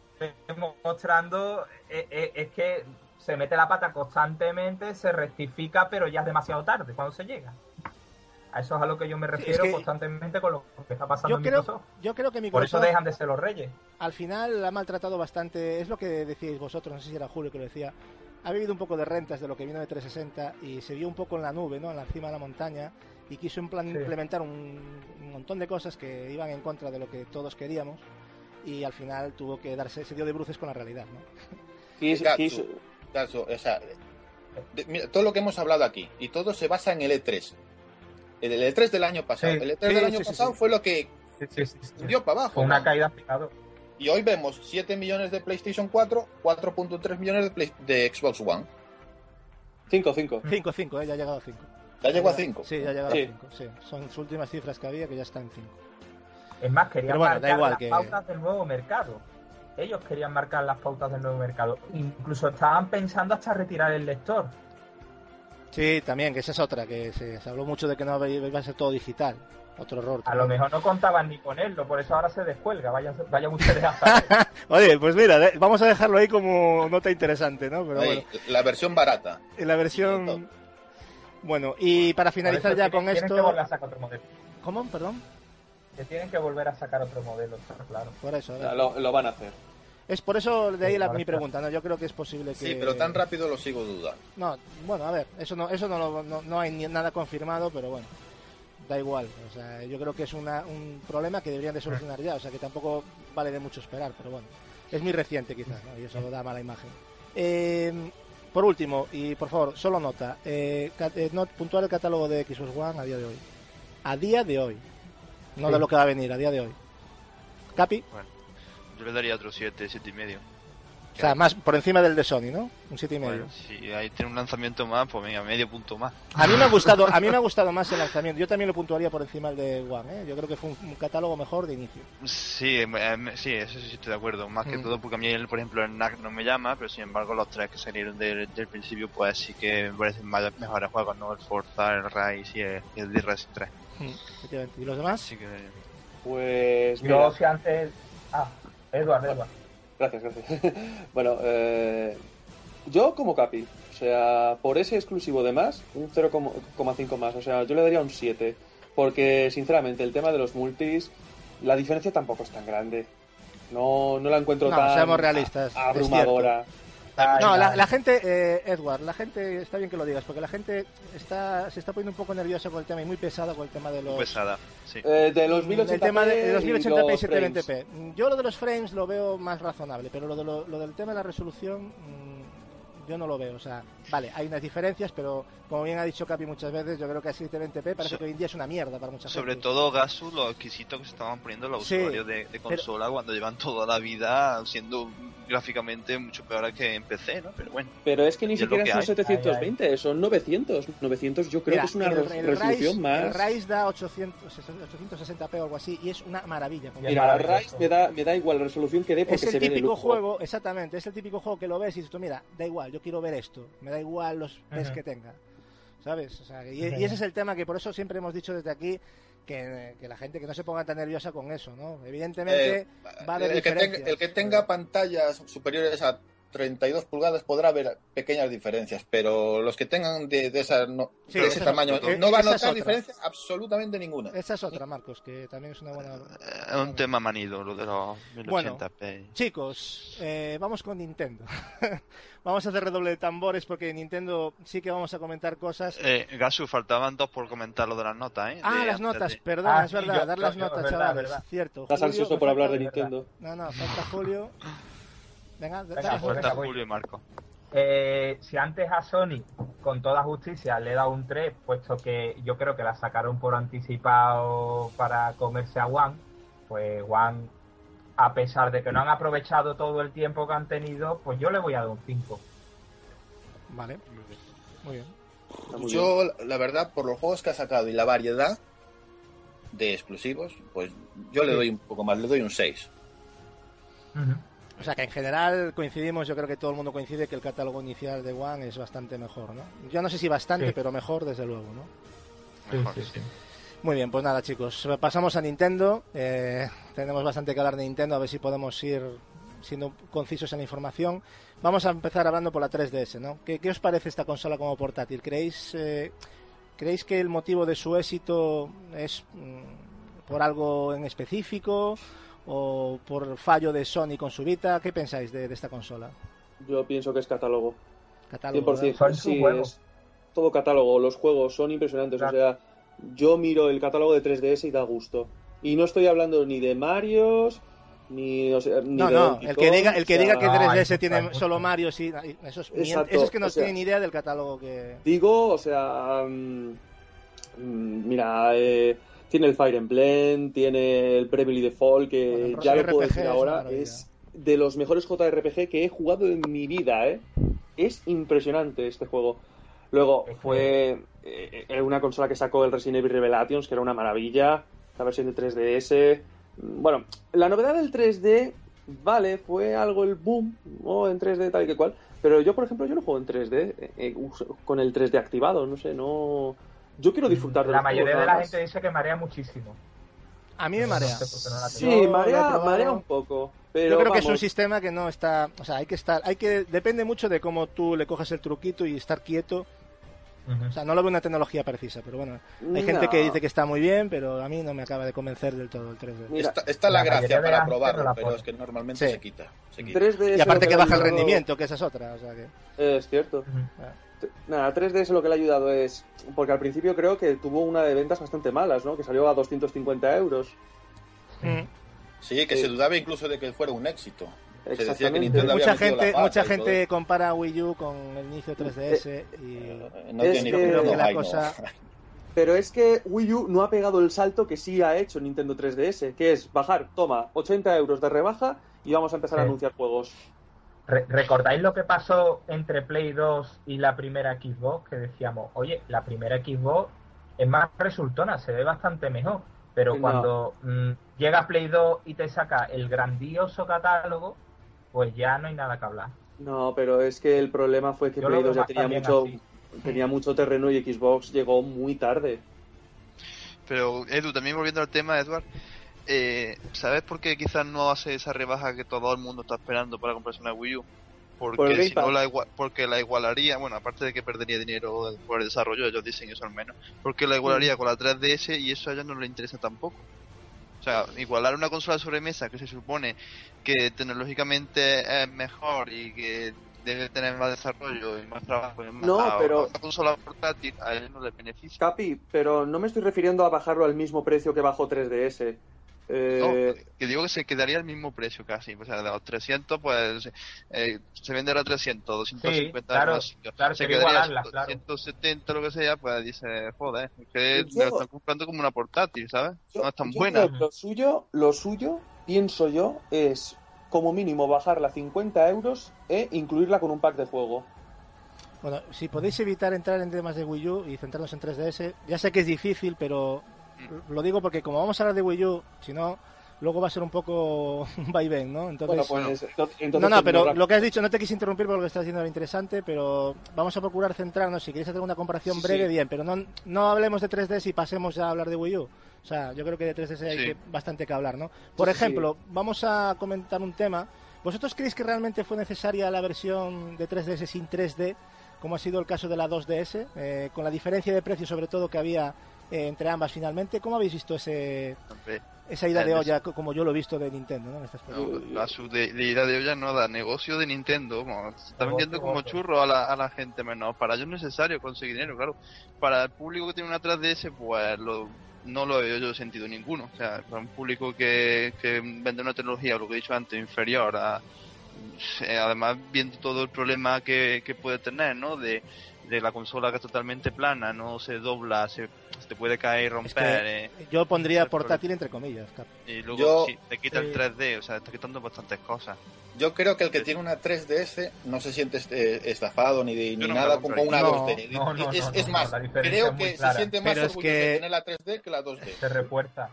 demostrando es, es- es que se mete la pata constantemente, se rectifica, pero ya es demasiado tarde cuando se llega. A eso es a lo que yo me refiero que- constantemente con lo que está pasando Yo en creo, Microsoft. yo creo que Por Microsoft eso dejan de ser los reyes. al final ha maltratado bastante, es lo que decíais vosotros, no sé si era Julio que lo decía, ha vivido un poco de rentas de lo que vino de trescientos sesenta y se vio un poco en la nube, ¿no? En la cima de la montaña, y quiso en plan Sí. implementar un, un montón de cosas que iban en contra de lo que todos queríamos, y al final tuvo que darse, se dio de bruces con la realidad, ¿no? Quiso- Gatsu, quiso- Gatsu, o sea, de- mira, todo lo que hemos hablado aquí, y todo se basa en el E tres. El, el E tres del año pasado. Sí, el E tres sí, del año sí, sí, pasado sí. fue lo que Sí, sí, sí, sí. dio para abajo. Fue una ¿no? caída en picado. Y hoy vemos siete millones de PlayStation cuatro, cuatro punto tres millones de, Play- de Xbox One. cinco cinco. cinco cinco, ¿eh? Ya ha llegado a cinco. Ya llegó a cinco. Sí, ya ha llegado Sí. a cinco, sí. Son las últimas cifras que había, que ya está en cinco. Es más, querían Pero bueno, da marcar igual las que- pautas del nuevo mercado. Ellos querían marcar las pautas del nuevo mercado. Incluso estaban pensando hasta retirar el lector. Sí, también, que esa es otra, que se, se habló mucho de que no iba a ser todo digital. Otro error. A lo también. mejor no contaban ni ponerlo, por eso ahora se descuelga. Vayan, vayan ustedes a saber. Oye, pues mira, de- vamos a dejarlo ahí como nota interesante, ¿no? Pero Ahí, bueno, la versión barata. en la versión... Bueno, y para finalizar Por eso ya tienen- con tienen que esto... volver a sacar otro modelo. ¿Cómo? Perdón. Que tienen que volver a sacar otro modelo, está claro. Por eso, a ver. Lo, lo van a hacer. Es por eso de ahí la, Ahora mi está. pregunta, ¿no? Yo creo que es posible que... Sí, pero tan rápido lo sigo dudando. No, bueno, a ver, eso no, eso no, lo- no, no hay ni nada confirmado, pero bueno, da igual. O sea, yo creo que es una, un problema que deberían de solucionar ya, o sea, que tampoco vale de mucho esperar, pero bueno, es muy reciente quizás, ¿no? Y eso da mala imagen. Eh, por último, y por favor, solo nota, eh, cat- eh, not- puntuar el catálogo de Xbox One a día de hoy. A día de hoy, no Sí. de lo que va a venir, a día de hoy. Capi, Bueno, yo le daría otro siete, siete y medio. o sea, más por encima del de Sony, ¿no? Un siete y medio. Bueno, si ahí tiene un lanzamiento más, pues venga, medio punto más. A mí me ha gustado, a mí me ha gustado más el lanzamiento. Yo también lo puntuaría por encima del de One, ¿eh? Yo creo que fue un, un catálogo mejor de inicio. Sí, em, em, sí, eso sí estoy de acuerdo. Más que Mm. todo porque a mí, el, por ejemplo, el N A C no me llama, pero sin embargo los tres que salieron del, del principio, pues sí que me parecen más, mejores juegos, ¿no? El Forza, el Rise y el, y el D Racing tres. Efectivamente. ¿Y los demás? Así que... Pues Yo, mira, si antes. Ah, Edward, Edward. gracias, gracias. Bueno, eh, yo como Capi, o sea, por ese exclusivo de más, un cero coma cinco más, o sea, yo le daría un siete, porque sinceramente el tema de los multis, la diferencia tampoco es tan grande. No, no la encuentro No, tan seamos realistas, a- es abrumadora. Ay, No, la, ay. la gente, eh, Edward, la gente, está bien que lo digas, porque la gente está se está poniendo un poco nerviosa con el tema y muy pesada con el tema de los... pesada, sí. Eh, de los mil ochenta p el tema de, de los y mil ochenta p y los setecientos frames. veinte p. Yo lo de los frames lo veo más razonable, pero lo, de lo, lo del tema de la resolución mmm, yo no lo veo. O sea, vale, hay unas diferencias, pero como bien ha dicho Capi muchas veces, yo creo que a setecientos veinte p parece So- que hoy en día es una mierda para mucha Sobre gente. todo, Gasu, los exquisitos que se estaban poniendo los Sí, usuarios de, de consola cuando llevan toda la vida siendo gráficamente mucho peores que en P C, ¿no? Pero bueno, Pero es que ni Y es lo siquiera que son hay. setecientos veinte, son novecientos. novecientos yo creo Mira, que es una el- res- el resolución Rise- más... El Rise da ochocientos sesenta p o algo así y es una maravilla. Ya. Mira, maravilloso. Rise me da, me da igual la resolución que dé porque Es el se ve de típico lujo. juego, exactamente, es el típico juego que lo ves y dices tú, mira, da igual, yo quiero ver esto, me da igual los P S Ujú. que tenga, ¿sabes? O sea, y, Ujú. y ese es el tema que por eso siempre hemos dicho desde aquí que, que la gente que no se ponga tan nerviosa con eso, ¿no? Evidentemente Eh, va a haber el, que tenga, diferencias. el que tenga pantallas superiores a treinta y dos pulgadas podrá haber pequeñas diferencias, pero los que tengan de, de, esa, no, Sí, de ese esa tamaño es otra. no van a Esa es notar otra. diferencia absolutamente ninguna. Esa es otra, Marcos, que también es una buena... Es un tema manido, lo de los mil ochenta p. Chicos, eh, vamos con Nintendo. Vamos a hacer redoble de tambores porque Nintendo sí que vamos a comentar cosas. Eh, Gasu, faltaban dos por comentar lo de las notas, ¿eh? Ah, De- las notas, de- perdón, Ah, es sí, verdad, yo- dar yo- las yo, notas, verdad, chavales, verdad. cierto. Estás Julio, ansioso me por hablar de falta- Nintendo. No, no, falta Julio. Venga, Venga, dale, pues, Julio. Falta venga, voy. Julio y Marco. Eh, si antes a Sony, con toda justicia, le he dado un tres, puesto que yo creo que la sacaron por anticipado para comerse a One, pues One, a pesar de que no han aprovechado todo el tiempo que han tenido, pues yo le voy a dar un cinco. Vale, muy bien. Está muy bien. Yo, la verdad, por los juegos que ha sacado y la variedad de exclusivos, pues yo le Sí. doy un poco más, le doy un seis. O sea que en general coincidimos, yo creo que todo el mundo coincide que el catálogo inicial de One es bastante mejor, ¿no? Yo no sé si bastante, Sí. pero mejor desde luego, ¿no? Mejor, sí, sí. Muy bien, pues nada, chicos, pasamos a Nintendo. Eh, tenemos bastante que hablar de Nintendo, a ver si podemos ir siendo concisos en la información. Vamos a empezar hablando por la tres D S, ¿no? ¿Qué, qué os parece esta consola como portátil? ¿Creéis, eh, ¿creéis que el motivo de su éxito es mm, por algo en específico o por fallo de Sony con su Vita? ¿Qué pensáis de, de esta consola? Yo pienso que es catálogo. Catálogo, cien por ciento. ¿verdad? Son Sí, sus juegos. es todo catálogo. Los juegos son impresionantes. Claro. O sea, yo miro el catálogo de tres D S y da gusto. Y no estoy hablando ni de Marios, ni, o sea, ni No, de no, Donkey el que Kong, diga, el que o sea, diga que no, tres D hay S mucho, tiene hay mucho. solo Mario, sí, esos, Exacto, esos que no o sea- tienen idea del catálogo que... Digo, o sea, mm, mm, mira, eh, tiene el Fire Emblem, tiene el Bravely Default, que Bueno, el ya lo R P G puedo es decir una ahora, maravilla. es de los mejores J R P G que he jugado en mi vida, ¿eh? Es impresionante este juego. Luego Es que- fue eh, eh, una consola que sacó el Resident Evil Revelations, que era una maravilla, la versión de tres D S. Bueno, la novedad del tres D, vale, fue algo el boom, ¿no? En tres D tal y que cual, pero yo, por ejemplo, yo no juego en tres D eh, eh, uso- con el tres D activado, no sé, no... Yo quiero disfrutar de La los mayoría juegos, de la nada más. gente dice que marea muchísimo. A mí me No marea. sé por qué no la Sí, Yo lo he marea, probado. marea un poco, pero Yo creo que es un vamos, sistema que no está, o sea, hay que estar, hay que, depende mucho de cómo tú le coges el truquito y estar quieto. O sea, no lo veo una tecnología precisa, pero bueno, hay gente no. que dice que está muy bien, pero a mí no me acaba de convencer del todo el tres D. Mira, Está, está la, la mayoría gracia de para la gente probarlo, no la pero pone. es que normalmente Sí. se quita. Se quita. tres D S Y aparte lo que le ha baja el ayudado- rendimiento, que esa es otra, o sea que... Es cierto. Ujú. Nada, tres D S lo que le ha ayudado es... Porque al principio creo que tuvo una de ventas bastante malas, ¿no? Que salió a doscientos cincuenta euros. Mm. Sí, que Sí. se dudaba incluso de que fuera un éxito. Se decía que Exactamente. Nintendo había Mucha metido la gente, pata mucha y todo gente compara Wii U con el inicio de tres D S y eso. No Es tiene que- ni creo que no, la ay, no. cosa... Pero es que Wii U no ha pegado el salto que sí ha hecho Nintendo tres D S, que es bajar, toma, ochenta euros de rebaja y vamos a empezar a Sí. anunciar juegos. Re- ¿Recordáis lo que pasó entre Play dos y la primera Xbox? Que decíamos, oye, la primera Xbox es más resultona, se ve bastante mejor. Pero No. cuando mm, llega Play dos y te saca el grandioso catálogo, pues ya no hay nada que hablar. No, pero es que el problema fue que Yo lo Play veo dos ya más tenía también mucho, así. tenía mucho terreno y Xbox llegó muy tarde. Pero Edu, también volviendo al tema, Edward, eh, ¿sabes por qué quizás no hace esa rebaja que todo el mundo está esperando para comprarse una Wii U? Por el Porque Game si no Pass. la igua- porque la igualaría, bueno, aparte de que perdería dinero por el desarrollo, ellos dicen eso al menos, porque la igualaría con la tres D S y eso a ellos no les interesa tampoco. O sea, igualar una consola de sobremesa que se supone que tecnológicamente es mejor y que debe tener más desarrollo y más trabajo y más, No, a- pero- a una consola portátil a ellos no les beneficia. Capi, pero no me estoy refiriendo a bajarlo al mismo precio que bajó tres D S. Eh, No, que digo que se quedaría al mismo precio casi, o sea, de los trescientos pues eh, se venderá trescientos, doscientos cincuenta Sí, claro, básicos. claro, se sería quedaría igualarla, claro. ciento setenta lo que sea, pues dice, joder, es que Yo- me lo están comprando como una portátil, ¿sabes? yo- No es tan yo buena. creo que Lo suyo, lo suyo, pienso yo, es como mínimo bajarla a cincuenta euros e incluirla con un pack de juego. Bueno, si podéis evitar entrar en temas de Wii U y centrarnos en tres D S, ya sé que es difícil, pero lo digo porque como vamos a hablar de Wii U, si no, luego va a ser un poco un vaivén, ¿no? Entonces, Bueno, pues entonces, no, no, pero rápido. lo que has dicho, no te quise interrumpir porque lo que estás diciendo era interesante, pero vamos a procurar centrarnos, si queréis hacer una comparación Sí, breve, sí. bien, pero no, no hablemos de tres D S y pasemos ya a hablar de Wii U. O sea, yo creo que de tres D S hay Sí. que, bastante que hablar, ¿no? Por Sí. ejemplo, vamos a comentar un tema ¿Vosotros creéis que realmente fue necesaria la versión de tres D S sin tres D, como ha sido el caso de la dos D S, eh, con la diferencia de precio sobre todo que había eh, entre ambas finalmente? ¿Cómo habéis visto ese Hombre, esa ida de olla, como yo lo he visto de Nintendo, ¿no? En estas no, la su de, de ida de olla no da negocio de Nintendo, como, se está vendiendo como churro a la, a la gente, menos para ellos es necesario conseguir dinero, claro. Para el público que tiene una tres D S, pues lo, no lo veo yo sentido ninguno. O sea, para un público que, que vende una tecnología, lo que he dicho antes, inferior a... Además, viendo todo el problema que, que puede tener, ¿no? De, de la consola que es totalmente plana, no se dobla, se, se te puede caer y romper. Es que eh, yo pondría portátil entre comillas, Cap. Y luego Yo- sí, te quita sí. el tres D, o sea, te está quitando bastantes cosas. Yo creo que el que tiene una tres D S no se siente eh, estafado ni, de, Yo ni no me nada la como compraría. una No, dos D. no, no, es no, es no, más, la diferencia creo es muy que se clara. siente más Pero es orgulloso que- de tener la tres D que la dos D. Se refuerza.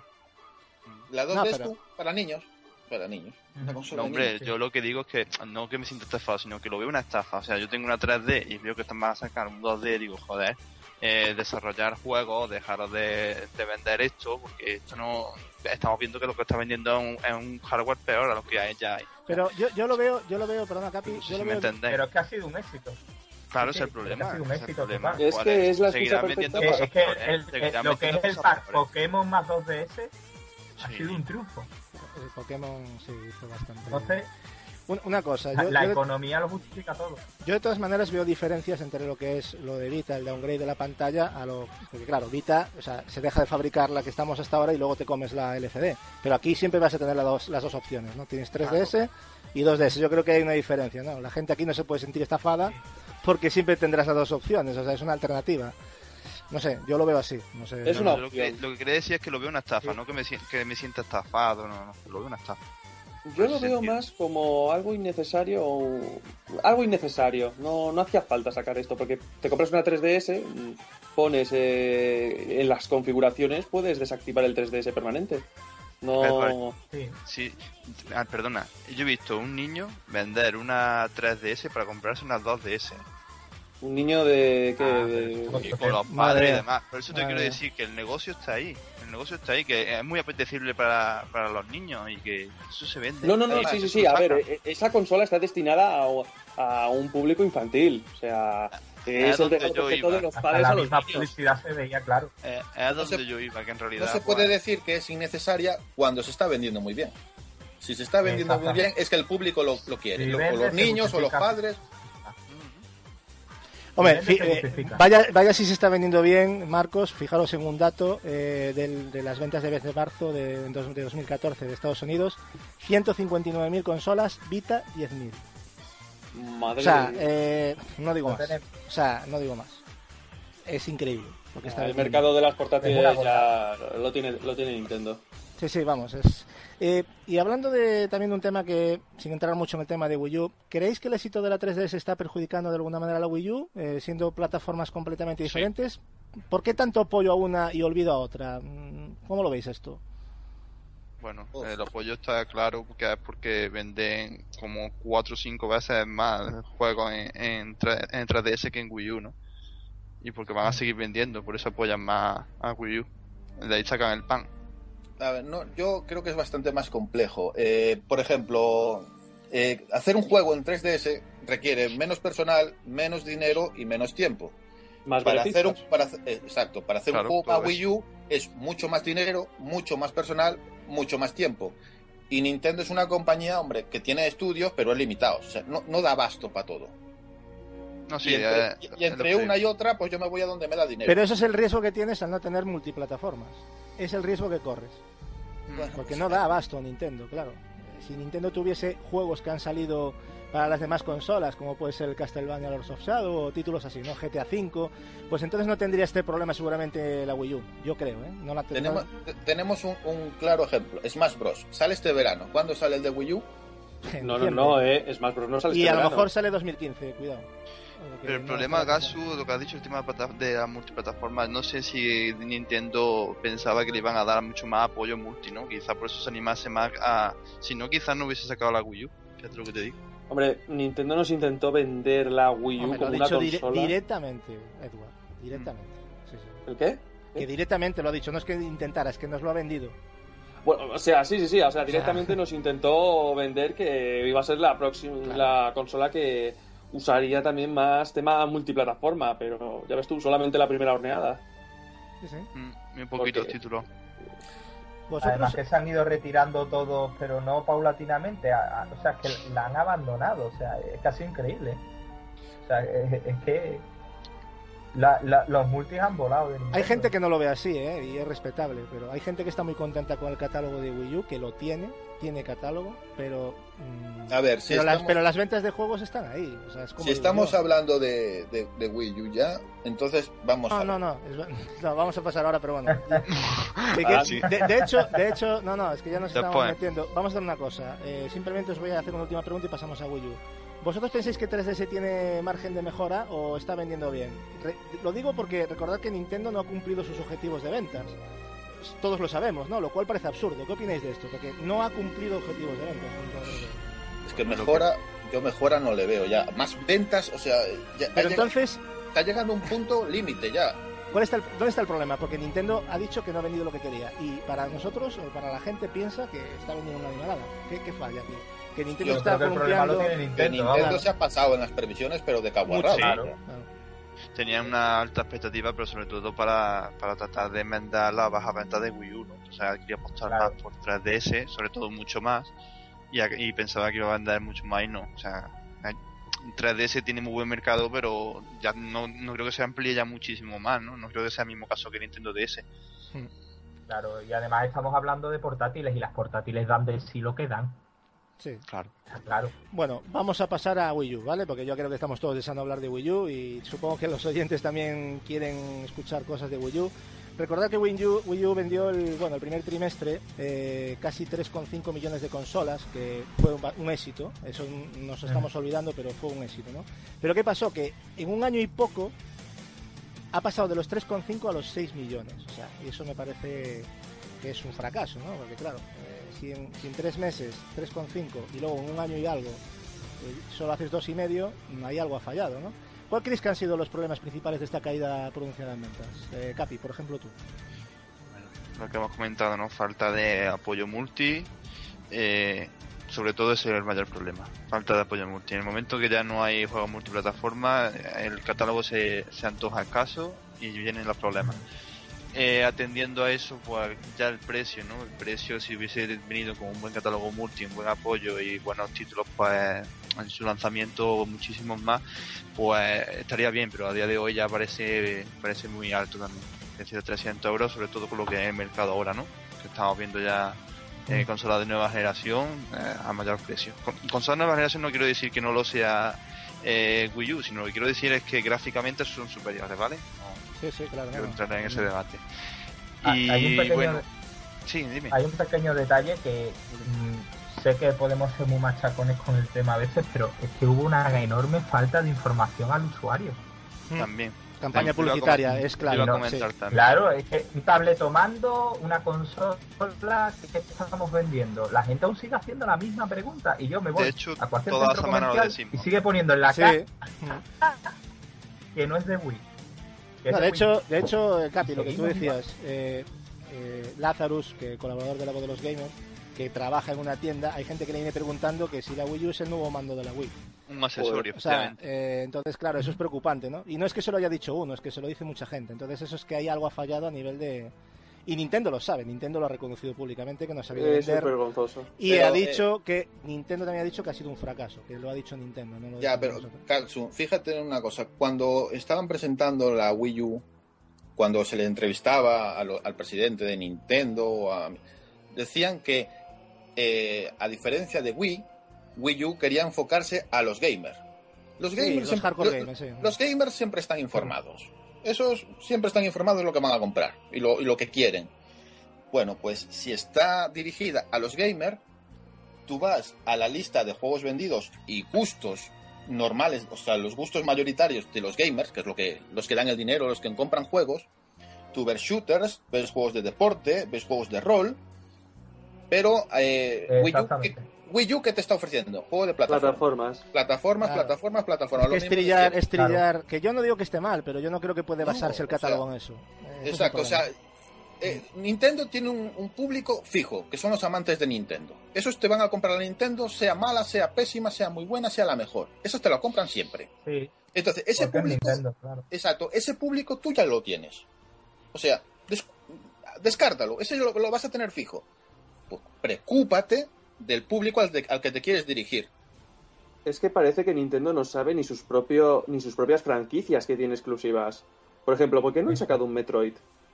La dos D No, es pero- tú, para niños. Para niños. Una consola No, de hombre, niños. yo lo que digo es que no que me sienta estafado, sino que lo veo una estafa. O sea, yo tengo una tres D y veo que están más a sacar un dos D y digo, joder, eh, desarrollar juegos, dejaros de, de vender esto, porque esto no... Estamos viendo que lo que está vendiendo es un, es un hardware peor a lo que hay, ya hay. Pero yo, yo lo veo, yo lo veo, perdona Capi, No sé yo si lo me veo, entendéis. Pero es que ha sido un éxito. Claro, sí, ese es el pero problema. ha sido un ese es el éxito problema. total. Es ¿Cuál que es la Seguirán excusa vendiendo Que- perfecta. cosas es que peores, el- el- seguirán lo que es vendiendo el cosas pack peores. Pokémon más dos D S ha Sí. sido un triunfo. el Pokémon sí hizo bastante. Entonces, Un- una cosa, la, yo, la yo de- economía lo justifica todo. yo de todas maneras veo diferencias entre lo que es lo de Vita, el downgrade de la pantalla, a lo porque claro, Vita, o sea, se deja de fabricar la que estamos hasta ahora y luego te comes la L C D, pero aquí siempre vas a tener las dos, las dos opciones, ¿no? Tienes tres D S y dos D S. Yo creo que hay una diferencia, ¿no? La gente aquí no se puede sentir estafada porque siempre tendrás las dos opciones, o sea, es una alternativa. No sé, yo lo veo así, no sé. Es No, una no, lo, que, opción. lo que quería decir es que lo veo una estafa, Sí. no que me, sien- que me sienta estafado, no, no, lo veo una estafa. Yo lo Ese veo sentido. más como algo innecesario, o- algo innecesario. No, no hacía falta sacar esto, porque te compras una tres D S, mm, pones eh, en las configuraciones, puedes desactivar el tres D S permanente. No, Sí. Sí, ah, perdona, yo he visto un niño vender una tres D S para comprarse una dos D S. un niño de que Ah, de- pero Y eso- con los Madre padres y mía. demás. Por eso te Madre quiero mía. decir que el negocio está ahí. El negocio está ahí, que es muy apetecible para, para los niños y que eso se vende. No, no, no, Además, sí, sí, eso sí. lo A ver, saca. e- esa consola está destinada a, a un público infantil. O sea, Es es el donde regalo yo perfecto iba. de los Hasta padres la a los misma niños. publicidad se veía claro. Eh, es No donde se- yo iba, que en No realidad... se puede pues, decir que es innecesaria cuando se está vendiendo muy bien. Si se está vendiendo muy bien es que el público lo, lo quiere. Si Lo- o vende, los se niños o los justifica. padres. Hombre, Vende, fi- se eh, justifica. vaya, vaya si se está vendiendo bien, Marcos. Fijaros en un dato eh, del- de las ventas de mes de marzo de, dos- de dos mil catorce de Estados Unidos: ciento cincuenta y nueve mil consolas, Vita diez mil. Madre O sea, de- eh, no digo No más. tenemos- O sea, no digo más. Es increíble lo que está el vendiendo. mercado de las Es portátiles una ya lo tiene, lo tiene Nintendo. Sí, sí, vamos. Es... Eh, y hablando de también de un tema que, sin entrar mucho en el tema de Wii U, ¿creéis que el éxito de la tres D S está perjudicando de alguna manera a la Wii U, eh, siendo plataformas completamente Sí. diferentes? ¿Por qué tanto apoyo a una y olvido a otra? Mm, ¿Cómo lo veis esto? Bueno, Uf. el apoyo está claro porque es porque venden como cuatro o cinco veces más juegos en, en, tre- en tres D S que en Wii U, ¿no? Y porque van a seguir vendiendo, por eso apoyan más a Wii U. De ahí sacan el pan. A ver, no, yo creo que es bastante más complejo. Eh, por ejemplo, eh, hacer un juego en tres D S requiere menos personal, menos dinero y menos tiempo. Más Para hacer un, beneficios. para, hacer- eh, exacto, para hacer Claro, un juego para todo Wii U es mucho más dinero, mucho más personal, mucho más tiempo. Y Nintendo es una compañía, hombre, que tiene estudios, pero es limitado. O sea, no, no da abasto para todo. No, sí, y entre, eh, y- y es entre lo que- una y otra, pues yo me voy a donde me da dinero. Pero eso es el riesgo que tienes al no tener multiplataformas. Es el riesgo que corres. Bueno, Porque pues, no da abasto Nintendo, claro. Si Nintendo tuviese juegos que han salido para las demás consolas, como puede ser el Castlevania Lords of Shadow o títulos así, ¿no? G T A cinco, pues entonces no tendría este problema seguramente la Wii U, yo creo, ¿eh? No la Tenemos, te- tenemos un, un claro ejemplo. Smash Bros. Sale este verano. ¿Cuándo sale el de Wii U? en No, no, diciembre. no, eh. Smash Bros. No sale Y este a lo verano. mejor sale dos mil quince, cuidado. Porque Pero el no problema, está- Gasu, lo que has dicho el tema de plata- de las multiplataformas, no sé si Nintendo pensaba que le iban a dar mucho más apoyo multi, ¿no? Quizá por eso se animase más a... Si no, quizás no hubiese sacado la Wii U, fíjate lo que te digo. Hombre, Nintendo nos intentó vender la Wii U Hombre, lo como ha una dicho dire- consola. directamente, Edward. Directamente. Sí, sí. ¿El qué? Que directamente lo ha dicho, no es que intentara, es que nos lo ha vendido. Bueno, o sea, sí, sí, sí, o sea, directamente nos intentó vender que iba a ser la próxima, Claro. la consola que usaría también más tema multiplataforma, pero ya ves tú, solamente la primera horneada. Sí, sí. Mm, muy poquitos Porque- títulos. Vosotros, Además que se han ido retirando todos, pero no paulatinamente. A, a- o sea, es que la han abandonado. O sea, es casi increíble. O sea, es, es que la, la- los multis han volado de Nintendo. hay gente que no lo ve así, ¿eh? Y es respetable, pero hay gente que está muy contenta con el catálogo de Wii U, que lo tiene, tiene catálogo, pero... mm, A ver, si pero, las, estamos- pero las ventas de juegos están ahí. O sea, es como Si digo estamos yo. hablando de, de, de Wii U ya, entonces vamos No, a... no, no, es- no, vamos a pasar ahora, pero bueno. Sí que- Ah, sí. de, de hecho, de hecho, no, no, es que ya nos estamos Después. metiendo. Vamos a hacer una cosa. eh, simplemente os voy a hacer una última pregunta y pasamos a Wii U. ¿Vosotros pensáis que tres D S tiene margen de mejora o está vendiendo bien? Re- lo digo porque recordad que Nintendo no ha cumplido sus objetivos de ventas. Todos lo sabemos, ¿no? Lo cual parece absurdo. ¿Qué opináis de esto? Porque no ha cumplido objetivos de ventas. Entonces, Es que mejora, yo mejora no le veo ya. Más ventas, o sea, ya, Pero ha llegado- entonces, está llegando a un punto límite ya. ¿cuál está el- ¿dónde está el problema? Porque Nintendo ha dicho que no ha vendido lo que quería. Y para nosotros, o para la gente, piensa que está vendiendo una animalada. ¿Qué, qué falla aquí? Que Nintendo Yo está creo que el problema lo columpiando... tiene Que Nintendo. Nintendo vamos. se ha pasado en las previsiones, pero de cabo a Mucho, rabo. claro. Claro. Tenían una alta expectativa, pero sobre todo para, para tratar de enmendar la baja venta de Wii U, ¿no? O sea, quería apostar Claro. más por tres D S, sobre todo mucho más, y, a- y pensaba que iba a vender mucho más y no. O sea, hay- tres D S tiene muy buen mercado, pero ya no, no creo que se amplíe ya muchísimo más, ¿no? No creo que sea el mismo caso que Nintendo D S. Claro, y además estamos hablando de portátiles y las portátiles dan de sí lo que dan. Sí. Claro. Está claro. Bueno, vamos a pasar a Wii U, ¿vale? Porque yo creo que estamos todos deseando hablar de Wii U y supongo que los oyentes también quieren escuchar cosas de Wii U. Recordad que Wii U, Wii U vendió el, bueno, el primer trimestre eh, casi tres coma cinco millones de consolas, que fue un, un éxito. Eso nos estamos olvidando, pero fue un éxito, ¿no? Pero ¿qué pasó? Que en un año y poco ha pasado de los tres coma cinco a los seis millones. O sea, y eso me parece que es un fracaso, ¿no? Porque claro, eh, si, en, si en tres meses tres coma cinco y luego en un año y algo eh, solo haces dos y medio, ahí algo ha fallado, ¿no? ¿Cuál crees que han sido los problemas principales de esta caída pronunciada en ventas? Eh, Capi, por ejemplo, tú. Bueno, lo que hemos comentado, ¿no? Falta de apoyo multi, eh, sobre todo ese es el mayor problema, falta de apoyo multi. En el momento que ya no hay juegos multiplataforma, el catálogo se, se antoja escaso y vienen los problemas. Eh, atendiendo a eso, pues ya el precio, ¿no? El precio, si hubiese venido con un buen catálogo multi, un buen apoyo y buenos títulos, pues en su lanzamiento muchísimos más, pues estaría bien, pero a día de hoy ya parece parece muy alto también. Es decir, trescientos euros, sobre todo con lo que es el mercado ahora, ¿no? Que estamos viendo ya eh, consolas de nueva generación eh, a mayor precio. Con, consolas de nueva generación no quiero decir que no lo sea eh, Wii U, sino lo que quiero decir es que gráficamente son superiores, ¿vale? No, Sí, sí, claro. quiero no. entrar en ese debate. Ah, Y hay un pequeño- bueno, sí, dime. Hay un pequeño detalle que mm, sé que podemos ser muy machacones con el tema a veces, pero es que hubo una enorme falta de información al usuario. También. Campaña También, publicitaria, iba a com- es claro. iba a ¿no? comentar Sí. también. Claro, es que un tabletomando, una consola, ¿qué, qué estamos vendiendo? La gente aún sigue haciendo la misma pregunta y yo me voy De hecho, a cualquier toda centro semana lo comercial decimos. y sigue poniendo en la Sí. cara Mm. que no es de Wii. que es No, de de Wii. hecho, de hecho, eh, Capi, lo que tú Seguimos decías, eh, eh, Lazarus, que colaborador de la voz de los gamers, que trabaja en una tienda, hay gente que le viene preguntando que si la Wii U es el nuevo mando de la Wii. Un accesorio, O sea, efectivamente. eh, entonces, claro, eso es preocupante, ¿no? Y no es que se lo haya dicho uno, es que se lo dice mucha gente. Entonces, eso es que hay algo ha fallado a nivel de... Y Nintendo lo sabe, Nintendo lo ha reconocido públicamente, que no ha sabido Es vender. vergonzoso. Y Pero, ha dicho que Nintendo también ha dicho que ha sido un fracaso, que lo ha dicho Nintendo, no lo Ya, decimos pero nosotros. Katsu, fíjate en una cosa. Cuando estaban presentando la Wii U, cuando se le entrevistaba a lo- al presidente de Nintendo, a- decían que, eh, a diferencia de Wii, Wii U quería enfocarse a los gamers. Los Sí, gamers, los siempre, hardcore lo- gamers, sí. los gamers siempre están informados. Esos siempre están informados de lo que van a comprar y lo, y lo que quieren. Bueno, pues si está dirigida a los gamers, tú vas a la lista de juegos vendidos y gustos normales, o sea, los gustos mayoritarios de los gamers, que es lo que los que dan el dinero, los que compran juegos. Tú ves shooters, ves juegos de deporte, ves juegos de rol, pero eh, Wii, U, Exactamente. ¿qué, Wii U, ¿qué te está ofreciendo? Juego de plataforma. Plataformas. Plataformas, Claro. plataformas, plataformas. Es Lo que es mismo de trillar, siempre. es trillar, que yo no digo que esté mal, pero yo no creo que puede No, basarse el o sea, catálogo en eso. Eh, ese es el Exacto, o sea, problema. eh, Nintendo tiene un, un público fijo, que son los amantes de Nintendo. Esos te van a comprar la Nintendo, sea mala, sea pésima, sea muy buena, sea la mejor. Esos te la compran siempre. Sí. Entonces, ese Porque es público... Nintendo, claro. Exacto, ese público tú ya lo tienes. O sea, des, descártalo, ese lo, lo vas a tener fijo. Pues preocúpate del público al, de, al que te quieres dirigir. Es que parece que Nintendo no sabe ni sus propio, ni sus propias franquicias que tiene exclusivas. Por ejemplo, ¿por qué no han sacado un Metroid?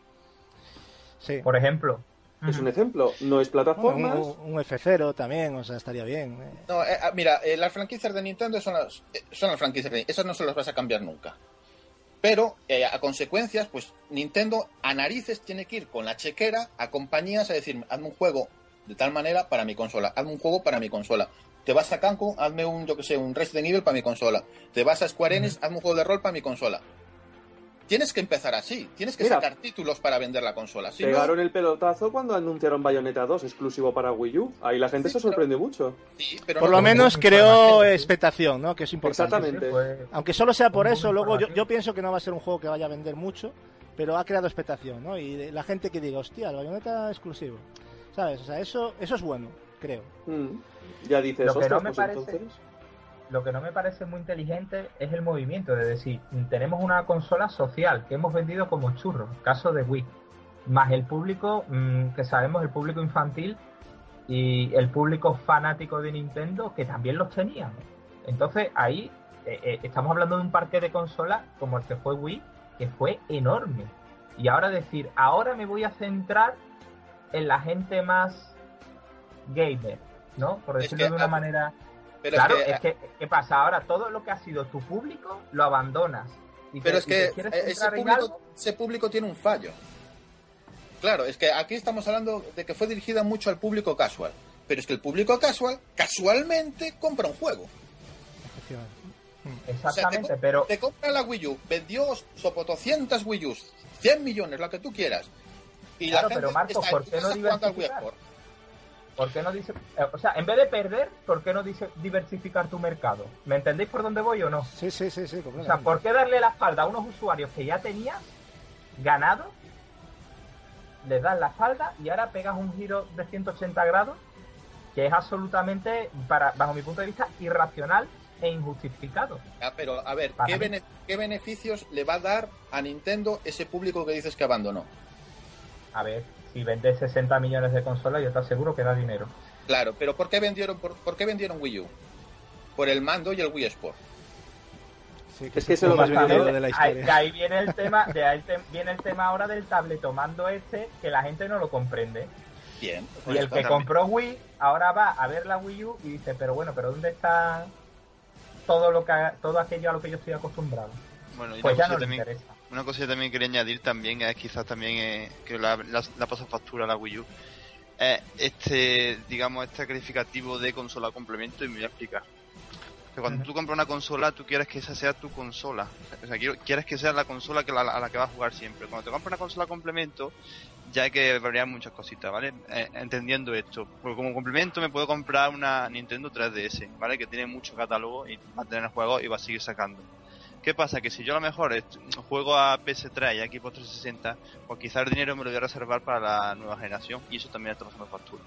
Sí. Por ejemplo. Es un ejemplo, no es plataformas. Bueno, un, un F cero también, o sea, estaría bien. No, eh, mira, eh, las franquicias de Nintendo son las, eh, son las franquicias de Nintendo. Esas no se las vas a cambiar nunca. Pero, eh, a consecuencias, pues Nintendo a narices tiene que ir con la chequera a compañías a decir, hazme un juego de tal manera para mi consola, hazme un juego para mi consola. Te vas a Capcom, hazme un, yo que sé, un Resident Evil para mi consola. Te vas a Square Enix, hazme un juego de rol para mi consola. Tienes que empezar así, tienes que Mira, sacar títulos para vender la consola. Si pegaron no, el pelotazo cuando anunciaron Bayonetta dos exclusivo para Wii U. Ahí la gente Sí, se sorprendió mucho. sí, pero Por no- lo menos mucha creó gente, sí. expectación, ¿no? Que es importante. Exactamente. Sí, pues, Aunque solo sea por un eso, boom luego yo, informativo. yo pienso que no va a ser un juego que vaya a vender mucho, pero ha creado expectación, ¿no? Y de- la gente que diga, hostia, el Bayonetta exclusivo, ¿sabes? O sea, eso, eso es bueno, creo. Mm. Ya dices, Lo que no ostras, me pues parece- entonces... Lo que no me parece muy inteligente es el movimiento de decir, tenemos una consola social que hemos vendido como churros, caso de Wii, más el público, mmm, que sabemos, el público infantil y el público fanático de Nintendo, que también los tenían. Entonces ahí eh, eh, estamos hablando de un parque de consolas como el que fue Wii, que fue enorme. Y ahora decir, ahora me voy a centrar en la gente más gamer, ¿no? Por Es decirlo que, de una ah, manera... pero Claro, es que, es que, ¿qué pasa? Ahora todo lo que ha sido tu público lo abandonas. Y Pero te- es y que te quieres eh, ese centrar en público, algo. ese público tiene un fallo. Claro, es que aquí estamos hablando de que fue dirigida mucho al público casual. Pero es que el público casual, casualmente, compra un juego. Efectivamente. Exactamente, O sea, te, pero te compra la Wii U, vendió sopotoscientas Wii U, cien millones, la que tú quieras. Y Claro, la pero gente Marcos, está ¿por en tu qué no casa jugando al Wii diversificar? Sport. ¿por qué no dice, eh, o sea, en vez de perder, ¿por qué no dice diversificar tu mercado? ¿Me entendéis por dónde voy o no? Sí, sí, sí, sí, O sea, completamente. ¿por qué darle la espalda a unos usuarios que ya tenías ganado? Les das la espalda y ahora pegas un giro de ciento ochenta grados que es absolutamente, para, bajo mi punto de vista, irracional e injustificado. Ah, pero, a ver, Para ¿qué, mí. bene- ¿qué beneficios le va a dar a Nintendo ese público que dices que abandonó? A ver, si vendes sesenta millones de consolas, yo te aseguro que da dinero. Claro, pero ¿por qué vendieron, por, por qué vendieron Wii U? Por el mando y el Wii Sport. Sí, es que es se el lo juego más vendieron- vendido de la Ahí, historia. de ahí viene el tema, de ahí te- viene el tema ahora del tabletomando este, que la gente no lo comprende. Bien. Y pues el está que bien. compró Wii ahora va a ver la Wii U y dice, pero bueno, pero ¿dónde está todo lo que todo aquello a lo que yo estoy acostumbrado? Bueno, y Pues una ya no cosita le también, interesa. una cosilla también que quería añadir también es quizás también eh, que la, la, la pasa factura a la Wii U. Eh, este, digamos, este calificativo de consola complemento, y me voy a explicar. Que cuando Ujú. tú compras una consola, tú quieres que esa sea tu consola. O sea, quiero- quieres que sea la consola que la, a la que vas a jugar siempre. Cuando te compras una consola complemento, ya hay que variar muchas cositas, ¿vale? Eh, entendiendo esto. Porque como complemento me puedo comprar una Nintendo tres D S, ¿vale? Que tiene mucho catálogo y va a tener juegos y va a seguir sacando. ¿Qué pasa? Que si yo a lo mejor est- juego a P S tres y a Xbox trescientos sesenta, pues quizás el dinero me lo voy a reservar para la nueva generación y eso también está pasando factura.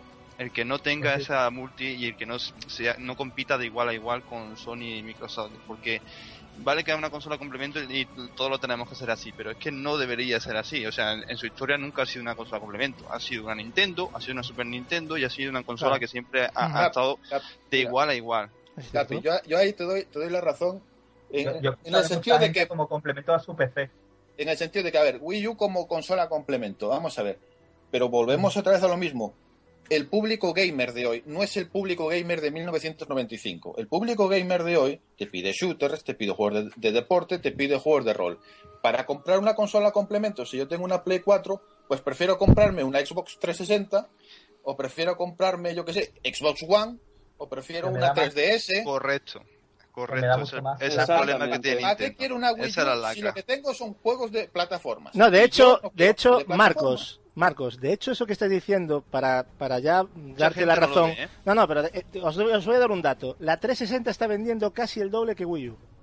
El que no tenga Sí. esa multi y el que no sea, no compita de igual a igual con Sony y Microsoft, porque vale que es una consola complemento y todo lo tenemos que hacer así, pero es que no debería ser así. O sea, en, en su historia nunca ha sido una consola complemento. Ha sido una Nintendo, ha sido una Super Nintendo y ha sido una consola Claro. que siempre ha, Ujú. ha estado Cap- de mira, igual a igual. Es cierto. Capi, yo, yo ahí te doy, te doy la razón en, Yo, yo en el mucha sentido de gente que como complemento a su P C. en el sentido de que, a ver, Wii U como consola complemento, vamos a ver. Pero volvemos otra vez a lo mismo. El público gamer de hoy no es el público gamer de mil novecientos noventa y cinco. El público gamer de hoy te pide shooters, te pide juegos de, de deporte, te pide juegos de rol. Para comprar una consola complemento, si yo tengo una Play cuatro, pues prefiero comprarme una Xbox trescientos sesenta, o prefiero comprarme, yo qué sé, Xbox One, o prefiero Que me una da más- tres D S. Correcto. Me da Correcto. mucho Ese, más. ese es el problema que Exactamente. tiene ¿A qué Nintendo. quiero una Wii Esa es la U si lacra. lo que tengo son juegos de plataformas? No, de Y hecho, yo no de quiero hecho, de plataformas. Marcos, Marcos, de hecho eso que estás diciendo, para, para ya darte gente la no lo razón. ve, ¿eh? No, no, pero eh, os, doy- os voy a dar un dato. La trescientos sesenta está vendiendo casi el doble que Wii U.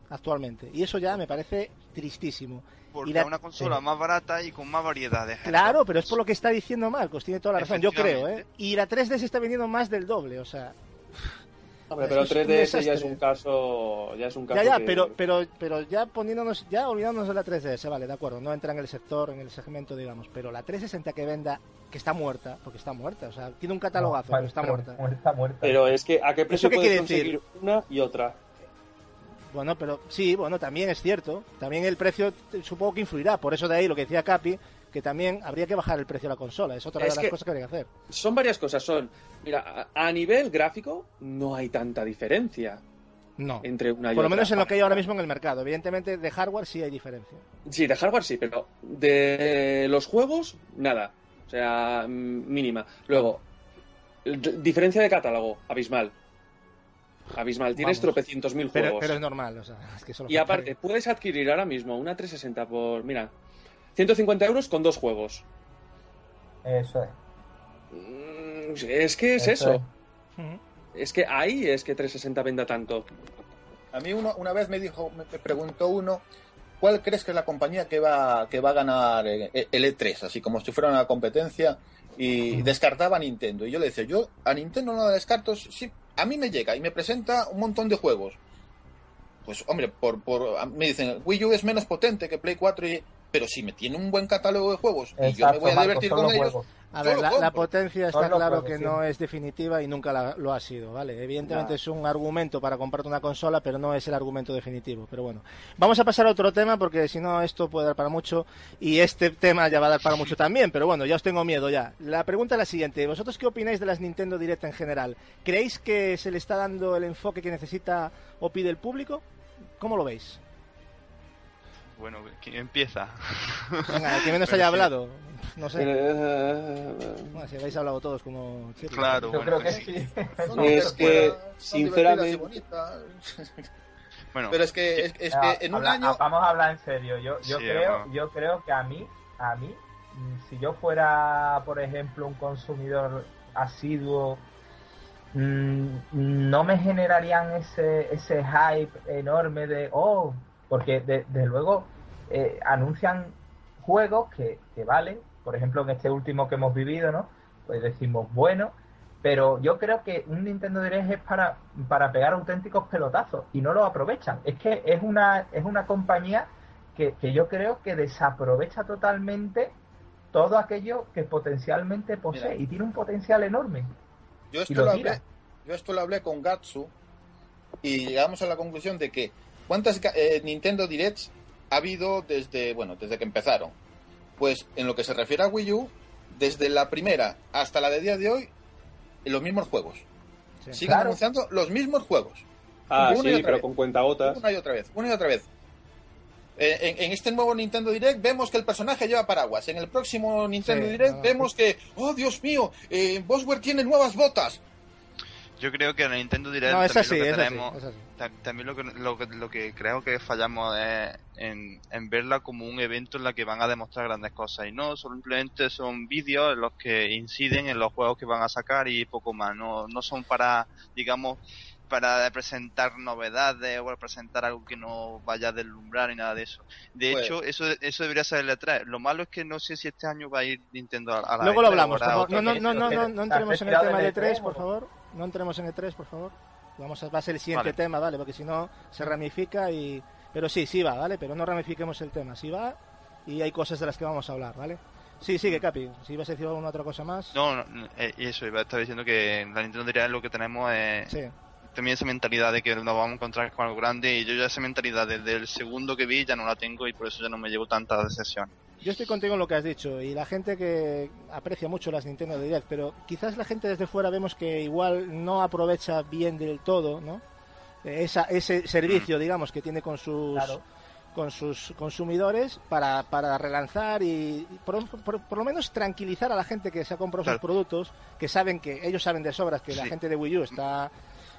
actualmente. Y eso ya me parece tristísimo. Porque y la... es una consola sí. más barata y con más variedad de género. Claro, pero es por lo que está diciendo Marcos, tiene toda la razón, yo creo, ¿eh? Y la tres D S está vendiendo más del doble, o sea... Hombre, pero tres D S ya es un caso, ya es un caso ya, ya, que... pero, pero, pero ya poniéndonos, ya olvidándonos de la tres D S, vale, de acuerdo, no entra en el sector, en el segmento, digamos, pero la trescientos sesenta que venda, que está muerta, porque está muerta, o sea, tiene un catalogazo, no, pero está pero, muerta. Muerta, muerta. Pero es que, ¿a qué precio qué puedes quiere conseguir decir? una y otra? Bueno, pero sí, bueno, también es cierto, también el precio supongo que influirá, por eso de ahí lo que decía Capi, que también habría que bajar el precio de la consola, es otra es de las que cosas que habría que hacer. Son varias cosas, son, mira, a, a nivel gráfico no hay tanta diferencia. No, entre una y por lo otra. menos en lo que hay ahora mismo en el mercado. Evidentemente de hardware sí hay diferencia. Sí, de hardware sí, pero de los juegos, nada. O sea, mínima. Luego, diferencia de catálogo, abismal. Abismal, tienes Vamos. tropecientos mil Pero, juegos. pero es normal, o sea, es que solo Y aparte, faltaría. puedes adquirir ahora mismo una trescientos sesenta por, mira, ciento cincuenta euros con dos juegos. Eso es. Mm, Es que es Eso eso. es. Ujú. Es que ahí es que trescientos sesenta venda tanto. A mí uno, una vez me dijo, me preguntó uno, ¿cuál crees que es la compañía que va, que va a ganar el E tres? Así como si fuera una competencia, y descartaba a Nintendo. Y yo le decía, yo a Nintendo no la descarto, sí, a mí me llega y me presenta un montón de juegos. Pues hombre, por, por me dicen, Wii U es menos potente que Play cuatro, y, pero si me tiene un buen catálogo de juegos y yo me voy a Marcos, divertir son con los ellos. juegos. A Yo ver, lo la, la compro. potencia Son está los claro juegos, que sí. no es definitiva y nunca la- lo ha sido, ¿vale? Evidentemente No. es un argumento para comprarte una consola, pero no es el argumento definitivo. Pero bueno, vamos a pasar a otro tema porque si no esto puede dar para mucho y este tema ya va a dar para mucho también, pero bueno, ya os tengo miedo ya. La pregunta es la siguiente, ¿vosotros qué opináis de las Nintendo Direct en general? ¿Creéis que se le está dando el enfoque que necesita o pide el público? ¿Cómo lo veis? Bueno, ¿quién empieza? Venga, el que menos Pero haya sí. hablado, no sé. Eh, Bueno, si habéis hablado todos como chicos. Claro, Yo bueno, creo que sí. sí. Son Es que, divertidas, son sinceramente- divertidas y bonitas. Bueno, Pero es que, es, es Ah, que en un habla- año... ah, vamos a hablar en serio. Yo, yo Sí, creo, vamos. yo creo que a mí, a mí, mm, si yo fuera, por ejemplo, un consumidor asiduo, mm, no me generarían ese, ese hype enorme de, oh, porque de- desde luego eh, anuncian juegos que, que vale, por ejemplo en este último que hemos vivido, ¿no? Pues decimos, bueno, pero yo creo que un Nintendo Direct es para, para pegar auténticos pelotazos y no lo aprovechan. Es que es una, es una compañía que, que yo creo que desaprovecha totalmente todo aquello que potencialmente posee. Mira. Y tiene un potencial enorme. Yo Y esto lo lo tira. hablé, yo esto lo hablé con Gatsu y llegamos a la conclusión de que ¿cuántas eh, Nintendo Directs ha habido desde, bueno, desde que empezaron? Pues en lo que se refiere a Wii U, desde la primera hasta la de día de hoy, los mismos juegos. Sí. Siguen Claro. anunciando los mismos juegos. Ah, Una y sí, otra pero vez. con cuentagotas. Una y otra vez, una y otra vez. Eh, en, en este nuevo Nintendo Direct vemos que el personaje lleva paraguas. En el próximo Nintendo Sí, Direct no. vemos que, oh Dios mío, eh, Boswell tiene nuevas botas. yo creo que en la Nintendo Direct No, es también así, lo que es así, tenemos, es así. ta- también lo que, lo que lo que creo que fallamos es en, en verla como un evento en la que van a demostrar grandes cosas y no simplemente son vídeos en los que inciden en los juegos que van a sacar y poco más. No, no son para, digamos, para presentar novedades o para presentar algo que no vaya a deslumbrar ni nada de eso. De Pues- hecho, eso eso debería ser el E tres. Lo malo es que no sé si este año va a ir Nintendo a, a la Luego lo E tres, hablamos, por ahora favor. otra No, no, vez. no, no, no, no entremos en el tema de E tres, por ¿o? favor. No entremos en E tres, por favor. Vamos a, va a ser el siguiente Vale. tema, ¿vale? Porque si no, se ramifica y... Pero sí, sí va, ¿vale? Pero no ramifiquemos el tema. Sí va y hay cosas de las que vamos a hablar, ¿vale? Sí, sigue, Capi. Si ibas a decir alguna otra cosa más... No, no, eh, eso, iba a estar diciendo que en la Nintendo Direct lo que tenemos es Sí. también esa mentalidad de que nos vamos a encontrar con algo grande y yo ya esa mentalidad desde el segundo que vi ya no la tengo y por eso ya no me llevo tanta decepción. Yo estoy contigo en lo que has dicho y la gente que aprecia mucho las Nintendo Direct, pero quizás la gente desde fuera vemos que igual no aprovecha bien del todo, ¿no? Esa, ese servicio, digamos, que tiene con sus Claro. con sus consumidores para, para relanzar y por, por, por lo menos tranquilizar a la gente que se ha comprado Claro. sus productos, que saben que ellos saben de sobras que la Sí. gente de Wii U está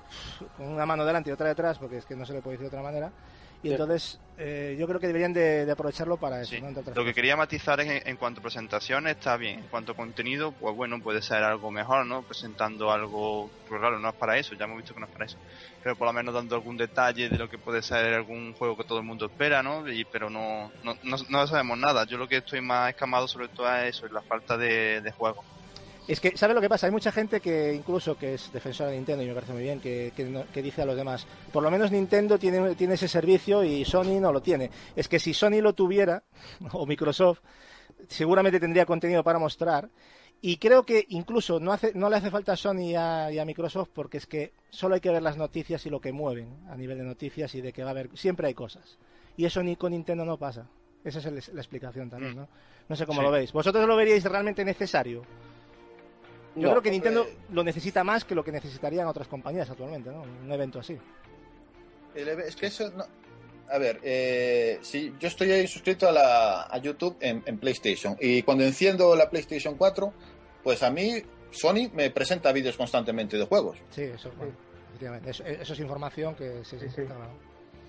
con una mano delante y otra detrás, porque es que no se le puede decir de otra manera. Y Sí. entonces eh, yo creo que deberían de, de aprovecharlo para eso. Sí. ¿no? Entre otras Lo que cosas. quería matizar es en, en cuanto a presentaciones está bien, en cuanto a contenido, pues bueno, puede ser algo mejor, ¿no? Presentando algo, pues claro, no es para eso, ya hemos visto que no es para eso, pero por lo menos dando algún detalle de lo que puede ser algún juego que todo el mundo espera, ¿no? Y, pero no, no, no, no sabemos nada. Yo lo que estoy más escamado sobre todo es eso, es la falta de, de juego. Es que, ¿sabes lo que pasa? Hay mucha gente que incluso que es defensora de Nintendo y me parece muy bien, que, que, no- que dice a los demás, por lo menos Nintendo tiene, tiene ese servicio y Sony no lo tiene. Es que si Sony lo tuviera, o Microsoft, seguramente tendría contenido para mostrar. Y creo que incluso no, hace, no le hace falta a Sony y a, y a Microsoft, porque es que solo hay que ver las noticias y lo que mueven a nivel de noticias y de que va a haber, siempre hay cosas. Y eso ni con Nintendo no pasa. Esa es el- la explicación también, ¿no? No sé cómo Sí. lo veis. ¿Vosotros lo veríais realmente necesario? Yo No, creo que Nintendo hombre. lo necesita más que lo que necesitarían otras compañías actualmente, ¿no? Un evento así. El eve- Es que eso no... A ver, eh, sí, yo estoy ahí suscrito a, la, a YouTube en, en PlayStation y cuando enciendo la PlayStation cuatro, pues a mí Sony me presenta vídeos constantemente de juegos. Sí, eso, bueno, efectivamente. Eso, eso es información que sí, sí, Sí, sí. está claro.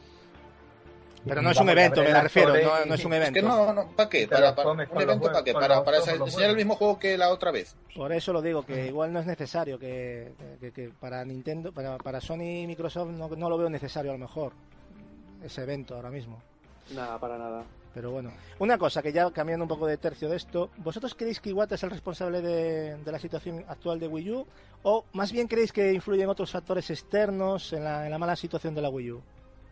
Pero Y no es un vamos a evento, ver me el refiero, actor no, y- no es un Es evento. que no, no, ¿para qué? Te Para, los para- comes un con los evento para qué? juegos, Para, con para los- con los enseñar el juegos. mismo juego que la otra vez. Por eso lo digo, que igual no es necesario, que, que, que para Nintendo, para, para Sony y Microsoft no, no lo veo necesario a lo mejor, ese evento ahora mismo. Nada, para nada. Pero bueno, una cosa que ya cambiando un poco de tercio de esto, ¿vosotros creéis que Iwata es el responsable de, de la situación actual de Wii U? ¿O más bien creéis que influyen otros factores externos en la, en la mala situación de la Wii U?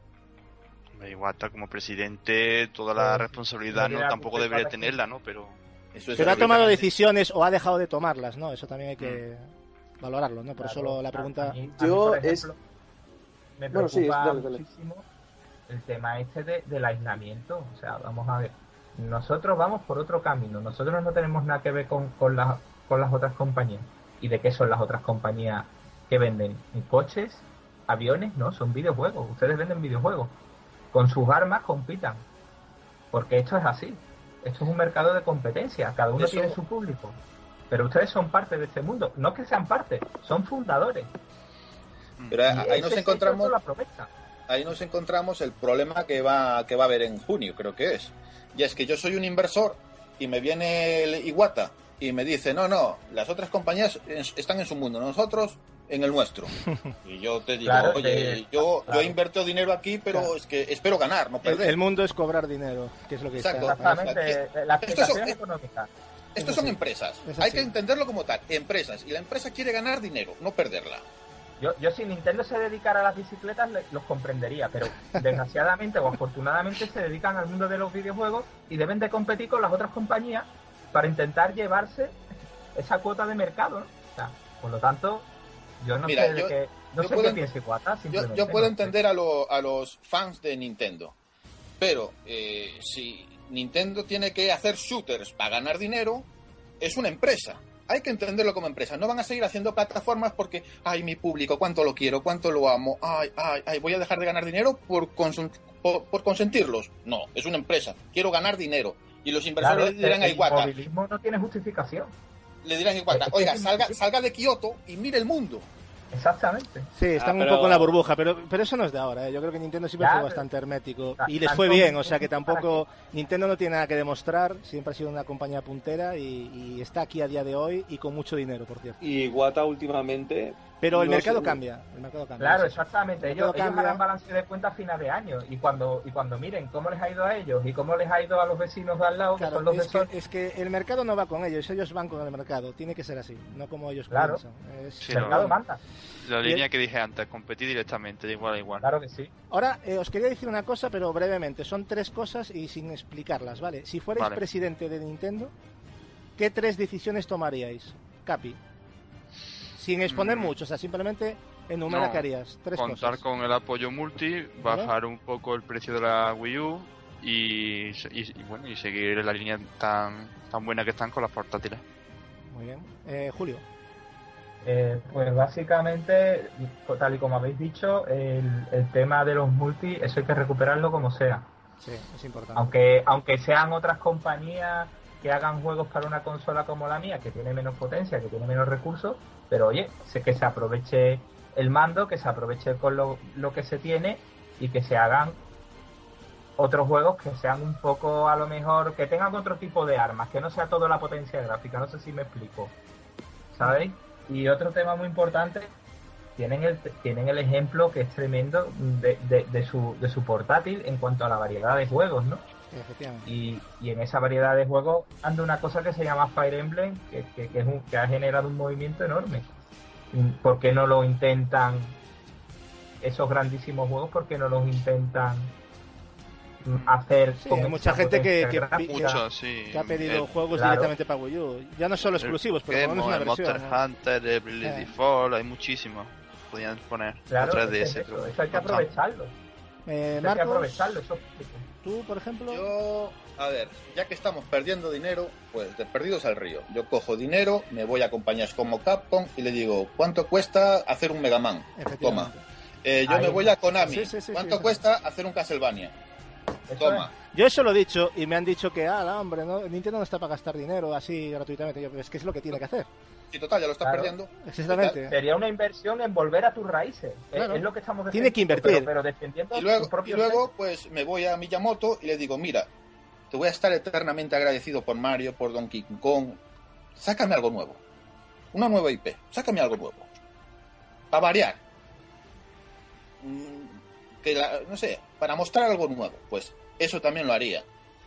Iwata como presidente, toda la Pues, responsabilidad no mira, tampoco pues, debería parece- tenerla, ¿no? Pero Eso es Pero ha tomado absolutamente- decisiones o ha dejado de tomarlas, ¿no? Eso también hay que valorarlo, ¿no? Por eso Claro, la a- pregunta... a mí- a mí, Yo por es- ejemplo, me Bueno, sí, preocupa dale, dale. muchísimo el tema este de- del aislamiento. O sea, vamos a ver, nosotros vamos por otro camino. Nosotros no tenemos nada que ver con, con, las, con las otras compañías. ¿Y de qué son las otras compañías que venden? ¿Coches? ¿Aviones? No, son videojuegos. Ustedes venden videojuegos. Con sus armas compitan. Porque esto es así. Esto es un mercado de competencia. Cada uno Eso- tiene su público. Pero ustedes son parte de este mundo. No es que sean parte, son fundadores. Pero Y ahí ese- nos ese encontramos, lo aprovechan. ahí nos encontramos el problema que va, que va a haber en junio, creo que es. Y es que yo soy un inversor y me viene el Iwata y me dice, no, no, las otras compañías es- están en su mundo, nosotros en el nuestro. Y yo te digo, Claro, oye, de- yo, claro. yo he invertido dinero aquí, pero Claro. es que espero ganar, no El, perder. el mundo es cobrar dinero, que es lo que Exacto. está... Exactamente, la Esto es- explicación eh, económica. Estos es son así. empresas, Es hay así. que entenderlo como tal, empresas. Y la empresa quiere ganar dinero, no perderla. Yo, yo si Nintendo se dedicara a las bicicletas le- los comprendería, pero desgraciadamente o afortunadamente se dedican al mundo de los videojuegos y deben de competir con las otras compañías para intentar llevarse esa cuota de mercado, ¿no? O sea, por lo tanto, yo no Mira, sé de yo- qué, no yo sé puedo qué ent- piense Iwata, Yo, simplemente. yo puedo no sé. entender a, lo- a los fans de Nintendo, pero eh, si Nintendo tiene que hacer shooters para ganar dinero, es una empresa. Hay que entenderlo como empresa. No van a seguir haciendo plataformas porque, ay, mi público, cuánto lo quiero, cuánto lo amo, ay, ay, ay, voy a dejar de ganar dinero por, consum- por, por consentirlos. No, es una empresa. Quiero ganar dinero. Y los inversores Claro, le dirán a el Iwata, inmovilismo no tiene justificación. le dirán a Iwata, Es que oiga, es salga, imposible. salga de Kioto y mire el mundo. Exactamente. Sí, están Ah, un pero- poco en la burbuja, pero, pero eso no es de ahora, ¿eh? Yo creo que Nintendo siempre Ya, fue pero- bastante hermético Ta- y les tanto fue bien, o Nintendo sea que para tampoco Nintendo no tiene nada que demostrar, siempre ha sido una compañía puntera y, y está aquí a día de hoy y con mucho dinero, por cierto. Y Iwata últimamente... Pero el no mercado sé- cambia, el mercado cambia. Claro, sí. exactamente. El Ellos, mercado ellos cambia. harán balance de cuentas a final de año y cuando y cuando miren cómo les ha ido a ellos y cómo les ha ido a los vecinos de al lado, Claro, que son los de es, que, Sony, es que el mercado no va con ellos, ellos van con el mercado, tiene que ser así, no como ellos Claro. piensan. Es- Sí, el mercado no. manda. la Y línea el- que dije antes, competir directamente, de igual a igual. Claro que sí. Ahora, eh, os quería decir una cosa, pero brevemente, son tres cosas y sin explicarlas, ¿vale? Si fuerais Vale. presidente de Nintendo, ¿qué tres decisiones tomaríais? Capi. Sin exponer Mm. mucho, o sea, simplemente enumera No, qué harías. Tres Contar cosas. con el apoyo multi, bajar un poco el precio de la Wii U y, y- y, bueno, y seguir la línea tan tan buena que están con las portátiles. Muy bien. Eh, Julio. Eh, pues básicamente, tal y como habéis dicho, el, el tema de los multi, eso hay que recuperarlo como sea. Sí, es importante. Aunque aunque sean otras compañías que hagan juegos para una consola como la mía, que tiene menos potencia, que tiene menos recursos, pero oye, sé que se aproveche el mando, que se aproveche con lo, lo que se tiene y que se hagan otros juegos que sean un poco, a lo mejor, que tengan otro tipo de armas, que no sea todo la potencia gráfica, no sé si me explico, ¿sabéis? Y otro tema muy importante, tienen el tienen el ejemplo que es tremendo de, de, de su de su portátil en cuanto a la variedad de juegos, ¿no? Efectivamente. Y, y en esa variedad de juegos anda una cosa que se llama Fire Emblem, que, que, que, es un, que ha generado un movimiento enorme. ¿Por qué no lo intentan esos grandísimos juegos? ¿Por qué no los intentan hacer? Sí, con hay mucha gente que, que, Mucho, sí. que ha pedido el, juegos claro. directamente para Wii U. Ya no solo exclusivos, pero Pokémon, no es una el versión. Monster ¿no? Hunter, el Bravely Eh. Default, hay muchísimos. Podían poner Claro, tres D es S. eso, eso hay que aprovecharlo. Eh, Hay que Marcos, aprovecharlo, eso. tú, por ejemplo... Yo, a ver, ya que estamos perdiendo dinero, pues de perdidos al río. Yo cojo dinero, me voy a compañías como Capcom y le digo, ¿cuánto cuesta hacer un Mega Man? Toma. Efectivamente. Eh, yo Ahí me voy está. a Konami. Sí, sí, sí, ¿Cuánto sí, cuesta hacer un Castlevania? Eso Toma. Yo eso lo he dicho y me han dicho que, ah, la, hombre, no, Nintendo no está para gastar dinero así gratuitamente. Yo, pero es que es lo que tiene que hacer. Y total, ya lo estás Claro. perdiendo. Exactamente. es. Sería una inversión en volver a tus raíces. Es- Claro. Es, lo que estamos Tiene que defendiendo, invertir. Pero, pero defendiendo Y luego, tu y propio luego, pues me voy a Miyamoto y le digo, mira, te voy a estar eternamente agradecido por Mario, por Donkey Kong. Sácame algo nuevo. Una nueva I P. Sácame algo nuevo. Para variar. Mm, Que la- no sé, para mostrar algo nuevo. Pues eso también lo haría.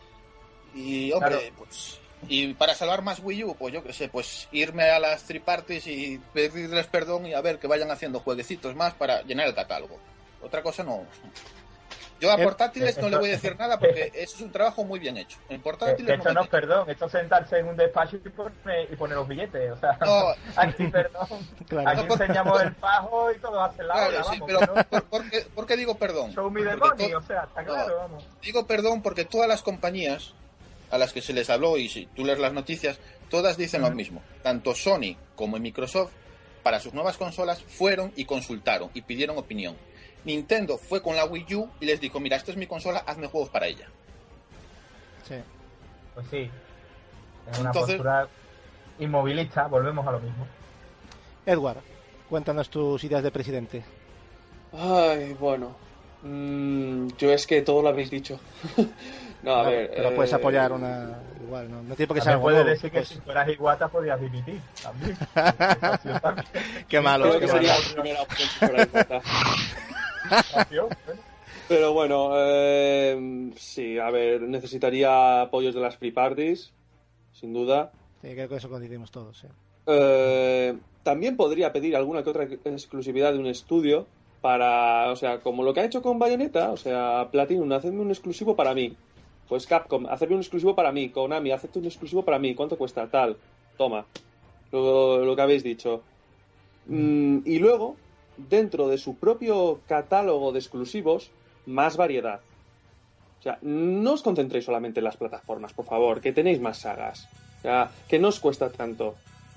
Y, hombre, Claro. pues... Y para salvar más Wii U, pues yo qué sé, pues irme a las three parties y pedirles perdón y a ver que vayan haciendo jueguecitos más para llenar el catálogo. Otra cosa no. Yo a Eh, portátiles eh, no le voy a decir nada porque eso es un trabajo muy bien hecho. En Que, portátiles que no esto no me es perdón, esto es sentarse en un despacho y poner, y poner los billetes. O sea, No. aquí perdón, Claro. aquí enseñamos el fajo y todo hace la Claro, hora, sí, vamos. pero ¿no? ¿por, por qué, por qué digo perdón? Show me the Porque money, to- o sea, está No. claro, vamos. Digo perdón porque todas las compañías a las que se les habló, y si tú lees las noticias, todas dicen lo mismo. Tanto Sony como Microsoft, para sus nuevas consolas, fueron y consultaron y pidieron opinión. Nintendo fue con la Wii U y les dijo, mira, esta es mi consola, hazme juegos para ella. Sí. Pues sí, es una Entonces- postura inmovilista, volvemos a lo mismo. Edward, cuéntanos tus ideas de presidente. Ay, bueno. Mm, yo es que todo lo habéis dicho. no, a Claro, ver. pero puedes eh, apoyar una... Igual, no, no tiene por qué ser También algo puedes nuevo, decir que pues. si fueras Iguata podías dimitir, también. Esa opción también. Qué malo, Creo qué que malo. sería la primera opción si fuera Iguata. Esa opción, bueno. Pero bueno, eh, sí, a ver, necesitaría apoyos de las free parties, sin duda. Sí, creo que eso coincidimos todos, sí. Eh, también podría pedir alguna que otra exclusividad de un estudio para, o sea, como lo que ha hecho con Bayonetta, o sea, Platinum, hacedme un exclusivo para mí. Pues Capcom, hacedme un exclusivo para mí. Konami, hacedme un exclusivo para mí. ¿Cuánto cuesta? Tal. Toma. Lo, lo que habéis dicho. Mm, y luego, dentro de su propio catálogo de exclusivos, más variedad. O sea, no os concentréis solamente en las plataformas, por favor, que tenéis más sagas. O sea, que no os cuesta tanto.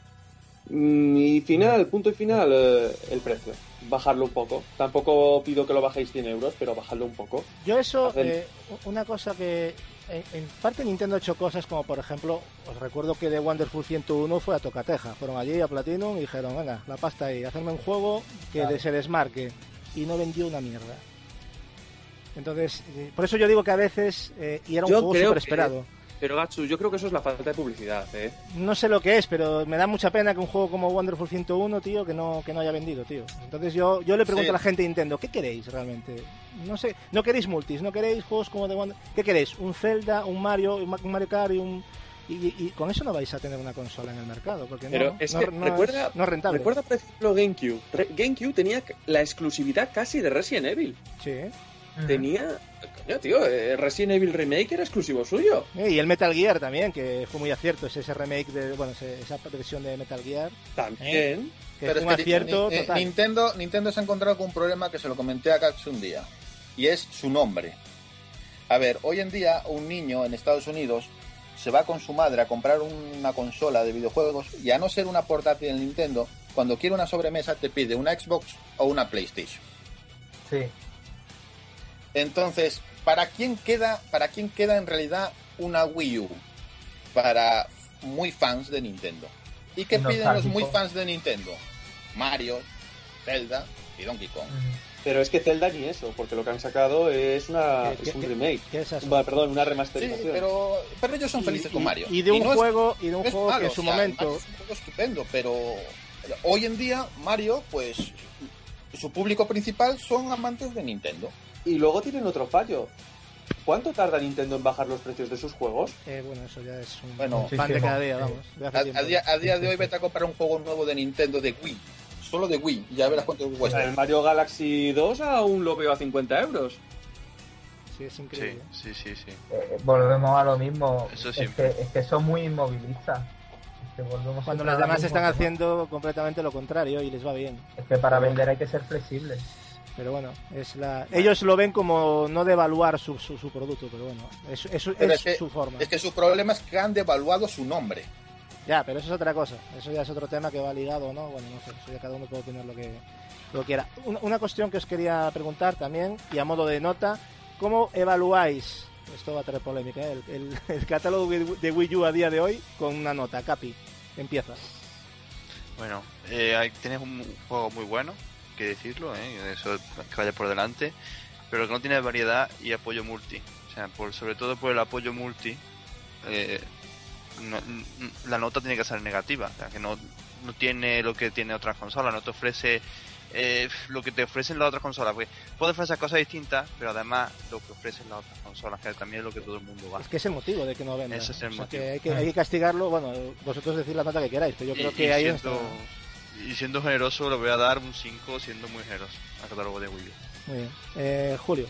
Mm, Y final, punto y final, eh, el precio. Bajarlo un poco. Tampoco pido que lo bajéis cien euros, pero bajadlo un poco. Yo eso, Hacer- eh, una cosa que... En, en parte Nintendo ha hecho cosas como, por ejemplo, os recuerdo que de Wonderful ciento uno fue a Tocateja. Fueron allí a Platinum y dijeron, venga, la pasta ahí, hacerme un juego que Claro. de- se desmarque. Y no vendió una mierda. Entonces, eh, por eso yo digo que a veces... eh, y era un Yo juego creo súper que- esperado. Pero Gatsu, yo creo que eso es la falta de publicidad, ¿eh? No sé lo que es, pero me da mucha pena que un juego como Wonderful ciento uno, tío, que no, que no haya vendido, tío. Entonces yo, yo le pregunto Sí. a la gente de Nintendo, ¿qué queréis realmente? No sé, no queréis multis, no queréis juegos como de Wonder... ¿Qué queréis? ¿Un Zelda, un Mario, un Ma- un Mario Kart y un... Y, y- y con eso no vais a tener una consola en el mercado, porque Pero no, es no- que no recuerda, es, no es rentable. recuerda, por ejemplo, GameCube. Re- GameCube tenía la exclusividad casi de Resident Evil. Sí. Tenía... Coño, tío, eh, Resident Evil Remake era exclusivo suyo. Eh, Y el Metal Gear también, que fue muy acierto, es ese remake de, bueno, ese- esa versión de Metal Gear, También. que Pero es es un que acierto ni- ni- total. Nintendo, Nintendo se ha encontrado con un problema que se lo comenté a Gax un día. Y es su nombre. A ver, hoy en día un niño en Estados Unidos se va con su madre a comprar una consola de videojuegos y a no ser una portátil de Nintendo, cuando quiere una sobremesa te pide una Xbox o una PlayStation. Sí. Entonces, ¿para quién queda, para quién queda en realidad una Wii U? Para muy fans de Nintendo. ¿Y qué piden los Nostálgico. muy fans de Nintendo? Mario, Zelda y Donkey Kong. Pero es que Zelda ni eso, porque lo que han sacado es una ¿Qué, es un qué, remake. ¿Qué es eso? Bueno, perdón, una Sí, remasterización. pero, pero ellos son Y- felices y- con Mario. y de un no es- juego y de un no es juego malo, que en su o sea, momento Mario es un juego estupendo, pero hoy en día Mario, pues su público principal son amantes de Nintendo. Y luego tienen otro fallo. ¿Cuánto tarda Nintendo en bajar los precios de sus juegos? eh, bueno, eso ya es un Bueno, pan de muchísimo, cada día, sí. vamos, de hace A, tiempo. a día, a día de hoy vete a comprar un juego nuevo de Nintendo de Wii, solo de Wii, y ya verás cuánto O sea, cuesta. el Mario Galaxy dos aún lo veo a cincuenta euros. Sí, es Sí, increíble. sí, sí, sí. Eh, volvemos a lo mismo. Eso es, siempre. que, es que son muy inmovilistas. Es que volvemos Cuando siempre los a la demás misma están cosa. haciendo completamente lo contrario y les va bien. Es que para vender hay que ser flexibles. Pero bueno, es la... ellos lo ven como no devaluar su, su, su producto, pero bueno, es, es, Pero es es que- su forma. Es que su problema es que han devaluado su nombre. Ya, pero eso es otra cosa. Eso ya es otro tema que va ligado o no. Bueno, no sé, eso ya cada uno puede opinar lo que, lo que quiera. Una, una cuestión que os quería preguntar también, y a modo de nota, ¿cómo evaluáis, esto va a tener polémica, ¿eh? el, el, el catálogo de Wii U a día de hoy con una nota? Capi, empieza. Bueno, eh, hay- tienes un juego muy bueno, hay que decirlo, ¿eh? Eso que vaya por delante, pero que no tiene variedad y apoyo multi. O sea, por, sobre todo por el apoyo multi, eh, no- n- la nota tiene que ser negativa. O sea, que no, no tiene lo que tiene otras consolas, no te ofrece eh, lo que te ofrecen las otras consolas. Porque puede ofrecer cosas distintas, pero además lo que ofrecen las otras consolas, que también es lo que todo el mundo va. Es que es el motivo de que no venda. Ese es el O sea, motivo. que hay, que hay que castigarlo. Bueno, vosotros decid la nota que queráis, pero yo creo Y- que y ahí siendo, está... y siendo generoso, le voy a dar un cinco, siendo muy generoso al catálogo de Wii U. Muy bien. Eh, Julio,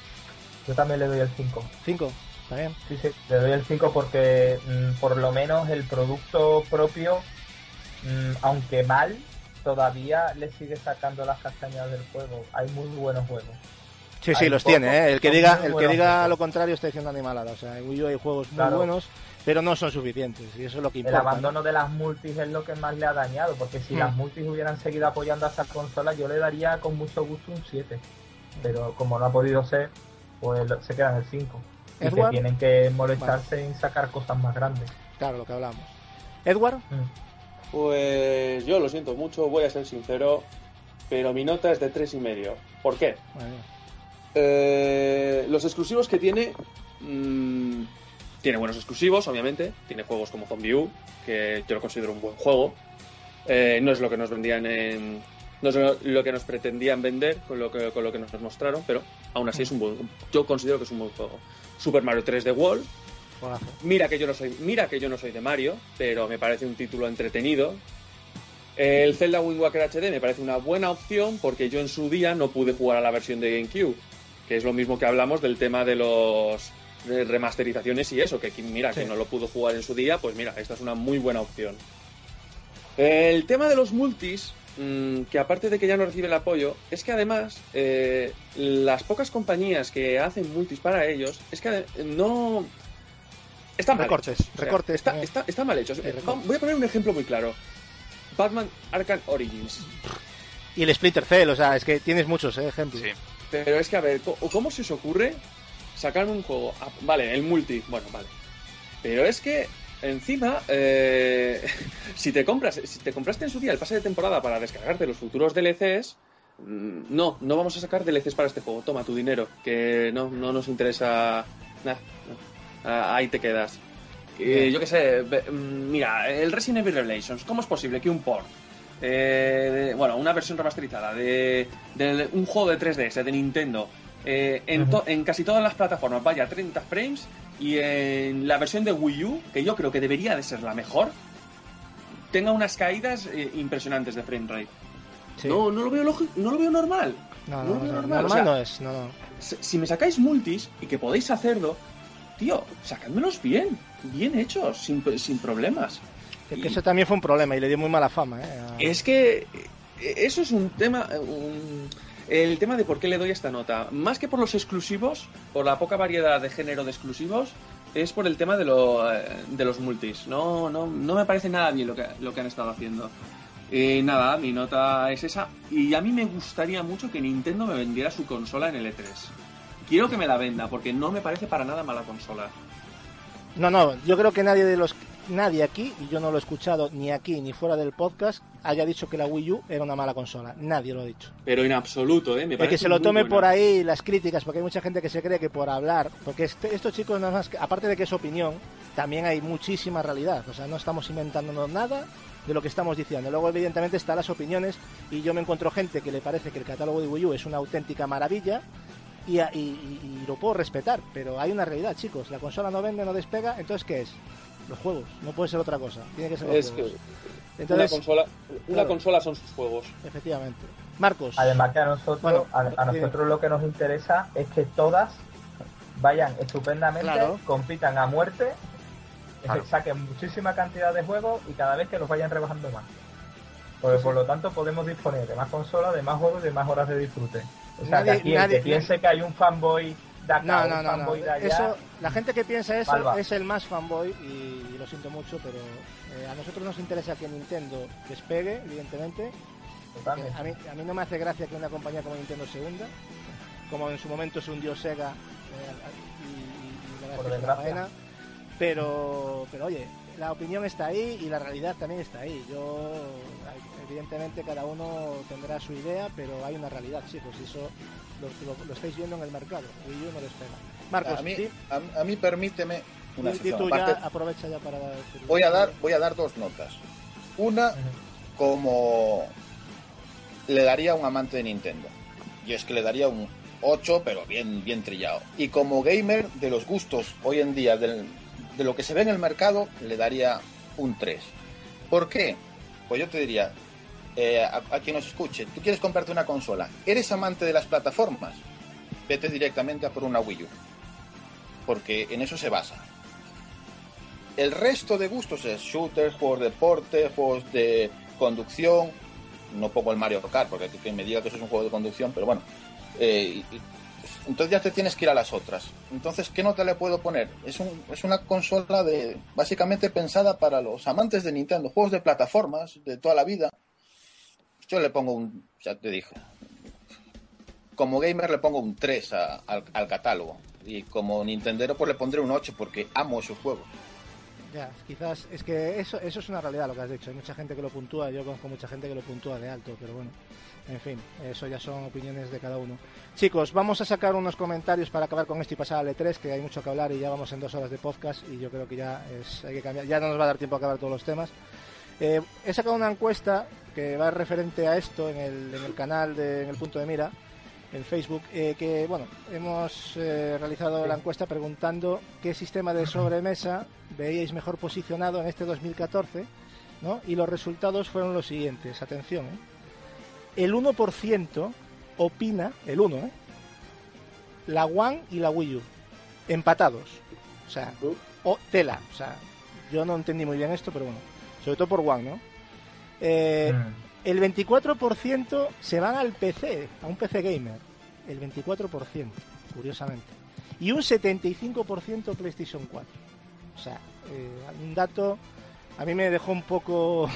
Yo también le doy el cinco. cinco, ¿está bien? Sí, sí, le doy el cinco porque mm, por lo menos el producto propio, mm, aunque mal, todavía le sigue sacando las castañas del juego. Hay muy buenos juegos. Sí, sí, Hay los pocos, tiene, ¿eh? El que son diga, muy el que buenos diga juegos. lo contrario está diciendo animalada. O sea, en Wii U hay juegos muy Claro. buenos, pero no son suficientes. Y eso es lo que El importa. abandono de las multis es lo que más le ha dañado, porque si Hmm. las multis hubieran seguido apoyando a esa consola, yo le daría con mucho gusto un siete. Pero como no ha podido ser, pues lo- se queda en el cinco. Y que Edward. tienen que molestarse en sacar cosas más grandes. Claro, lo que hablamos. Edward, Mm. Pues yo lo siento mucho, voy a ser sincero, pero mi nota es de tres y medio. ¿Por qué? Bueno, Eh, los exclusivos que tiene... mmm, tiene buenos exclusivos, obviamente. Tiene juegos como Zombie U, que yo lo considero un buen juego. Eh, no es lo que nos vendían en... No es lo, lo que nos pretendían vender con lo que, con lo que nos mostraron, pero aún así es un buen... Yo considero que es un buen juego. Super Mario tres D World. juegazo. Mira que yo no soy, mira que yo no soy de Mario, pero me parece un título entretenido. El Zelda Wind Waker H D me parece una buena opción porque yo en su día no pude jugar a la versión de GameCube, que es lo mismo que hablamos del tema de los de remasterizaciones y eso, que quien- mira, Sí. que no lo pudo jugar en su día, pues mira, esta es una muy buena opción. El tema de los multis, mmm, que aparte de que ya no recibe el apoyo, es que además eh, las pocas compañías que hacen multis para ellos, es que ade- no... Están mal Recortes, hechos. O sea, recortes Está, también. está, está mal hechos. Sí, Eh, recortes. Voy a poner un ejemplo muy claro. Batman Arkham Origins. Y el Splinter Cell, o sea, es que tienes muchos ¿eh? ejemplos. Sí. Pero es que, a ver, co- ¿cómo se os ocurre sacar un juego? Ah, vale, el multi, bueno, vale. Pero es que, encima, eh, si te compras, si te compraste en su día el pase de temporada para descargarte los futuros D L Cs, mm, no, no vamos a sacar D L Cs para este juego. Toma tu dinero, que no, no nos interesa nada. Ah, ahí te quedas. Eh, yo qué sé, ve- mm, mira, el Resident Evil Revelations, ¿cómo es posible que un port, eh, de- bueno, una versión remasterizada de, de un juego de tres D S de Nintendo, eh, en, to- en casi todas las plataformas vaya a treinta frames y en la versión de Wii U, que yo creo que debería de ser la mejor, tenga unas caídas eh, impresionantes de frame rate? Sí. No, no lo veo lógico, no lo veo normal. no, no no, lo veo no, normal, normal o sea, no es, no, no. Si si me sacáis multis y que podéis hacerlo, tío, sacádmelos bien, bien hechos, sin, sin problemas. Es que eso también fue un problema y le dio muy mala fama, ¿eh? A- Es que eh, eso es un tema, un- el tema de por qué le doy esta nota. Más que por los exclusivos, por la poca variedad de género de exclusivos, es por el tema de, lo, eh, de los multis. No, no, no me parece nada bien lo que, lo que han estado haciendo. Y nada, mi nota es esa. Y a mí me gustaría mucho que Nintendo me vendiera su consola en el E tres. Quiero que me la venda, porque no me parece para nada mala consola. No, no, yo creo que nadie de los nadie aquí, y yo no lo he escuchado ni aquí ni fuera del podcast, haya dicho que la Wii U era una mala consola. Nadie lo ha dicho. Pero en absoluto, ¿eh? Me de que se lo tome por ahí las críticas, porque hay mucha gente que se cree que por hablar, porque este, estos chicos nada más, que, aparte de que es opinión, también hay muchísima realidad. O sea, no estamos inventándonos nada de lo que estamos diciendo. Luego, evidentemente, están las opiniones, y yo me encuentro gente que le parece que el catálogo de Wii U es una auténtica maravilla, y, y, y, y lo puedo respetar, pero hay una realidad, chicos. La consola no vende, no despega, entonces ¿qué es? Los juegos, no puede ser otra cosa, tiene que ser los es juegos. Que Entonces, una consola, una claro, consola son sus juegos. Efectivamente. Marcos. Además que a nosotros, Bueno, a, a nosotros lo que nos interesa es que todas vayan estupendamente, Claro. compitan a muerte, Claro. saquen muchísima cantidad de juegos y cada vez que los vayan rebajando más. Porque por lo tanto podemos disponer de más consolas, de más juegos y de más horas de disfrute. O sea, Nadie- que aquí el nadie- que piense que hay un fanboy de acá, No, un no, no, no. fanboy de allá, Eso, la gente que piensa eso Malva. es el más fanboy, y, y lo siento mucho, pero eh, a nosotros nos interesa que Nintendo despegue, evidentemente. totalmente. A mí, a mí no me hace gracia que una compañía como Nintendo se hunda, como en su momento se hundió Sega, eh, y, y la verdad Por es que es una desgracia. faena. Pero, pero oye, la opinión está ahí y la realidad también está ahí. Yo, evidentemente, cada uno tendrá su idea, pero hay una realidad, chicos, y eso lo, lo, lo estáis viendo en el mercado. Wii U no despega. Marcos, a mí, ¿sí? a, a mí permíteme una Y sección tú ya aparte. aprovecha ya para... Voy a dar, voy a dar dos notas. Una, como le daría a un amante de Nintendo. Y es que le daría un ocho, pero bien, bien trillado. Y como gamer de los gustos hoy en día, del, de lo que se ve en el mercado, le daría un tres. ¿Por qué? Pues yo te diría, eh, a, a quien nos escuche, tú quieres comprarte una consola, eres amante de las plataformas, vete directamente a por una Wii U. Porque en eso se basa. El resto de gustos es shooters, juegos de deporte, juegos de conducción. No pongo el Mario Kart porque hay que me diga que eso es un juego de conducción, pero bueno. Eh, y, y, entonces ya te tienes que ir a las otras. Entonces, ¿qué nota le puedo poner? Es, un, es una consola de básicamente pensada para los amantes de Nintendo, juegos de plataformas de toda la vida. Yo le pongo un, ya te dije, como gamer le pongo un tres a, al, al catálogo. Y como nintendero pues le pondré un ocho porque amo esos juegos. Ya, quizás, es que eso eso es una realidad lo que has dicho. Hay mucha gente que lo puntúa, yo conozco mucha gente que lo puntúa de alto, pero bueno, en fin, eso ya son opiniones de cada uno. Chicos, vamos a sacar unos comentarios para acabar con esto y pasar al E tres, que hay mucho que hablar y ya vamos en dos horas de podcast y yo creo que ya es, hay que cambiar, ya no nos va a dar tiempo a acabar todos los temas. Eh, he sacado una encuesta que va referente a esto en el, en el canal de en el punto de mira, en Facebook, eh, que bueno, hemos eh, realizado la encuesta preguntando qué sistema de sobremesa veíais mejor posicionado en este dos mil catorce, ¿no? Y los resultados fueron los siguientes, atención, ¿eh? El uno por ciento opina, el uno, ¿eh? La One y la Wii U, empatados, o sea, o tela, o sea, yo no entendí muy bien esto, pero bueno, sobre todo por One, ¿no? Eh, Mm. El veinticuatro por ciento se van al P C, a un P C gamer. El veinticuatro por ciento, curiosamente. Y un setenta y cinco por ciento PlayStation cuatro. O sea, eh, un dato a mí me dejó un poco...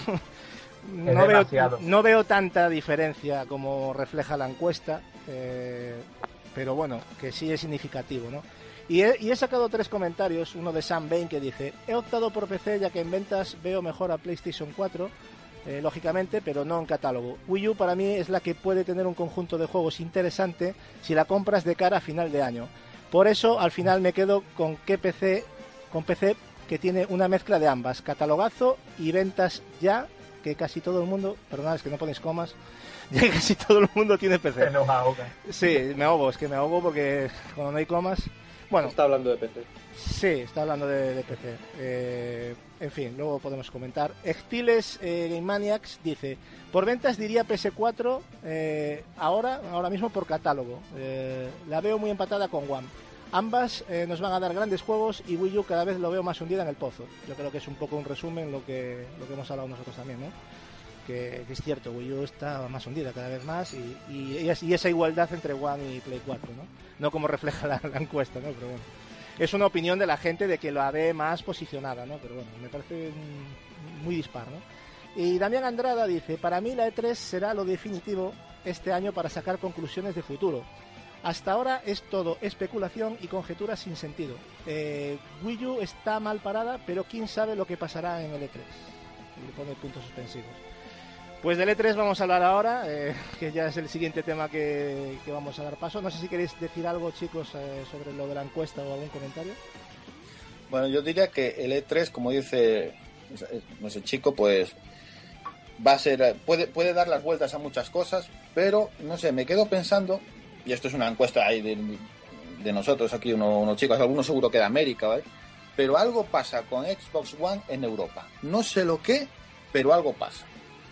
no, veo, no veo tanta diferencia como refleja la encuesta, eh, pero bueno, que sí es significativo, ¿no? Y he, y he sacado tres comentarios, uno de Sam Bain que dice: he optado por P C ya que en ventas veo mejor a PlayStation cuatro, eh, lógicamente, pero no en catálogo. Wii U para mí es la que puede tener un conjunto de juegos interesante si la compras de cara a final de año. Por eso al final me quedo con que P C, con P C que tiene una mezcla de ambas, catalogazo y ventas ya, que casi todo el mundo, perdonad, es que no ponéis comas, ya que casi todo el mundo tiene P C. Se nos ahoga. Sí, me ahogo, es que me ahogo porque cuando no hay comas... Bueno, está hablando de P C. Sí, está hablando de, de P C. Eh, en fin, luego podemos comentar. Extiles eh, Game Maniacs dice: por ventas diría P S cuatro, eh, ahora, ahora mismo por catálogo. Eh, la veo muy empatada con One. Ambas eh, nos van a dar grandes juegos y Wii U cada vez lo veo más hundida en el pozo. Yo creo que es un poco un resumen lo que lo que hemos hablado nosotros también, ¿no? Que, que es cierto, Wii U está más hundida cada vez más y, y, y esa igualdad entre One y Play cuatro, ¿no? No como refleja la, la encuesta, ¿no? Pero bueno, es una opinión de la gente de que la ve más posicionada, ¿no? Pero bueno, me parece muy dispar, ¿no? Y Damián Andrada dice: para mí la E tres será lo definitivo este año para sacar conclusiones de futuro. Hasta ahora es todo especulación y conjeturas sin sentido. Eh, Wii U está mal parada, pero quién sabe lo que pasará en el E tres. Y le pone puntos suspensivos. Pues del E tres vamos a hablar ahora, eh, que ya es el siguiente tema que, que vamos a dar paso. No sé si queréis decir algo, chicos, eh, sobre lo de la encuesta o algún comentario. Bueno, yo diría que el E tres, como dice ese chico, pues va a ser, puede, puede dar las vueltas a muchas cosas, pero no sé, me quedo pensando, y esto es una encuesta ahí de, de nosotros aquí, unos, unos chicos, algunos seguro que de América, ¿vale? Pero algo pasa con Xbox One en Europa. No sé lo qué, pero algo pasa.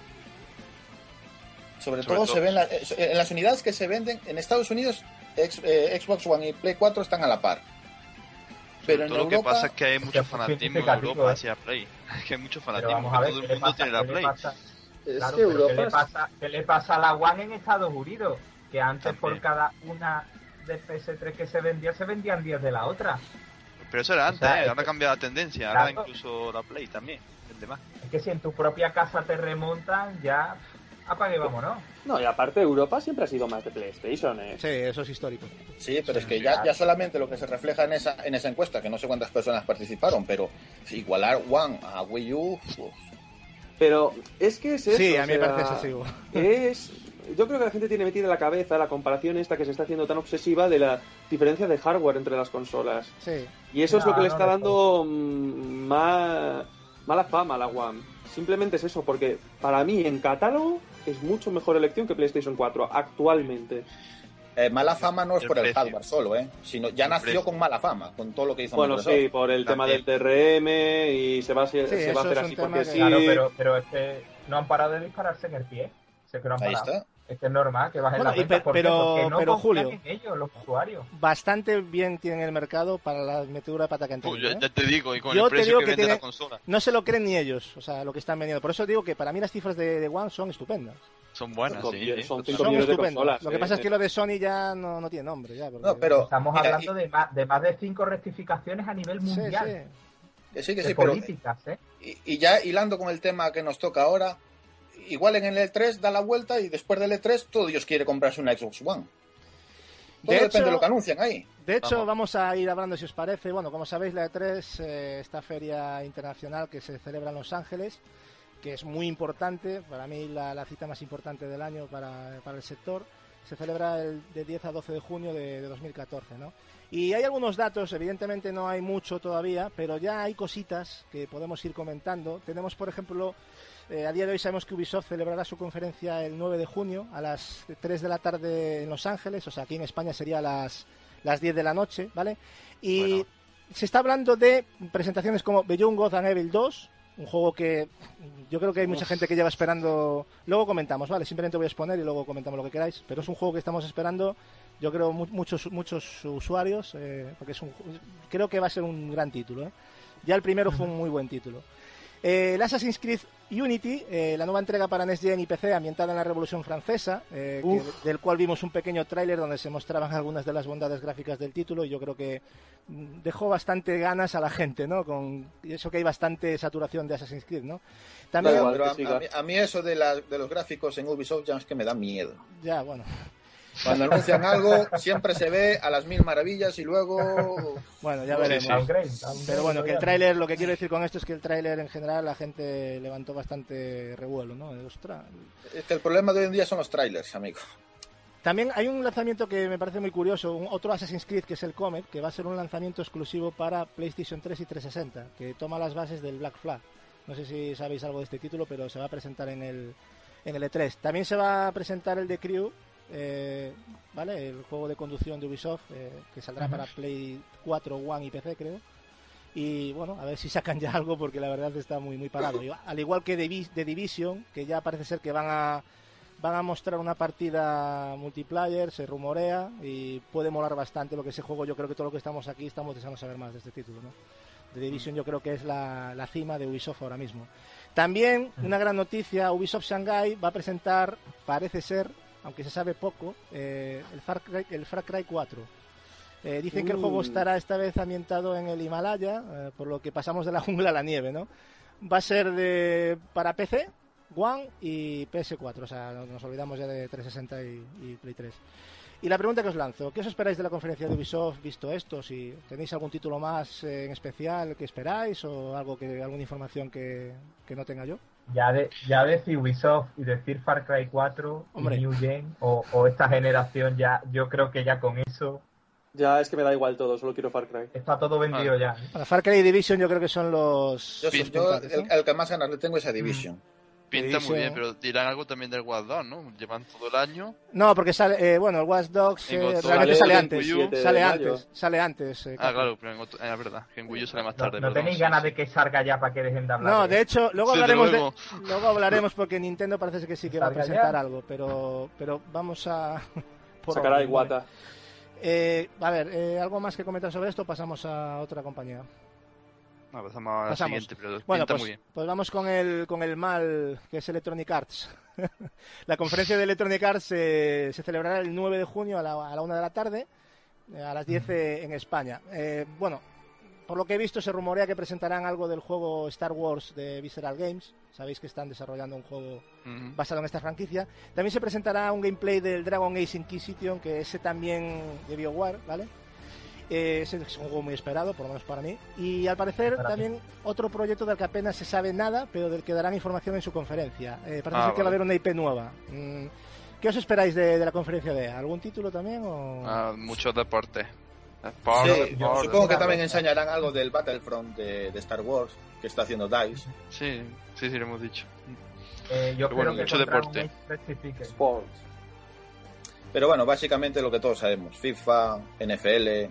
Sobre, Sobre todo, todo se ven la, en las unidades que se venden en Estados Unidos, X, eh, Xbox One y Play cuatro están a la par. Pero en todo Europa, lo que pasa es que hay mucho fanatismo en Europa ¿eh? hacia Play. Es que hay mucho fanatismo, ver, todo el mundo pasa, tiene la Play. Pasa? Es Claro, que Europa ¿qué le, pasa, ¿qué le pasa a la One en Estados Unidos? Que antes También. por cada una de P S tres que se vendía, se vendían diez de la otra. Pero eso era antes, o sea, ¿eh? Ahora ha cambiado la tendencia. Ahora claro. incluso la Play también. Vende más. Es que si en tu propia casa te remontan, ya apague, vámonos. No, y aparte Europa siempre ha sido más de PlayStation, ¿eh? Sí, eso es histórico. sí, pero es que ya, ya solamente lo que se refleja en esa en esa encuesta, que no sé cuántas personas participaron, pero igualar One a Wii U, pues, Pero es que es eso. Sí, a o mí me sea, parece excesivo. Es... Yo creo que la gente tiene metida en la cabeza la comparación esta que se está haciendo tan obsesiva de la diferencia de hardware entre las consolas. Sí. Y eso es No, lo que le no, está no, dando mm, ma- mala fama a la One. Simplemente es eso, porque para mí en catálogo es mucho mejor elección que PlayStation cuatro actualmente. eh, mala fama no es El por el precio. hardware solo, ¿eh? Sino ya El nació precio. con mala fama, con todo lo que hizo Bueno, Microsoft. sí, por el tema También. del T R M y se va a, se, Sí, se va a eso hacer es un así tema porque que- sí. Claro, pero, pero es que no han parado de dispararse en el pie. Si es que no han Ahí parado. está. Es que es normal que bajen Bueno, las y ventas. pe- ¿Por qué? pero- Porque no pero, confían Julio, en ellos, los usuarios. Bastante bien tienen el mercado para la metedura de pata que han Uy, tenido, ya, ¿eh? ya te digo, y con Yo el te precio digo que, que vende tiene- la consola, No se lo creen ni ellos, o sea, lo que están vendiendo. Por eso digo que para mí las cifras de, de One son estupendas. son buenas, Son sí. bien, sí. son cinco Son millones de estupendas. consolas. Lo que eh. pasa es que lo de Sony ya no, no tiene nombre. Ya, porque- No, pero Estamos mira, hablando de, más, de más de cinco rectificaciones a nivel Sí, mundial. sí. que sí, que De sí, pero políticas, ¿eh? y, y ya hilando con el tema que nos toca ahora, igual en el E tres da la vuelta y después del E tres todo Dios quiere comprarse una Xbox One. Todo De depende hecho- de lo que anuncian ahí. De hecho, Vamos. vamos a ir hablando, si os parece. Bueno, como sabéis, la E tres, eh, esta feria internacional que se celebra en Los Ángeles, que es muy importante, para mí la, la cita más importante del año para, para el sector, se celebra el, de diez a doce de junio de, de dos mil catorce, ¿no? Y hay algunos datos, evidentemente no hay mucho todavía, pero ya hay cositas que podemos ir comentando. Tenemos, por ejemplo, eh, a día de hoy sabemos que Ubisoft celebrará su conferencia el nueve de junio a las tres de la tarde en Los Ángeles, o sea, aquí en España sería a las, las diez de la noche, ¿vale? Y Bueno. se está hablando de presentaciones como Beyond Good and Evil dos, un juego que yo creo que hay mucha gente que lleva esperando. Luego comentamos, ¿vale? Simplemente voy a exponer y luego comentamos lo que queráis, pero es un juego que estamos esperando, yo creo, mu- muchos muchos usuarios, eh, porque es un, creo que va a ser un gran título, ¿eh? Ya el primero fue un muy buen título. Eh, el Assassin's Creed Unity, eh, la nueva entrega para Next Gen y P C ambientada en la Revolución Francesa, eh, que- del cual vimos un pequeño tráiler donde se mostraban algunas de las bondades gráficas del título, y yo creo que mm, dejó bastante ganas a la gente, ¿no? Con y eso que hay bastante saturación de Assassin's Creed, ¿no? También, Da igual. Pero a, que siga. a mí, a mí eso de, la- de los gráficos en Ubisoft ya es que me da miedo. ya, bueno, Cuando anuncian algo siempre se ve a las mil maravillas y luego... bueno, ya Sí, veremos. sí. Downgrade, downgrade, Pero bueno, que el ya. tráiler, lo que quiero decir con esto es que el tráiler en general la gente levantó bastante revuelo, ¿no? De, ostras. Es que el problema de hoy en día son los trailers, amigo. También hay un lanzamiento que me parece muy curioso, un, otro Assassin's Creed que es el Comet, que va a ser un lanzamiento exclusivo para PlayStation tres y trescientos sesenta, que toma las bases del Black Flag. No sé si sabéis algo de este título, pero se va a presentar en el, en el E tres. También se va a presentar el de Crew, eh, ¿vale? El juego de conducción de Ubisoft, eh, que saldrá para Play cuatro, One y P C, creo. Y bueno, a ver si sacan ya algo, porque la verdad está muy muy parado. Y, al igual que The The Division, que ya parece ser que van a van a mostrar una partida multiplayer, se rumorea, y puede molar bastante lo que ese juego. Yo creo que todo lo que estamos aquí estamos deseando saber más de este título, ¿no? The Division yo creo que es la, la cima de Ubisoft ahora mismo. También una gran noticia, Ubisoft Shanghai va a presentar, parece ser, aunque se sabe poco, eh, el, Far Cry, el Far Cry cuatro. Eh, dicen que el juego Uh. estará esta vez ambientado en el Himalaya, eh, por lo que pasamos de la jungla a la nieve, ¿no? Va a ser de para P C, One y P S cuatro, o sea, no- nos olvidamos ya de trescientos sesenta y, y Play tres. Y la pregunta que os lanzo, ¿qué os esperáis de la conferencia de Ubisoft visto esto? Si tenéis algún título más eh, en especial que esperáis o algo que alguna información que, que no tenga yo. Ya, de, ya decir Ubisoft y decir Far Cry cuatro, Hombre. New Gen o, o esta generación, ya yo creo que ya con eso Ya es que me da igual todo, solo quiero Far Cry. está todo vendido Ah. ya. ¿eh? Bueno, Far Cry y Division yo creo que son los... Yo, soy- los yo puntuales, el, ¿no? el que más ganas le tengo es a Division. Pinta Division. muy bien, pero dirán algo también del Watch Dogs, ¿no? Llevan todo el año. No, porque sale, eh, bueno, el Watch Dogs En eh, Godzilla realmente sale sale el antes, veintisiete de sale mayo. antes, sale antes. eh, Ah, claro, pero en otro- eh, es verdad, que en Wii U sale más No, tarde. no perdón, tenéis sí, ganas sí. de que salga ya para que dejen de hablar. No, de de él? hecho, luego Sí, hablaremos de, luego. luego hablaremos porque Nintendo parece que sí que va a ¿Salga presentar ya? algo, pero pero vamos a por Sacará orden, Iwata. ¿vale? Eh, a ver, eh, algo más que comentar sobre esto, pasamos a otra compañía. No, pasamos a la Pasamos. siguiente, pero Bueno, pinta pues, muy bien. pues vamos con el con el mal que es Electronic Arts. La conferencia de Electronic Arts eh, se celebrará el nueve de junio a la, a la una de la tarde, eh, a las diez eh, en España. Eh, bueno, por lo que he visto se rumorea que presentarán algo del juego Star Wars de Visceral Games. Sabéis que están desarrollando un juego Ujú. basado en esta franquicia. También se presentará un gameplay del Dragon Age Inquisition, que ese también de BioWare, ¿vale? Eh, ese es un juego muy esperado, por lo menos para mí. Y al parecer Para también otro proyecto del que apenas se sabe nada, pero del que darán información en su conferencia. Eh, parece Ah, ser que va a vale. haber una I P nueva. Mm, ¿Qué os esperáis de, de la conferencia de algún título también? O... Ah, muchos deportes. Sí, Deportes, yo deportes. supongo que también enseñarán algo del Battlefront de, de Star Wars que está haciendo DICE. Sí, sí, sí, lo hemos dicho. Eh, yo Pero bueno, creo que mucho con Dragon deporte. Age rectifiquen. Sports. Pero bueno, básicamente lo que todos sabemos: FIFA, N F L.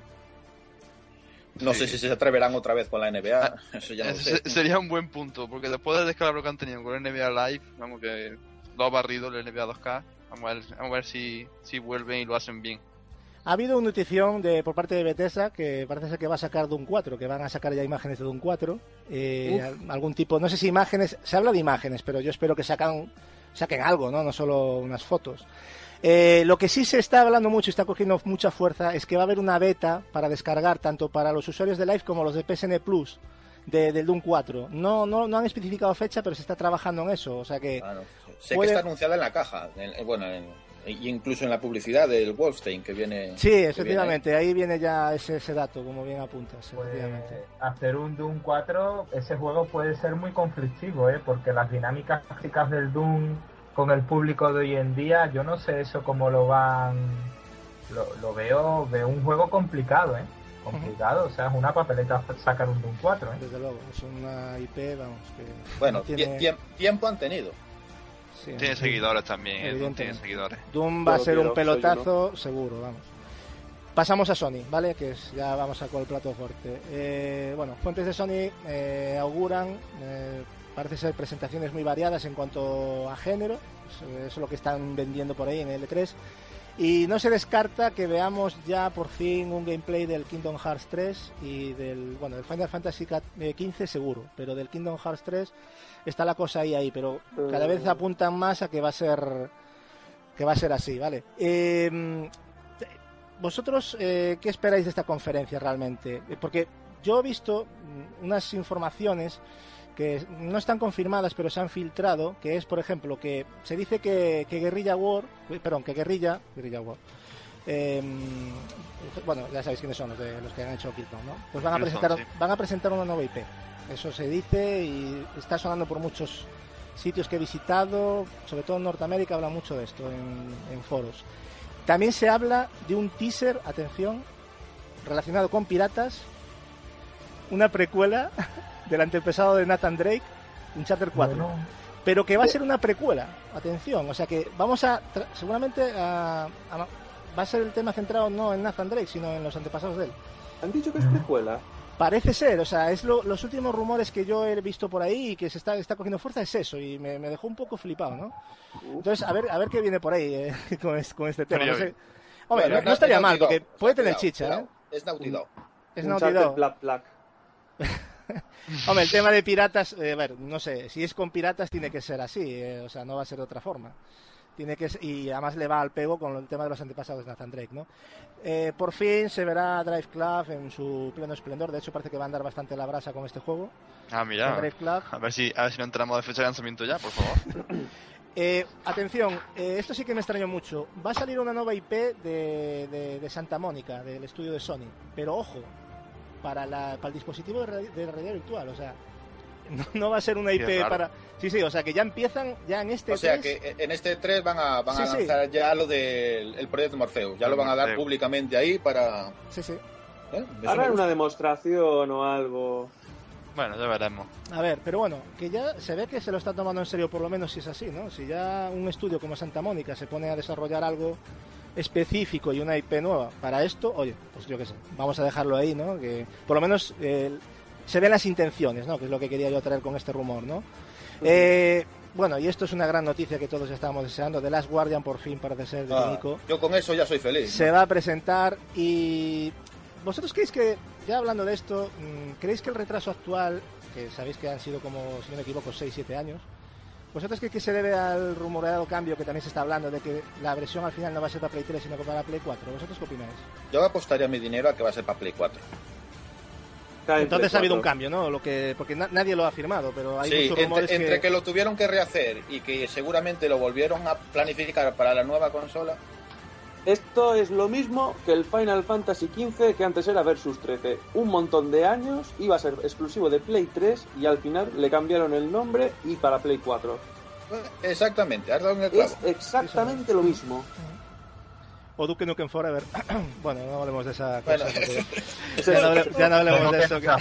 No Sí. sé si se atreverán otra vez con la N B A. Eso ya no lo Ese sé. sería un buen punto, porque después del descalabro que han tenido con el N B A Live, vamos que lo ha barrido el N B A dos K. Vamos a ver, vamos a ver si, si vuelven y lo hacen bien. Ha habido una notición de, por parte de Bethesda que parece ser que va a sacar Doom cuatro, que van a sacar ya imágenes de Doom cuatro. Eh, al- algún tipo, no sé si imágenes, se habla de imágenes, pero yo espero que sacan, saquen algo, ¿no? No solo unas fotos. Eh, lo que sí se está hablando mucho y está cogiendo mucha fuerza es que va a haber una beta para descargar tanto para los usuarios de Live como los de P S N Plus de, del Doom cuatro. No, no, no han especificado fecha, pero se está trabajando en eso. O sea que Ah, no. Sé puede- que está anunciada en la caja. en- en- bueno, en- y incluso en la publicidad del Wolfenstein que viene. sí, que viene efectivamente, ahí viene ya ese, ese dato, como bien apuntas. Pues, Efectivamente. hacer un Doom cuatro, ese juego puede ser muy conflictivo, ¿eh? Porque las dinámicas básicas del Doom con el público de hoy en día, yo no sé eso cómo lo van... Lo, lo veo, veo un juego complicado, ¿eh? Complicado, o sea, es una papeleta sacar un Doom cuatro, ¿eh? Desde luego, es una I P, vamos, que Bueno, no tiene- tie- tie- tiempo han tenido. sí, Tiene sí. seguidores también, ¿eh? Doom Evidentemente. tiene seguidores. Doom va a Yo ser quiero, un pelotazo, seguro, vamos. Pasamos a Sony, ¿vale? Que es, ya vamos a con el plato fuerte. Eh, bueno, fuentes de Sony eh, auguran, eh, parece ser presentaciones muy variadas en cuanto a género, eso es lo que están vendiendo por ahí en L tres. Y no se descarta que veamos ya por fin un gameplay del Kingdom Hearts tres y del, bueno, del Final Fantasy quince seguro, pero del Kingdom Hearts tres está la cosa ahí ahí, pero cada vez apuntan más a que va a ser que va a ser así, ¿vale? Eh, vosotros eh, ¿qué esperáis de esta conferencia realmente? Eh, Porque yo he visto mm, unas informaciones que no están confirmadas pero se han filtrado, que es por ejemplo que se dice que, que Guerrilla War, eh, perdón, que Guerrilla, Guerrilla War, eh, bueno, ya sabéis quiénes son los de los que han hecho Killzone, ¿no? Pues van a Killzone, presentar, sí. van a presentar una nueva I P. Eso se dice y está sonando por muchos sitios que he visitado, sobre todo en Norteamérica habla mucho de esto en, en foros. También se habla de un teaser, atención, relacionado con piratas, una precuela del antepasado de Nathan Drake, Uncharted cuatro, Bueno, pero que va a ser una precuela, atención, o sea que vamos a, tra- seguramente a, a- va a ser el tema centrado no en Nathan Drake, sino en los antepasados de él. Han dicho que es precuela. Parece ser, o sea, es lo- los últimos rumores que yo he visto por ahí y que se está, está cogiendo fuerza es eso, y me, me dejó un poco flipado, ¿no? Entonces, a ver, a ver qué viene por ahí eh, con, es- con este tema. No sé. Hombre, Bueno, no, no estaría es mal, Naughty porque Dog, puede tener cuidado, chicha, cuidado. ¿eh? Es Naughty Dog. Es Un Naughty Uncharted Dog. Black Black. Hombre, el tema de piratas, eh, a ver, no sé, si es con piratas tiene que ser así, eh, o sea, no va a ser de otra forma. Tiene que ser- y además le va al pego con el tema de los antepasados de Nathan Drake, ¿no? Eh, por fin se verá Drive Club en su pleno esplendor, de hecho parece que va a andar bastante la brasa con este juego. Ah, con mira. Drive Club. A ver si, a ver si no entramos de fecha de lanzamiento ya, por favor. Eh, atención, eh, esto sí que me extrañó mucho. Va a salir una nueva I P de, de- de Santa Mónica, del estudio de Sony. Pero ojo, para, la, para el dispositivo de, re- de realidad virtual. O sea, no, no va a ser una I P para... Sí, sí, o sea que ya empiezan, ya en este O sea tres... que en este tres van a, van Sí, a sí. lanzar ya lo del el proyecto Morpheus. Ya lo van a dar Morpheus. públicamente ahí para... Sí, sí. ¿eh? Eso me Harán gusta. una demostración o algo. Bueno, ya veremos. A ver, pero bueno, que ya se ve que se lo está tomando en serio, por lo menos si es así, ¿no? Si ya un estudio como Santa Mónica se pone a desarrollar algo específico y una I P nueva para esto, oye, pues yo qué sé, vamos a dejarlo ahí, ¿no? Que por lo menos eh, se ven las intenciones, ¿no? Que es lo que quería yo traer con este rumor, ¿no? Uh-huh. Eh, bueno, y esto es una gran noticia que todos estábamos deseando. The Last Guardian por fin parece ser de Ah, Nico. yo con eso ya soy feliz. Se ¿no? va a presentar y... ¿Vosotros creéis que, ya hablando de esto, creéis que el retraso actual, que sabéis que han sido como, si no me equivoco, seis siete años, ¿vosotros creéis que se debe al rumoreado cambio que también se está hablando de que la versión al final no va a ser para Play tres sino que para Play cuatro? ¿Vosotros qué opináis? Yo apostaría mi dinero a que va a ser para Play cuatro. Entonces ha habido un cambio, ¿no? Lo que porque na- nadie lo ha afirmado, pero hay sí, muchos rumores entre, entre que... que lo tuvieron que rehacer y que seguramente lo volvieron a planificar para la nueva consola. Esto es lo mismo que el Final Fantasy quince, que antes era Versus trece. Un montón de años, iba a ser exclusivo de Play tres y al final le cambiaron el nombre y para Play cuatro. Exactamente, has dado en el clavo. Es exactamente lo mismo. O Duke Nukem Forever. Bueno, no hablemos de esa Bueno, cosa. Ya no, hable- ya no hablemos de eso. que-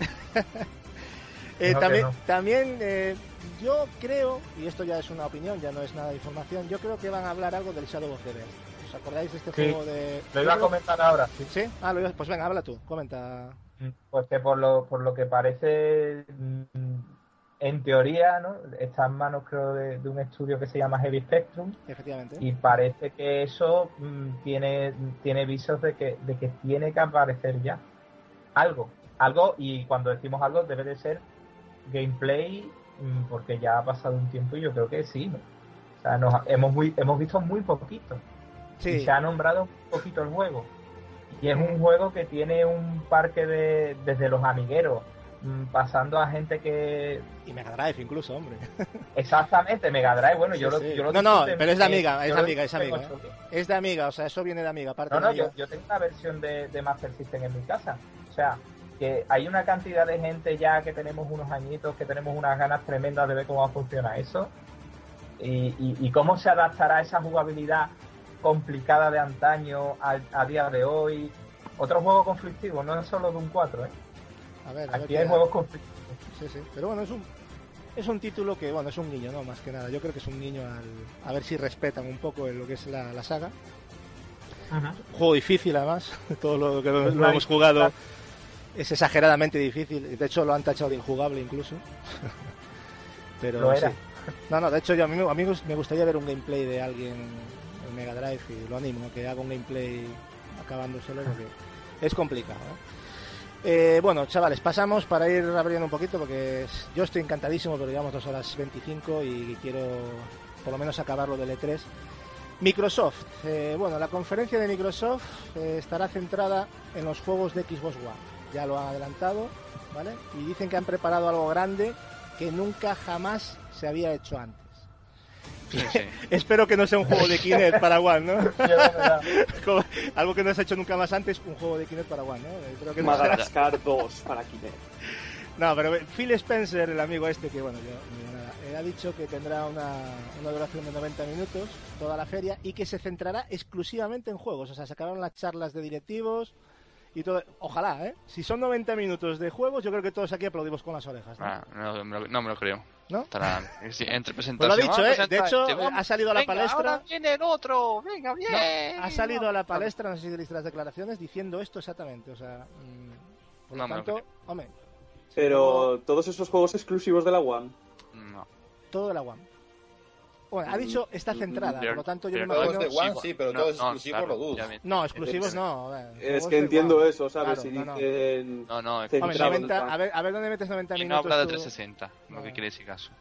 Eh, No, también, que no. también eh, yo creo, y esto ya es una opinión, ya no es nada de información, yo creo que van a hablar algo del Shadow of the Beast. ¿Os acordáis de este Sí, juego de...? Lo yo iba a creo- comentar ahora, sí. ¿Sí? Ah, lo iba- pues venga, habla tú, comenta. Pues que por lo, por lo que parece, mm, en teoría, ¿no? Está en manos, creo, de, de un estudio que se llama Heavy Spectrum, Efectivamente. y parece que eso mm, tiene, tiene visos de que, de que tiene que aparecer ya algo. Algo, y cuando decimos algo debe de ser gameplay, mm, porque ya ha pasado un tiempo y yo creo que sí, ¿no? O sea, nos, hemos, muy, hemos visto muy poquito. Y Sí, se ha nombrado un poquito el juego. Y es un juego que tiene un parque de desde los amigueros, mm, pasando a gente que... y Mega Drive incluso, hombre. Exactamente, Mega Drive, bueno, Sí, yo, lo, sí. yo lo No, no, disfruté, pero es de eh, amiga, es yo de lo amiga, es disfruté amiga, mucho. Es de amiga, o sea, eso viene de amiga, aparte No, de no, amiga. yo, yo tengo una versión de, de Master System en mi casa. O sea, que hay una cantidad de gente ya que tenemos unos añitos, que tenemos unas ganas tremendas de ver cómo funciona eso. Y, y, y cómo se adaptará esa jugabilidad complicada de antaño a, a día de hoy. Otro juego conflictivo, no es solo de un cuatro, ¿eh? A ver, a ver Aquí qué- hay juegos conflictivos. Sí, sí. Pero bueno, es un es un título que, bueno, es un guiño, ¿no? Más que nada. Yo creo que es un guiño al... A ver si respetan un poco lo que es la, la saga. Un juego difícil, además. Todo lo que lo, Es lo una hemos jugado es exageradamente difícil. De hecho, lo han tachado de injugable incluso. Pero Lo era. sí. No, no, de hecho, yo, a mí, a mí me gustaría ver un gameplay de alguien en Mega Drive y lo animo, que haga un gameplay acabándoselo porque es complicado, ¿eh? Eh, bueno, chavales, pasamos para ir abriendo un poquito porque es- yo estoy encantadísimo, pero llevamos dos horas veinticinco y quiero por lo menos acabarlo del E tres. Microsoft, eh, bueno, la conferencia de Microsoft eh, estará centrada en los juegos de Xbox One, ya lo han adelantado, ¿vale? Y dicen que han preparado algo grande que nunca jamás se había hecho antes. Sí, sí. Espero que no sea un juego de Kinect para One, ¿no? Yo, de verdad, Como algo que no se ha hecho nunca más antes, un juego de Kinect para One, ¿no? Espero que no sea- Madagascar dos para Kinect. No, pero Phil Spencer, el amigo este, que bueno, yo, yo nada, eh, ha dicho que tendrá una, una duración de noventa minutos, toda la feria, y que se centrará exclusivamente en juegos. O sea, sacaron las charlas de directivos y todo. Ojalá, ¿eh? Si son noventa minutos de juegos, yo creo que todos aquí aplaudimos con las orejas, ¿no? Ah, no, me lo- no me lo creo. ¿No? Estará, sí, entre Pues lo presentación. ha dicho, ah, ¿eh? De presenta hecho, este, vamos. ha salido a la Venga, palestra. ahora viene el otro. Venga, bien. No, ha salido a la palestra, no sé si leíste las declaraciones, diciendo esto exactamente. O sea, mm, por lo No me lo tanto, creo. hombre, Pero todos esos juegos exclusivos de la One. No. todo de la One. Bueno, ha dicho está centrada, por lo tanto yo me Pero Todos imagino... de One, sí, pero todos exclusivos lo dudo. ya me- No, exclusivos no. a ver, Es juegos que de entiendo One. eso, ¿sabes? Claro, Si no, no. dicen... No, no, es Hombre, Hombre, Centrado en noventa, el a ver, a ver dónde metes noventa y no minutos habla de tú? trescientos sesenta, lo Ah. que quiere decir caso.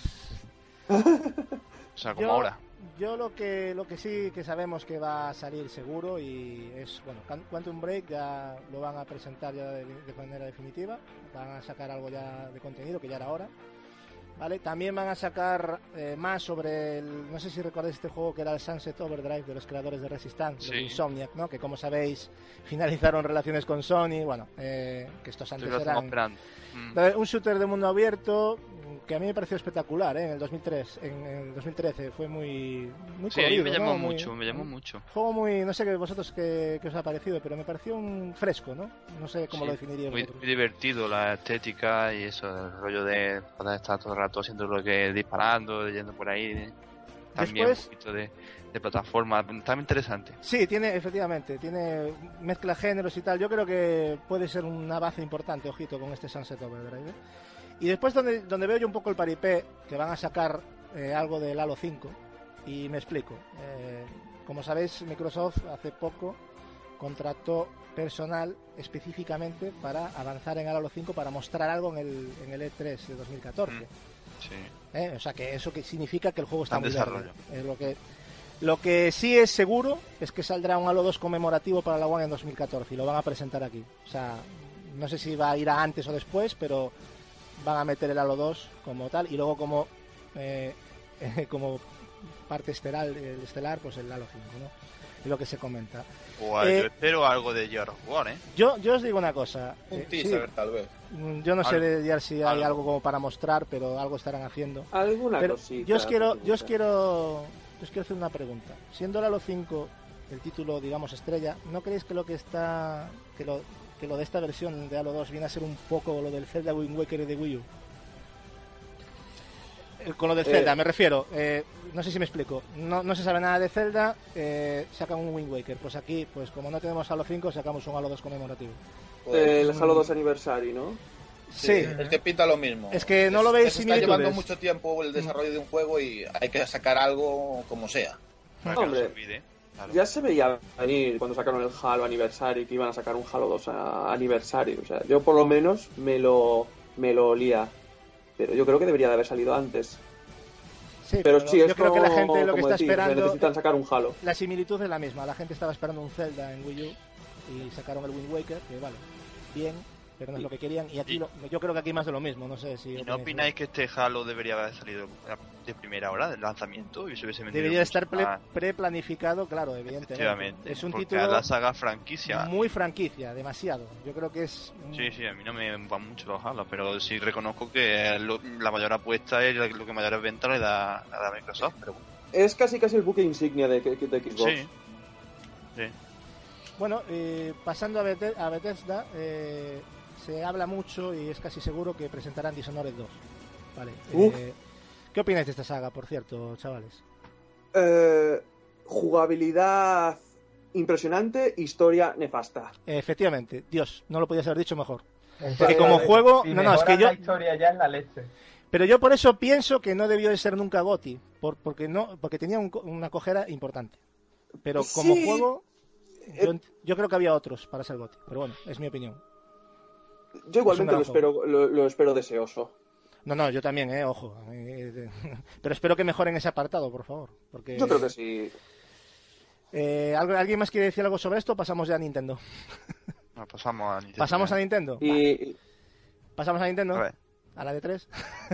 O sea, como Yo, ahora. yo lo que lo que sí que sabemos que va a salir seguro y es, bueno, Can- Quantum Break ya lo van a presentar ya de, de manera definitiva, van a sacar algo ya de contenido que ya era hora, ¿vale? También van a sacar eh, más sobre el, no sé si recordáis este juego que era el Sunset Overdrive de los creadores de Resistance, Sí. de Insomniac, ¿no? Que como sabéis finalizaron relaciones con Sony, bueno, eh, que estos Esto antes lo estamos eran esperando. Mm. Entonces, un shooter de mundo abierto que a mí me pareció espectacular, ¿eh? En el dos mil tres, en el dos mil trece fue muy muy Sí, a mí colorido, me llamó ¿no? Muy- mucho, me llamó mucho. Juego muy, no sé qué vosotros qué, qué os ha parecido, pero me pareció un fresco, ¿no? No sé cómo Sí, lo definiríais muy, vosotros. muy divertido la estética y eso, el rollo de poder estar todo el rato haciendo lo que disparando, yendo por ahí. También Después- un poquito de, de plataforma, está muy interesante. Sí, tiene, efectivamente, tiene mezcla géneros y tal. Yo creo que puede ser una base importante, ojito, con este Sunset Overdrive. ¿eh? Y después donde, donde veo yo un poco el paripé, que van a sacar eh, algo del Halo cinco, y me explico. Eh, como sabéis, Microsoft hace poco contrató personal específicamente para avanzar en Halo cinco, para mostrar algo en el, en el E tres de dos mil catorce. Mm. Sí. ¿eh? O sea, que eso que significa que el juego está Está en muy verde. desarrollo. Es lo que lo que sí es seguro es que saldrá un Halo dos conmemorativo para la One en dos mil catorce y lo van a presentar aquí. O sea, no sé si va a ir a antes o después, pero van a meter el Halo dos como tal y luego como eh, como parte estelar, el estelar, pues el Halo cinco, ¿no? Es lo que se comenta. Guau, Eh, yo espero algo de Gears of War, ¿eh? Yo, yo os digo una cosa. Un eh, teaser, sí, tal vez. mm, yo no sé Algo. de Gears si hay Algo. algo como para mostrar, pero algo estarán haciendo. Alguna Pero cosita. yo os quiero, yo os pequeñita. quiero, yo os quiero hacer una pregunta. Siendo el Halo cinco el título, digamos, estrella, ¿no creéis que lo que está, que lo, que lo de esta versión de Halo dos viene a ser un poco lo del Zelda Wind Waker de Wii U? Eh, Con lo de Zelda, Eh. me refiero. Eh, no sé si me explico. No, no se sabe nada de Zelda, eh, sacan un Wind Waker. Pues aquí, pues como no tenemos Halo cinco, sacamos un Halo dos conmemorativo. Pues, El Halo dos Anniversary, ¿no? Sí, Es que pinta lo mismo. Es que no lo veis Está similitudes. llevando mucho tiempo el desarrollo de un juego y hay que sacar algo como sea. Para que no Hombre. se olvide. Claro. Ya se veía venir cuando sacaron el Halo Anniversary que iban a sacar un Halo dos a- Anniversary. O sea, yo por lo menos me lo, me lo olía. Pero yo creo que debería de haber salido antes. sí, Pero sí, es yo creo que la como- gente lo que como está decís, esperando, necesitan sacar un Halo. la similitud es la misma. La gente estaba esperando un Zelda en Wii U y sacaron el Wind Waker, que vale, bien, pero no es lo que querían. Y aquí y- lo- yo creo que aquí más de lo mismo. No sé si ¿Y no opináis opináis que este Halo debería haber salido de primera hora del lanzamiento y se hubiese vendido debería mucho estar pre- más? pre-planificado, claro, evidentemente. Efectivamente, Es un porque título a la saga franquicia. muy franquicia, demasiado. Yo creo que es Sí, sí, a mí no me van mucho los Halo, pero sí reconozco que lo- la mayor apuesta es lo lo que mayores ventas le da, le da Microsoft. Pero bueno. Es casi casi el buque insignia de, de Xbox. Sí, sí. Bueno, eh, pasando a, Beth- a Bethesda, eh, se habla mucho y es casi seguro que presentarán Dishonored dos. Vale. Uf. eh, ¿Qué opináis de esta saga, por cierto, chavales? Eh, jugabilidad impresionante, historia nefasta. Eh, efectivamente, Dios, no lo podías haber dicho mejor. En Porque serio, como si juego- si no, no, es que mejoran yo- la historia ya es la leche. Pero yo por eso pienso que no debió de ser nunca GOTY, por, porque no, porque tenía un co- una cojera importante. Pero como Sí. juego, Eh. yo, ent- yo creo que había otros para ser GOTY. Pero bueno, es mi opinión. Yo igualmente gran lo espero, lo, lo espero deseoso. No, no, yo también, eh, ojo. Eh, pero espero que mejoren ese apartado, por favor. Porque, Yo creo que sí. Eh, ¿algo- ¿Alguien más quiere decir algo sobre esto? Pasamos ya a Nintendo. Bueno, pasamos a Nintendo. ¿Pasamos a Nintendo? Y ¿Pasamos a Nintendo? A ver. A la de tres.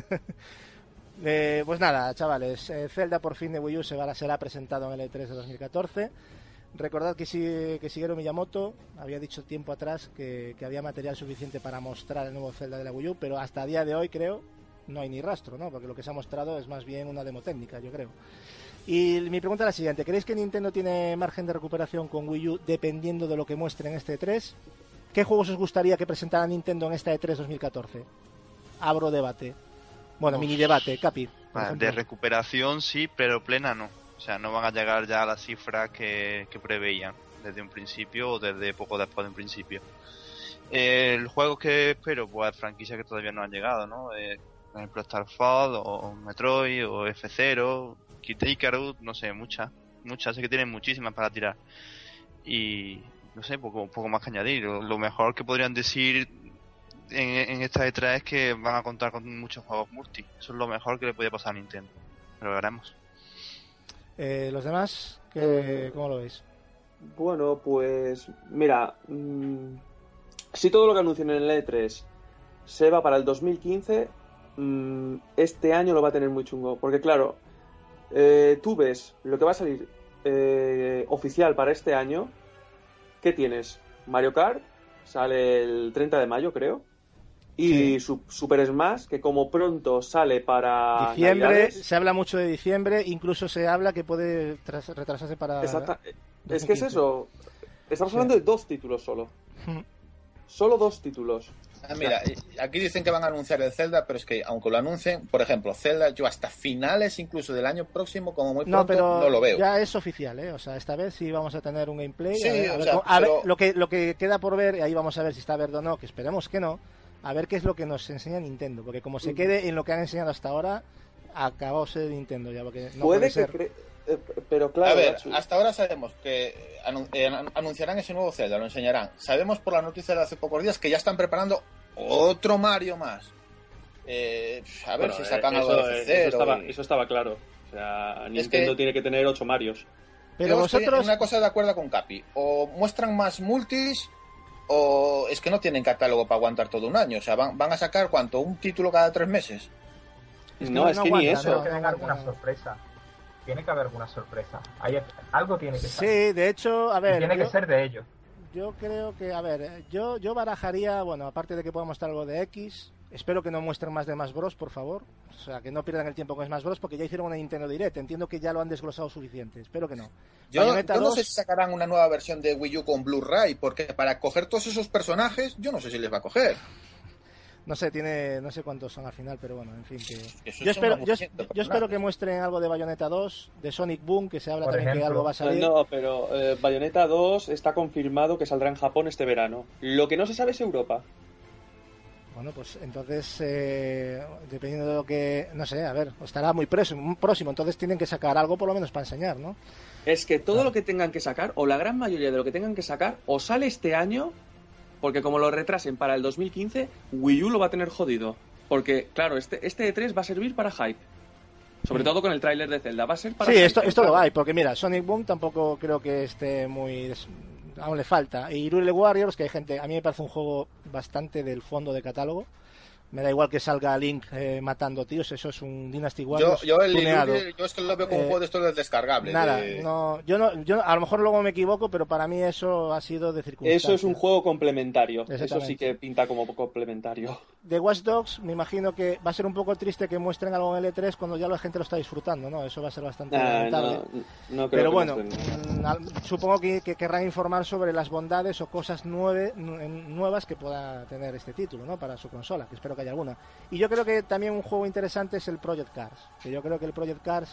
Eh, pues nada, chavales, eh, Zelda por fin de Wii U se va, será presentado en el E tres de dos mil catorce. Recordad que, si, que Shigeru Miyamoto había dicho tiempo atrás que, que había material suficiente para mostrar el nuevo Zelda de la Wii U, pero hasta el día de hoy creo no hay ni rastro, ¿no? Porque lo que se ha mostrado es más bien una demo técnica, yo creo. Y mi pregunta es la siguiente: ¿creéis que Nintendo tiene margen de recuperación con Wii U dependiendo de lo que muestre en este E tres? ¿Qué juegos os gustaría que presentara Nintendo en esta E tres dos mil catorce? Abro debate. Bueno, Uf. mini debate, Capi. por Ah, ejemplo. de recuperación sí, pero plena no. O sea, no van a llegar ya a las cifras que, que preveían desde un principio o desde poco después de un principio. Eh, el juego que espero, pues franquicias que todavía no han llegado, ¿no? Eh, por ejemplo, Star Fox o Metroid o F cero, Kid Icarus, no sé, muchas. Muchas, sé que tienen muchísimas para tirar. Y no sé, poco, poco más que añadir. Lo, lo mejor que podrían decir en, en esta E tres es que van a contar con muchos juegos multi. Eso es lo mejor que le puede pasar a Nintendo. Pero veremos. Eh, ¿Los demás? ¿Qué, ¿Cómo lo veis? bueno, pues mira, mmm, si todo lo que anuncian en el E tres se va para el dos mil quince, mmm, este año lo va a tener muy chungo. Porque claro, eh, tú ves lo que va a salir eh, oficial para este año. ¿Qué tienes? Mario Kart, sale el treinta de mayo, creo. Y sí. Super Smash, que como pronto sale para diciembre, Navidades. Se habla mucho de diciembre, incluso se habla que puede tras, retrasarse para... Exacta. Es que es eso, estamos hablando sí. de dos títulos solo. Solo dos títulos. Ah, mira, aquí dicen que van a anunciar el Zelda, pero es que aunque lo anuncien, por ejemplo, Zelda, yo hasta finales incluso del año próximo, como muy pronto, no, pero no lo veo. Ya es oficial, ¿eh? O sea, esta vez sí vamos a tener un gameplay. Sí, a ver, a o ver, sea, a ver, pero... lo que lo que queda por ver, ahí vamos a ver si está verde o no, que esperemos que no. A ver qué es lo que nos enseña Nintendo, porque como se quede en lo que han enseñado hasta ahora, acabóse de Nintendo ya, porque no puede, puede que ser. Cre... Eh, pero claro, a ver, Nacho, hasta ahora sabemos que anun- eh, anunciarán ese nuevo Zelda, lo enseñarán. Sabemos por la noticia de hace pocos días que ya están preparando otro Mario más. Eh, a ver bueno, si sacan eso, algo de cero. Eso estaba, y... eso estaba claro. O sea, Nintendo que... tiene que tener ocho Marios. Pero Yo vosotros... estoy en una cosa de acuerdo con Capi. O muestran más multis, o es que no tienen catálogo para aguantar todo un año. O sea, van, van a sacar, ¿cuánto? ¿Un título cada tres meses? Es que no, no, es no que aguanta, ni eso. Tiene que haber alguna sorpresa. Tiene que haber alguna sorpresa. Hay, algo tiene que ser. Sí, de hecho, a ver... Y tiene yo, que ser de ellos. Yo creo que, a ver, yo, yo barajaría, bueno, aparte de que pueda mostrar algo de X, espero que no muestren más de Smash Bros, por favor. O sea, que no pierdan el tiempo con Smash Bros, porque ya hicieron una Nintendo Direct. Entiendo que ya lo han desglosado suficiente. Espero que no. Yo, yo no dos... sé si sacarán una nueva versión de Wii U con Blu-ray, porque para coger todos esos personajes, yo no sé si les va a coger. No sé, tiene, no sé cuántos son al final, pero bueno, en fin, que... Yo espero, yo, yo espero que muestren algo de Bayonetta dos, de Sonic Boom, que se habla Por también ejemplo, que algo va a salir. No, pero eh, Bayonetta dos está confirmado que saldrá en Japón este verano. Lo que no se sabe es Europa. Bueno, pues entonces, eh, dependiendo de lo que... No sé, a ver, estará muy próximo, próximo, entonces tienen que sacar algo por lo menos para enseñar, ¿no? Es que todo lo que tengan que sacar, o la gran mayoría de lo que tengan que sacar, o sale este año... Porque como lo retrasen para el dos mil quince, Wii U lo va a tener jodido. Porque, claro, este, este E tres va a servir para hype. Sobre mm. todo con el tráiler de Zelda. Va a ser para Sí, hype, esto, esto claro. lo hay. Porque mira, Sonic Boom tampoco creo que esté muy... Aún le falta. Y Hyrule Warriors, que hay gente... A mí me parece un juego bastante del fondo de catálogo. Me da igual que salga Link eh, matando tíos, eso es un Dynasty Warriors. Yo, yo, el Hyrule, yo es que lo veo como eh, un juego de estos descargables. Nada, de... no, yo no, yo a lo mejor luego me equivoco, pero para mí eso ha sido de circunstancia. Eso es un juego complementario, eso sí que pinta como complementario. De Watch Dogs, me imagino que va a ser un poco triste que muestren algo en el E tres cuando ya la gente lo está disfrutando, ¿no? Eso va a ser bastante ah, lamentable. No, no creo pero que bueno, no supongo que, que querrán informar sobre las bondades o cosas nueve, nuevas que pueda tener este título, ¿no? Para su consola, que espero que haya alguna. Y yo creo que también un juego interesante es el Project Cars, que yo creo que el Project Cars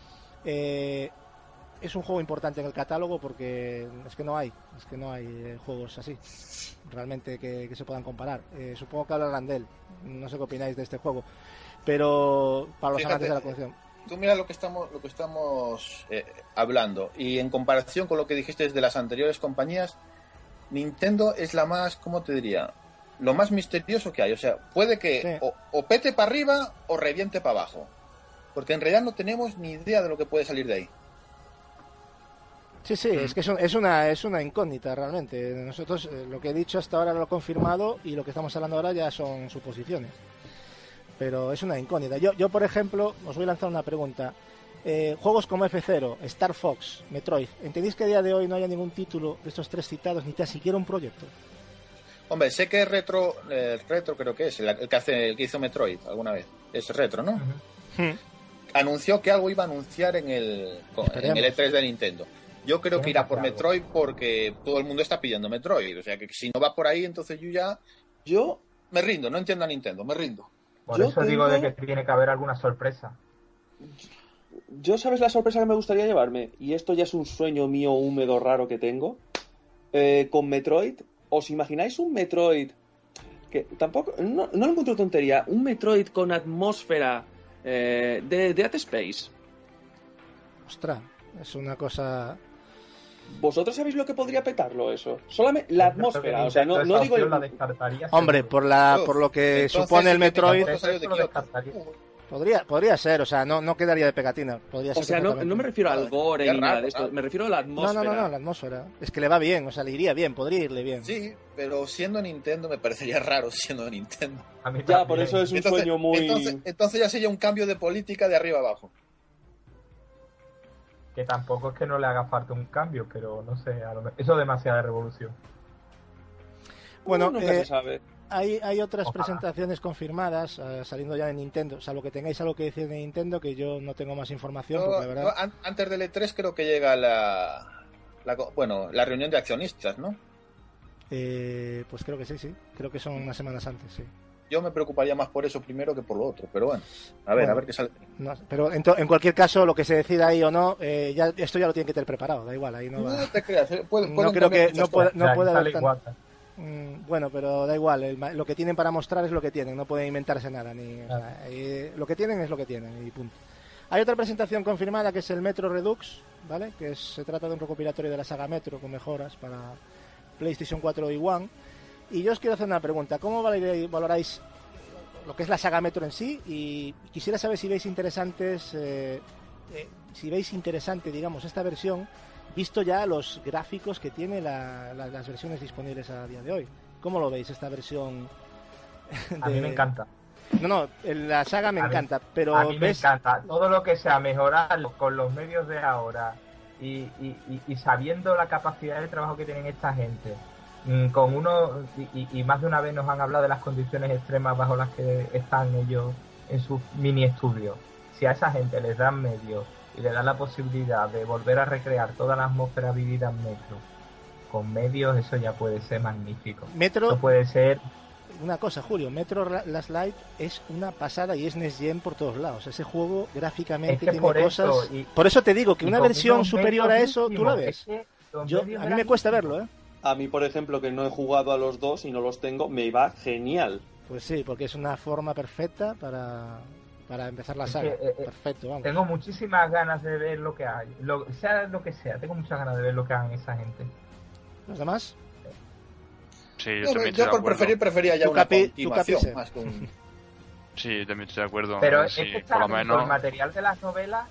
eh, es un juego importante en el catálogo porque es que no hay, es que no hay eh, juegos así realmente que, que se puedan comparar. Eh, supongo que hablarán de él, no sé qué opináis de este juego, pero para los Fíjate, amantes de la colección. Tú mira lo que estamos, lo que estamos eh, hablando y en comparación con lo que dijiste de las anteriores compañías, Nintendo es la más, ¿cómo te diría? Lo más misterioso que hay, o sea, puede que sí. o, o pete para arriba o reviente para abajo, porque en realidad no tenemos ni idea de lo que puede salir de ahí. Sí, sí, mm. es que es, un, es una es una incógnita realmente. Nosotros eh, lo que he dicho hasta ahora lo he confirmado y lo que estamos hablando ahora ya son suposiciones, pero es una incógnita. Yo, yo por ejemplo, os voy a lanzar una pregunta. Eh, juegos como F cero, Star Fox, Metroid, ¿entendéis que a día de hoy no haya ningún título de estos tres citados, ni tan siquiera un proyecto? Hombre, sé que Retro, eh, Retro creo que es, el, el, que hace, el que hizo Metroid alguna vez. Es Retro, ¿no? Uh-huh. Hmm. Anunció que algo iba a anunciar en el, en el E tres de Nintendo. Yo creo que irá por Metroid porque todo el mundo está pidiendo Metroid. O sea, que si no va por ahí, entonces yo ya... Yo me rindo, no entiendo a Nintendo, me rindo. Por yo eso tengo... digo de que tiene que haber alguna sorpresa. Yo, ¿sabes la sorpresa que me gustaría llevarme? Y esto ya es un sueño mío húmedo raro que tengo. Eh, con Metroid... ¿Os imagináis un Metroid que tampoco, no, no lo encuentro tontería, un Metroid con atmósfera eh, de Dead Space? Ostras, es una cosa... ¿Vosotros sabéis lo que podría petarlo eso? Solamente la atmósfera, o sea, no, no digo... El... Hombre, por la por lo que Entonces, supone el Metroid... Podría, podría ser, o sea, no, no quedaría de pegatina. Podría ser O sea, no, no me refiero al gore Qué ni nada raro, de esto, claro. me refiero a la No, atmósfera. no, no, no, la atmósfera. Es que le va bien, o sea, le iría bien, podría irle bien. Sí, pero siendo Nintendo me parecería raro siendo Nintendo. A mí Ya, también. por eso es un Entonces, sueño muy... entonces, entonces ya sería un cambio de política de arriba abajo. Que tampoco es que no le haga falta un cambio, pero no sé, a lo me- eso es demasiada revolución. Bueno, nunca eh, se sabe. Hay, hay otras Ojalá. presentaciones confirmadas, eh, saliendo ya de Nintendo, salvo que tengáis algo que decir de Nintendo, que yo no tengo más información, Yo- porque de yo verdad... an- antes del E tres creo que llega la, la co- bueno, la reunión de accionistas, ¿no? Eh, pues creo que sí, sí. Creo que son unas semanas antes, sí. Yo me preocuparía más por eso primero que por lo otro, pero bueno, a ver, Bueno. a ver qué sale. No, pero en, to- en cualquier caso, lo que se decida ahí o no, eh, ya esto ya lo tienen que tener preparado, da igual, ahí no va... No te creas, eh, puede- No pueden creo cambiar que muchas no pueda, cosas. no O sea, puede sale haber tan- Iwata. Mm, bueno, pero da igual, el ma- lo que tienen para mostrar es lo que tienen, no pueden inventarse nada, ni, o sea, eh, lo que tienen es lo que tienen y punto. Hay otra presentación confirmada que es el Metro Redux, ¿vale? Que es- se trata de un recopilatorio de la saga Metro con mejoras para PlayStation cuatro y One. Y yo os quiero hacer una pregunta, ¿cómo valoráis, valoráis lo que es la saga Metro en sí? Y quisiera saber si veis interesantes, eh, eh, si veis interesante, digamos, esta versión, visto ya los gráficos que tiene la- la- las versiones disponibles a día de hoy. ¿Cómo lo veis esta versión? A mí de- me encanta. No, no, la saga me A mí- encanta, pero A mí me ves... encanta. Todo lo que sea mejorar con los medios de ahora y, y, y- y sabiendo la capacidad de trabajo que tienen esta gente, mm, con uno y, y- y más de una vez nos han hablado de las condiciones extremas bajo las que están ellos en sus mini estudios. Si a esa gente les dan medios y les dan la posibilidad de volver a recrear toda la atmósfera vivida en Metro con medios, eso ya puede ser magnífico. Metro, Eso puede ser una cosa, Julio, Metro La- Last Light es una pasada y es Next Gen por todos lados. Ese juego gráficamente Es que tiene por cosas... eso, y- por eso te digo que y una con versión unos superior a medios eso, tú la ínfimos. ves. Es que los Yo, medios a mí me cuesta eran verlo, ¿eh? A mí, por ejemplo, que no he jugado a los dos y no los tengo, me va genial. Pues sí, porque es una forma perfecta para, para empezar la Es saga. que, eh, eh, Perfecto, vamos. Tengo muchísimas ganas de ver lo que hay. Lo, sea lo que sea, tengo muchas ganas de ver lo que hagan esa gente. ¿Los demás? Sí, yo Yo, también yo estoy de por acuerdo. preferir prefería ya Tu una capi- tu continuación capice. más que un... Sí, también estoy de acuerdo. Pero eh, es sí, que por está lo con menos. el material de las novelas,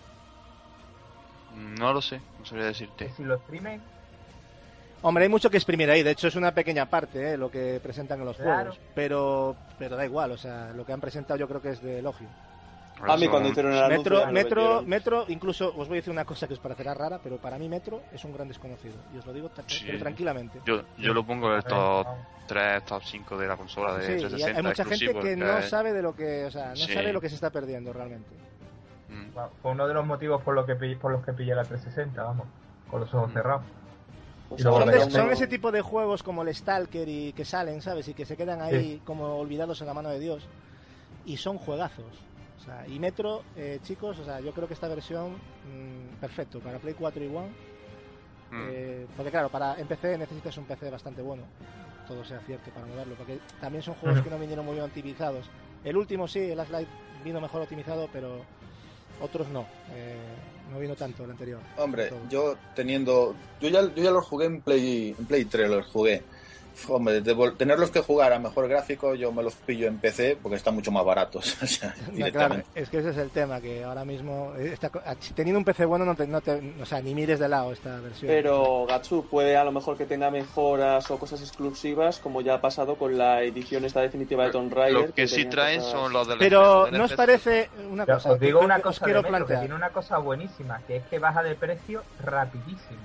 No lo sé, no sabría que decirte. si lo exprimen, Hombre, hay mucho que exprimir ahí. De hecho, es una pequeña parte, ¿eh? Lo que presentan en los Claro. juegos. Pero, pero da igual, o sea, lo que han presentado yo creo que es de elogio. Por A mí eso- cuando hicieron el anuncio Metro, ya me lo Metro, vendieron. Metro, incluso os voy a decir una cosa que os parecerá rara, pero para mí Metro es un gran desconocido. Y os lo digo tra- Sí. pero tranquilamente. Yo, yo lo pongo en el a ver, top vamos. tres, top cinco de la consola de Sí, y hay- trescientos sesenta hay mucha gente exclusivos, que no hay- sabe de lo que, o sea, no Sí. sabe lo que se está perdiendo realmente. Mm. bueno, fue uno de los motivos por, lo que, pi- por los que pillé la trescientos sesenta, vamos, con los ojos Mm. cerrados. Pues Y luego ahora Son, veremos. de- ya son no- ese tipo de juegos como el Stalker y que salen, ¿sabes? Y que se quedan ahí como olvidados en la mano de Dios. Y son juegazos. O sea, y Metro, eh, chicos, o sea, yo creo que esta versión, mm, perfecto, para Play cuatro y One. Mm. Eh, porque claro, para en P C necesitas un P C bastante bueno. Todo sea cierto para moverlo. Porque también son juegos Ujú. que no vinieron muy bien optimizados. El último sí, el Last Light vino mejor optimizado, pero otros no. Eh, no vino tanto el anterior. Hombre, Todo. yo teniendo... Yo ya, yo ya los jugué en Play, en Play tres, los jugué. Hombre, de vol- tenerlos que jugar a mejor gráfico, yo me los pillo en P C porque están mucho más baratos. O sea, No, claro, directamente. es que ese es el tema, que ahora mismo eh, esta co- ah, teniendo un P C bueno no te, no te- o sea, ni mires de lado esta versión. Pero Gatsu puede a lo mejor que tenga mejoras o cosas exclusivas, como ya ha pasado con la edición esta definitiva de Tomb Raider. Lo que sí tenía traen cosas- son los del Pero no os parece una Yo cosa, os digo que- una que cosa os quiero de Metro, que plantear. tiene una cosa buenísima, que es que baja de precio rapidísimo.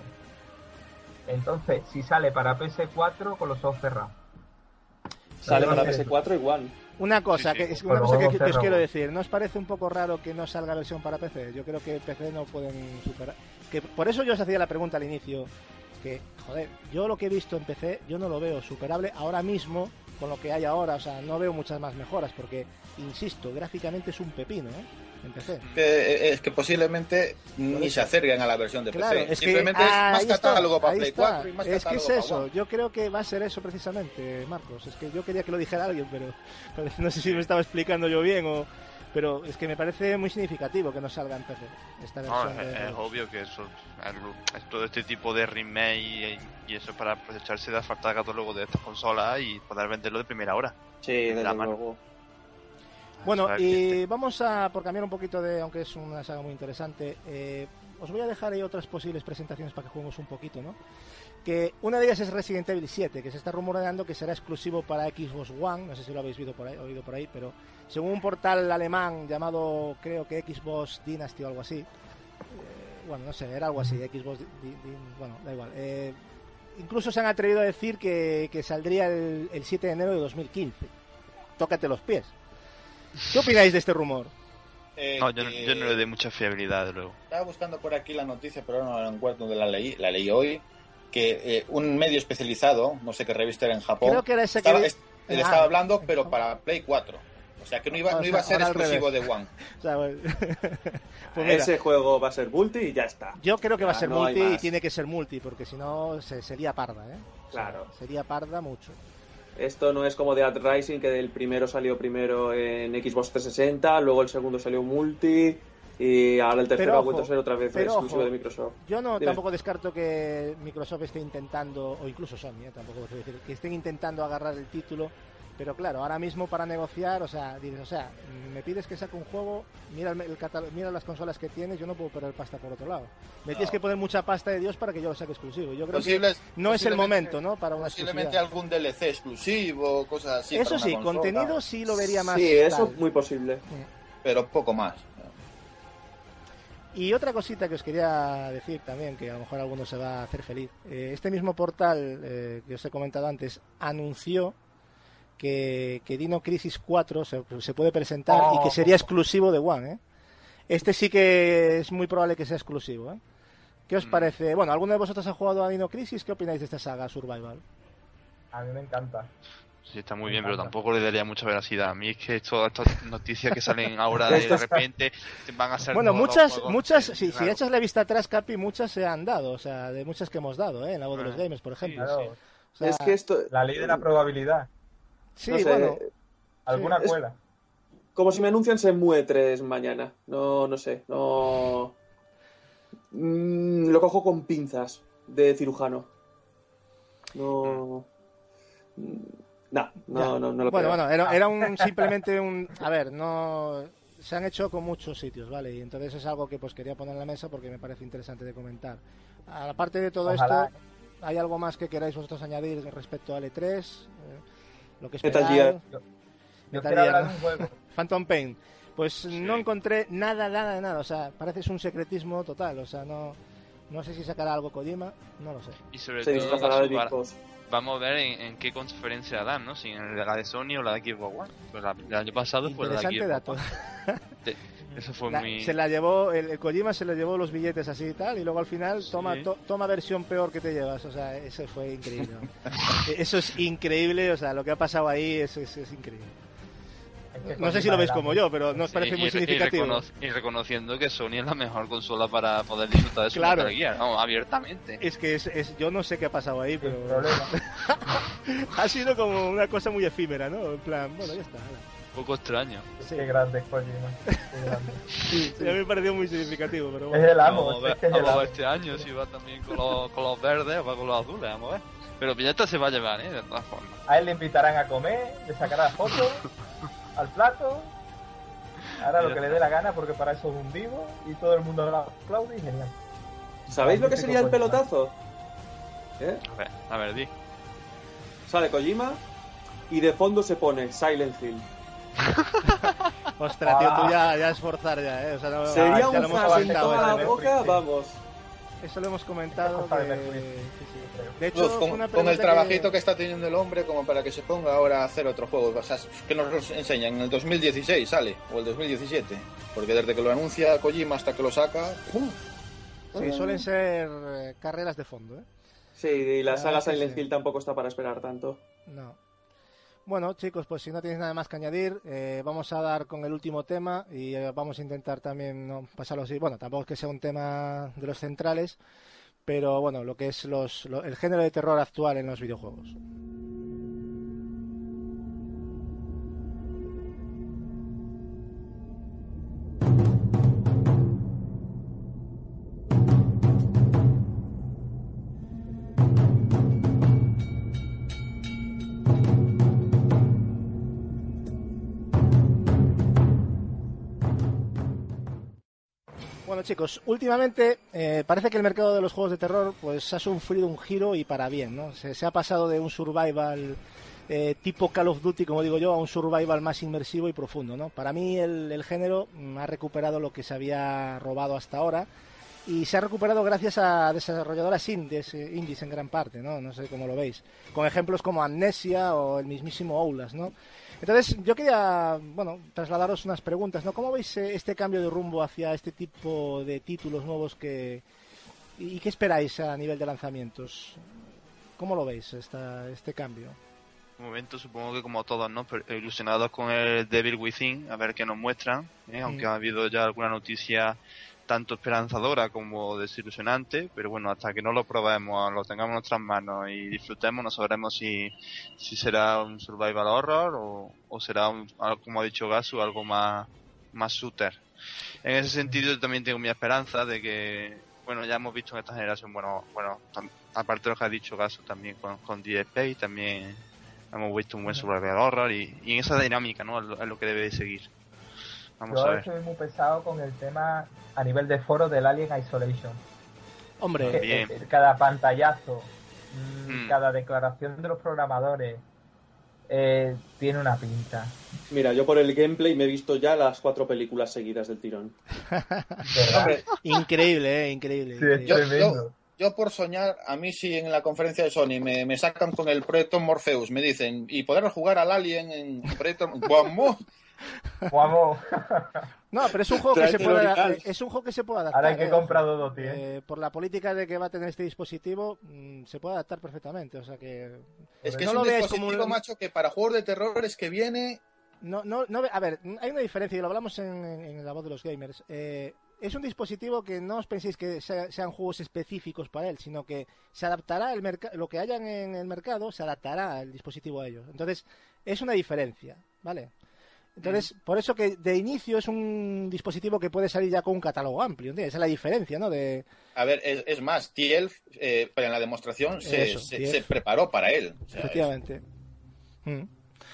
Entonces, si sale para P S cuatro con los ojos cerrados. Sale para Sí. P S cuatro igual. Una cosa, Sí, sí. que es Con una los cosa que, huevos que os quiero cerrados. decir, ¿no os parece un poco raro que no salga versión para P C? Yo creo que P C no pueden superar. Que por eso yo os hacía la pregunta al inicio, que joder, yo lo que he visto en P C, yo no lo veo superable ahora mismo con lo que hay ahora, o sea, no veo muchas más mejoras porque insisto, gráficamente es un pepino, ¿eh? En P C. Que, es que posiblemente ni Por eso. se acerquen a la versión de Claro, P C. es que Simplemente ah, es más ahí está, catálogo para ahí Play está. cuatro y más Es que catálogo es para eso, One. yo creo que va a ser eso precisamente, Marcos. Es que yo quería que lo dijera alguien, pero, pero no sé si me estaba explicando yo bien o... Pero es que me parece muy significativo que no salga en P C esta No, versión. es, de- es obvio que eso es, es todo este tipo de remake y, y eso para aprovecharse de la falta de catálogo de estas consolas y poder venderlo de primera hora. Sí, desde La mano. luego. Bueno, A ver y qué- vamos a, por cambiar un poquito de, aunque es una saga muy interesante, eh, os voy a dejar ahí otras posibles presentaciones para que juguemos un poquito, ¿no? Que una de ellas es Resident Evil siete, que se está rumoreando que será exclusivo para Xbox One, no sé si lo habéis oído por ahí, oído por ahí, pero según un portal alemán llamado, creo que Xbox Dynasty o algo así, eh, bueno, no sé, era algo así, Xbox, Di- Di- bueno, da igual, eh, incluso se han atrevido a decir que, que saldría el, el siete de enero de dos mil quince. Tócate los pies. ¿Qué opináis de este rumor? Eh, No, yo, no- que- yo no le doy mucha fiabilidad, de luego. Estaba buscando por aquí la noticia, pero no la encuentro donde la leí. La leí hoy. Que eh, un medio especializado, no sé qué revista era en Japón, Creo que era ese que... estaba, vi- est- le Ah, estaba hablando, pero para Play cuatro. O sea, que no iba, O no sea, iba a ser ahora al exclusivo de revés. One. o sea, bueno. Pues mira, Ese juego va a ser multi y ya está. yo creo que va a Ya, ser no hay multi y más. tiene que ser multi, porque si no se, sería parda, ¿eh? O sea, Claro. sería parda mucho. Esto no es como Dead Rising, que el primero salió primero en Xbox trescientos sesenta, luego el segundo salió multi y ahora el tercero Pero ha ojo, vuelto a ser otra vez pero exclusivo ojo, de Microsoft. Yo no Dime. tampoco descarto que Microsoft esté intentando, o incluso Sony, ¿eh? Tampoco quiero decir, que estén intentando agarrar el título, pero claro, ahora mismo para negociar, o sea, dices, o sea, me pides que saque un juego, mira el, el catálogo, mira las consolas que tienes, yo no puedo perder pasta por otro lado. Me No. tienes que poner mucha pasta de Dios para que yo lo saque exclusivo. Yo creo Posibles- que no es el posiblemente- momento, ¿no? Para una Posiblemente exclusividad. algún D L C exclusivo, cosas así. Eso para una sí, consola, contenido sí lo vería más. Sí, eso tal. es muy posible. Pero poco más. Y otra cosita que os quería decir también, que a lo mejor a alguno se va a hacer feliz. Eh, este mismo portal eh, que os he comentado antes anunció que, que Dino Crisis cuatro se, se puede presentar y que sería exclusivo de One, ¿eh? Este sí que es muy probable que sea exclusivo, ¿eh? ¿Qué os Mm. parece? Bueno, ¿alguno de vosotros ha jugado a Dino Crisis? ¿Qué opináis de esta saga Survival? A mí me encanta. Sí, está muy Me bien, pero encanta. tampoco le daría mucha veracidad. A mí es que todas estas noticias que salen ahora de Esto es- repente van a ser Bueno, nuevos muchas, juegos, muchas, eh, si, si claro. echas la vista atrás, Capi, muchas se han dado, o sea, de muchas que hemos dado, ¿eh? En la voz de los Ah, gamers, por ejemplo. Claro, O sea, Es que esto, la ley de la probabilidad. sí, no sé, bueno, Alguna es- cuela. como si me anuncian Shenmue tres mañana. No, no sé, no... Mm, lo cojo con pinzas de cirujano. No... Mm, No, no, Ya. no, no lo Bueno, creo. bueno, era, era un simplemente un... A ver, no... Se han hecho con muchos sitios, ¿vale? Y entonces es algo que pues quería poner en la mesa porque me parece interesante de comentar. Aparte de todo Ojalá. esto, ¿hay algo más que queráis vosotros añadir respecto a L tres? Eh, lo que Metal esperáis. Gear. Yo Metal quiero Gear, hablar ¿no? de un juego. Phantom Pain. Pues no encontré nada, nada de nada. O sea, parece es un secretismo total. O sea, no... No sé si sacará algo Kojima, no lo sé. Y sobre Se todo, disfrazará de va- Big Boss. vamos a ver en, en qué conferencia dan, ¿no? Si en la de Sony o la de Xbox One. Pues la, el año pasado fue la de Interesante Xbox dato. One. Te- Eso fue La- muy... Se la llevó, el, el Kojima se le llevó los billetes así y tal, y luego al final Sí. toma, to- toma versión peor que te llevas. O sea, eso fue increíble. Eso es increíble, o sea, lo que ha pasado ahí es, es, es increíble. Es que No sé si Kojima lo veis era como muy- yo, pero no os Sí, parece y, muy re- y significativo. recono- y reconociendo que Sony es la mejor consola para poder disfrutar de su Claro. Metal Gear, ¿no? Abiertamente. Es que es, es- yo no sé qué ha pasado ahí, Sin pero problema. ha sido como una cosa muy efímera, ¿no? En plan, bueno, ya está. ala. Un poco extraño. Sí, Qué grande es Kojima. Qué grande. sí, a mí me pareció muy significativo, pero Es bueno. el amo, Vamos a ver, es que es el vamos a amo. ver este año si va también con los, con los verdes o va con los azules, vamos a ver. Pero Pilleta se va a llevar, ¿eh? De todas formas. A él le invitarán a comer, le sacará fotos al plato. Ahora lo que le dé la gana, porque para eso es un vivo y todo el mundo lo aplaude y genial. ¿Sabéis lo que sería el pelotazo? ¿Eh? A ver, a ver, di. Sale Kojima y de fondo se pone Silent Hill. Ostras, tío, tú ya, ya es forzar ya, ¿eh? O sea, no, Sería ya un lo hemos zas en comentado, toda la ¿eh? boca, Sí. vamos. Eso lo hemos comentado. Cosa de Que... Mercury. sí, sí. De hecho, Uf, fue con, una con el pregunta trabajito que... que... está teniendo el hombre como para que se ponga ahora a hacer otro juego. O sea, que nos los enseñan en el dos mil dieciséis sale, o el dos mil diecisiete. Porque desde que lo anuncia Kojima hasta que lo saca... ¡pum! Sí, suelen ser eh, carreras de fondo, ¿eh? Sí, y la La saga verdad que Silent sí. Hill tampoco está para esperar tanto. No. Bueno, chicos, pues si no tenéis nada más que añadir, eh, vamos a dar con el último tema y eh, vamos a intentar también no pasarlo así. Bueno, tampoco es que sea un tema de los centrales, pero bueno, lo que es los, lo- el género de terror actual en los videojuegos. Bueno, chicos, últimamente eh, parece que el mercado de los juegos de terror pues ha sufrido un giro y para bien, ¿no? Se, se ha pasado de un survival eh, tipo Call of Duty, como digo yo, a un survival más inmersivo y profundo, ¿no? Para mí el, el género mm, ha recuperado lo que se había robado hasta ahora y se ha recuperado gracias a desarrolladoras indies, eh, indies en gran parte, ¿no? No sé cómo lo veis. Con ejemplos como Amnesia o el mismísimo Outlast, ¿no? Entonces, yo quería, bueno, trasladaros unas preguntas, ¿no? ¿Cómo veis eh, este cambio de rumbo hacia este tipo de títulos nuevos que y qué esperáis a nivel de lanzamientos? ¿Cómo lo veis esta, este cambio? De momento supongo que como todos, ¿no? Pero ilusionados con el Devil Within, a ver qué nos muestran, ¿eh? Aunque mm. ha habido ya alguna noticia tanto esperanzadora como desilusionante, pero bueno, hasta que no lo probemos, lo tengamos en nuestras manos y disfrutemos, no sabremos si, si será un survival horror o, o será, un, como ha dicho Gasu, algo más, más shooter. En ese sentido yo también tengo mi esperanza de que, bueno, ya hemos visto en esta generación, bueno, bueno tam, aparte de lo que ha dicho Gasu también con, con Dead Space, también hemos visto un buen survival horror y, y en esa dinámica, ¿no? Es lo, es lo que debe de seguir. Vamos Yo a ver. estoy muy pesado con el tema a nivel de foro del Alien Isolation. Hombre, que, bien. Eh, cada pantallazo, Mm. cada declaración de los programadores eh, tiene una pinta. Mira, yo por el gameplay me he visto ya las cuatro películas seguidas del tirón. ¿Verdad? Increíble, eh, increíble. Sí, es increíble. Yo, tremendo. yo, yo por soñar, a mí sí en la conferencia de Sony me, me sacan con el proyecto Morpheus, me dicen, y poder jugar al Alien en proyecto... ¡Vamos! Vamos. No, pero es un juego que se puede adaptar, es un juego que se puede adaptar. Ahora hay que eh, comprar ojo. Dodoti, ¿eh? Eh, por la política de que va a tener este dispositivo, mmm, se puede adaptar perfectamente, o sea que Es que no es lo un veáis dispositivo, como un... macho, que para juegos de terror es que viene... No, no, no, a ver, hay una diferencia, y lo hablamos en, en la voz de los gamers. Eh, es un dispositivo que no os penséis que sea, sean juegos específicos para él, sino que se adaptará el mercado, lo que haya en el mercado, se adaptará el dispositivo a ello. Entonces, es una diferencia, ¿vale? Entonces, por eso que de inicio es un dispositivo que puede salir ya con un catálogo amplio, ¿entiendes? Esa es la diferencia, ¿no? De... A ver, es, es más, T-Elf, eh, para la demostración, se, Eso, se, T-Elf. se preparó para él. O sea, Efectivamente. Mm.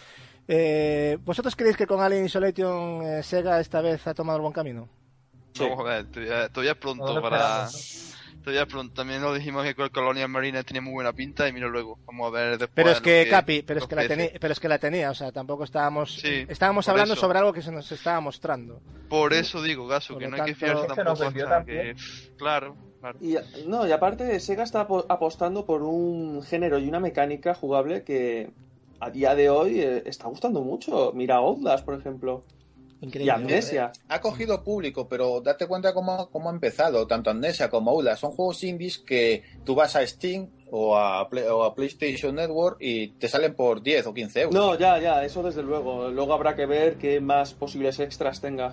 Eh, ¿Vosotros creéis que con Alien Isolation eh, Sega esta vez ha tomado el buen camino? Sí. Vamos a ver, todavía, todavía es pronto No lo para... esperamos, Todavía es pronto. También lo dijimos que con Colonial Marines tenía muy buena pinta y mira luego. Vamos a ver después. Pero es lo que, Capi, pero es que, la ofrece. tenía, pero es que la tenía, o sea, tampoco estábamos Sí, estábamos por hablando eso. sobre algo que se nos estaba mostrando. Por eso digo, Gaso, Por que lo no hay que tanto- fiarse Es que tampoco. nos vendió hasta también. que- Claro, claro. Y, no, y aparte Sega está apo- apostando por un género y una mecánica jugable que a día de hoy eh, está gustando mucho. Mira Outlast, por ejemplo. Y Increíble. Amnesia. ha cogido público, pero date cuenta cómo, cómo ha empezado, tanto Amnesia como Outlast. Son juegos indies que tú vas a Steam o a, Play- o a PlayStation Network y te salen por diez o quince euros. No, ya, ya, eso desde luego. Luego habrá que ver qué más posibles extras tenga.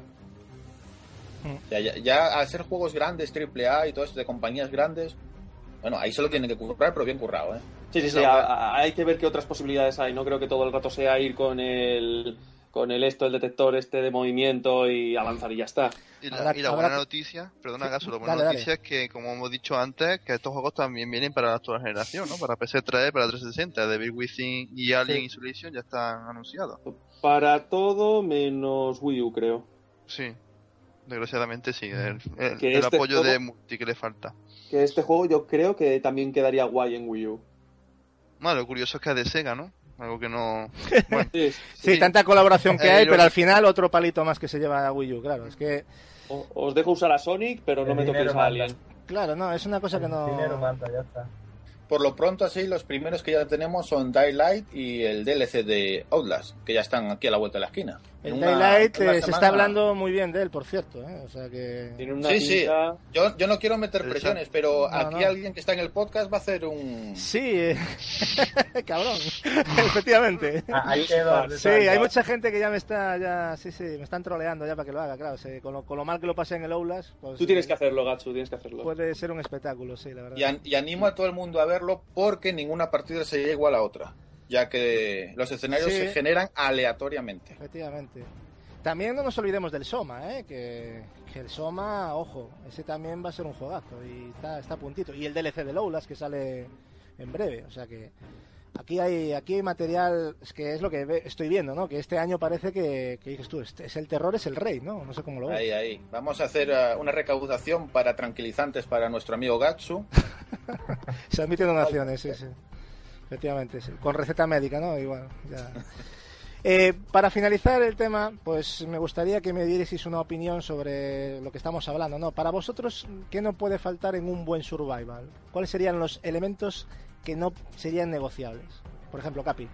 Ya, ya, ya al ser juegos grandes, triple A y todo esto de compañías grandes, bueno, ahí solo tienen que currar, pero bien currado, ¿eh? Sí, sí, sí, a- a- hay que ver qué otras posibilidades hay. No creo que todo el rato sea ir con el con el esto, el detector este de movimiento y avanzar y ya está. Y la, Habrá- y la habrá buena que- noticia, perdona Sí, Gaso, la buena dale, dale. noticia es que, como hemos dicho antes, que estos juegos también vienen para la actual generación, ¿no? Para P S tres, para trescientos sesenta, Devil Within y Alien Sí. Isolation ya están anunciados. Para todo menos Wii U, creo. Sí, desgraciadamente sí, el, el- Que el este apoyo juego- de multi que le falta. Que este juego yo creo que también quedaría guay en Wii U. Bueno, lo curioso es que es de Sega, ¿no? Algo que no... Bueno, Sí, Sí, Sí. tanta colaboración que Eh, hay, yo- pero al final otro palito más que se lleva a Wii U, claro. Es que, o- os dejo usar a Sonic, pero no El me dinero toquéis a manda. Alien. claro, no, es una cosa que no... Dinero manda, ya está. Por lo pronto, así, los primeros que ya tenemos son Daylight y el D L C de Outlast, que ya están aquí a la vuelta de la esquina. El En una- Daylight una eh, se semana- está hablando muy bien de él, por cierto, ¿eh? O sea que... Tiene una Sí, sí. pinta... Yo, yo no quiero meter Exacto. presiones, pero No, aquí no. alguien que está en el podcast va a hacer un... Sí, eh, cabrón, efectivamente. Ah, ahí quedó. Sí, hay mucha gente que ya me está, ya, sí, sí, me están troleando ya para que lo haga, claro. Sí, con, lo, con lo mal que lo pasé en el Outlast, pues, Tú tienes que hacerlo, Gachu, tienes que hacerlo. puede ser un espectáculo, sí, la verdad. Y, an- y animo a todo el mundo a verlo porque ninguna partida sería igual a otra, ya que los escenarios Sí. se generan aleatoriamente. Efectivamente. También no nos olvidemos del Soma, ¿eh? Que, que el Soma, ojo, ese también va a ser un juegazo y está, está a puntito. Y el D L C del Outlast que sale en breve, o sea que Aquí hay aquí hay material, es que es lo que ve, estoy viendo, ¿no? Que este año parece que, que dices tú, este, es el terror es el rey, ¿no? No sé cómo lo ves. Ahí, ahí. Vamos a hacer uh, una recaudación para tranquilizantes para nuestro amigo Gatsu. Se admiten donaciones, sí, sí. Efectivamente, sí. Con receta médica, ¿no? Igual, ya. Eh, para finalizar el tema, pues me gustaría que me dierais una opinión sobre lo que estamos hablando, ¿no? Para vosotros, ¿qué no puede faltar en un buen survival? ¿Cuáles serían los elementos que no serían negociables? Por ejemplo, Capi.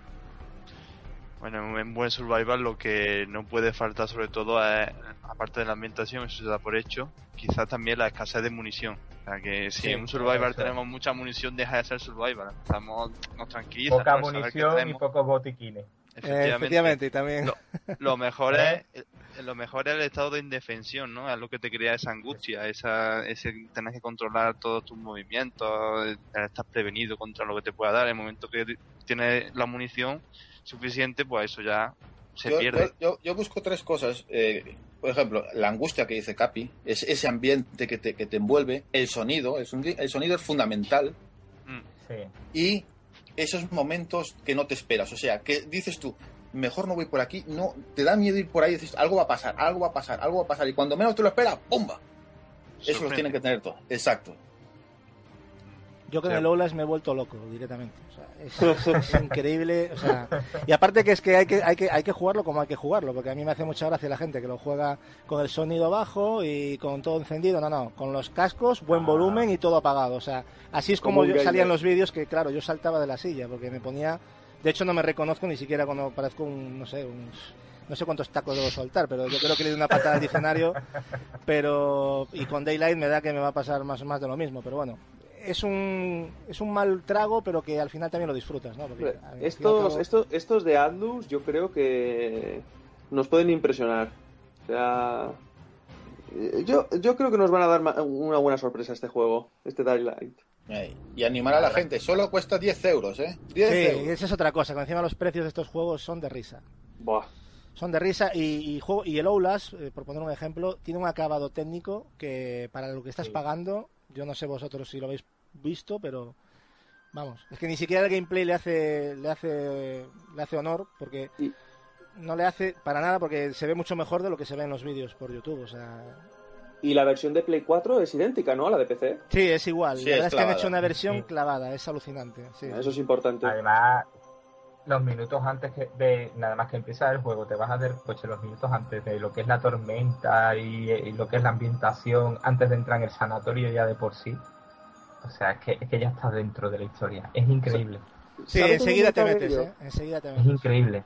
Bueno, en buen survival lo que no puede faltar sobre todo es, aparte de la ambientación, eso se da por hecho, quizás también la escasez de munición. O sea que si Sí, en un survival eso. tenemos mucha munición, deja de ser survival. Estamos, nos tranquiliza. Poca ¿no? Saber que munición y tenemos. pocos botiquines. Efectivamente, Eh, efectivamente, y también. Lo, lo mejor ¿Eh? es lo mejor es el estado de indefensión, ¿no? Es lo que te crea esa angustia, esa ese tener que controlar todos tus movimientos, el estar prevenido contra lo que te pueda dar. En el momento que tienes la munición suficiente, pues eso ya se yo, pierde. Yo, yo, yo busco tres cosas. Eh, por ejemplo, la angustia que dice Capi, es ese ambiente que te, que te envuelve, el sonido, el sonido, el sonido es fundamental, Mm. Sí. y esos momentos que no te esperas. O sea, que dices tú, mejor no voy por aquí, no, te da miedo ir por ahí, dices, algo va a pasar, algo va a pasar, algo va a pasar, y cuando menos te lo esperas, ¡pumba! Eso lo Sorprende. tienen que tener todo. Exacto. Yo con Sí. el Outlast me he vuelto loco directamente. O sea, es, es increíble. O sea, y aparte que es que hay que, hay que hay que jugarlo como hay que jugarlo, porque a mí me hace mucha gracia la gente que lo juega con el sonido bajo y con todo encendido. No, no, con los cascos, buen Ah. volumen y todo apagado. O sea, así es como, Como un yo gamer. salían los vídeos que, claro, yo saltaba de la silla porque me ponía. De hecho, no me reconozco ni siquiera cuando parezco un, no sé, un, no sé cuántos tacos debo soltar, pero yo creo que le doy una patada al diccionario. Pero y con Daylight me da que me va a pasar más más de lo mismo, pero bueno. Es un, es un mal trago, pero que al final también lo disfrutas, ¿no? Porque, al fin y al Estos, cabo- estos, estos de Atlus yo creo que nos pueden impresionar. O sea, yo, yo creo que nos van a dar ma- una buena sorpresa este juego, este Daylight. Ahí. Y animar a la gente, solo cuesta diez euros, ¿eh? diez Sí, euros. esa es otra cosa, que encima los precios de estos juegos son de risa. Buah. Son de risa y, y, juego, y el Outlast, eh, por poner un ejemplo, tiene un acabado técnico que para lo que estás Sí. pagando, yo no sé vosotros si lo habéis visto, pero vamos, es que ni siquiera el gameplay le hace le hace le hace honor porque Y- no le hace para nada porque se ve mucho mejor de lo que se ve en los vídeos por YouTube, o sea, Y la versión de Play cuatro es idéntica, ¿no? A la de P C. sí, es igual, Sí, la verdad es es que han clavada. hecho una versión Sí. clavada, es alucinante, sí. Eso es importante. Además, los minutos antes que de nada más que empieza el juego, te vas a ver coche los minutos antes de lo que es la tormenta y, y lo que es la ambientación, antes de entrar en el sanatorio ya de por sí. O sea, es que, es que ya estás dentro de la historia. Es increíble. Sí, ¿Sabes enseguida un te comentario? metes, ¿eh? Enseguida te Es metes. increíble.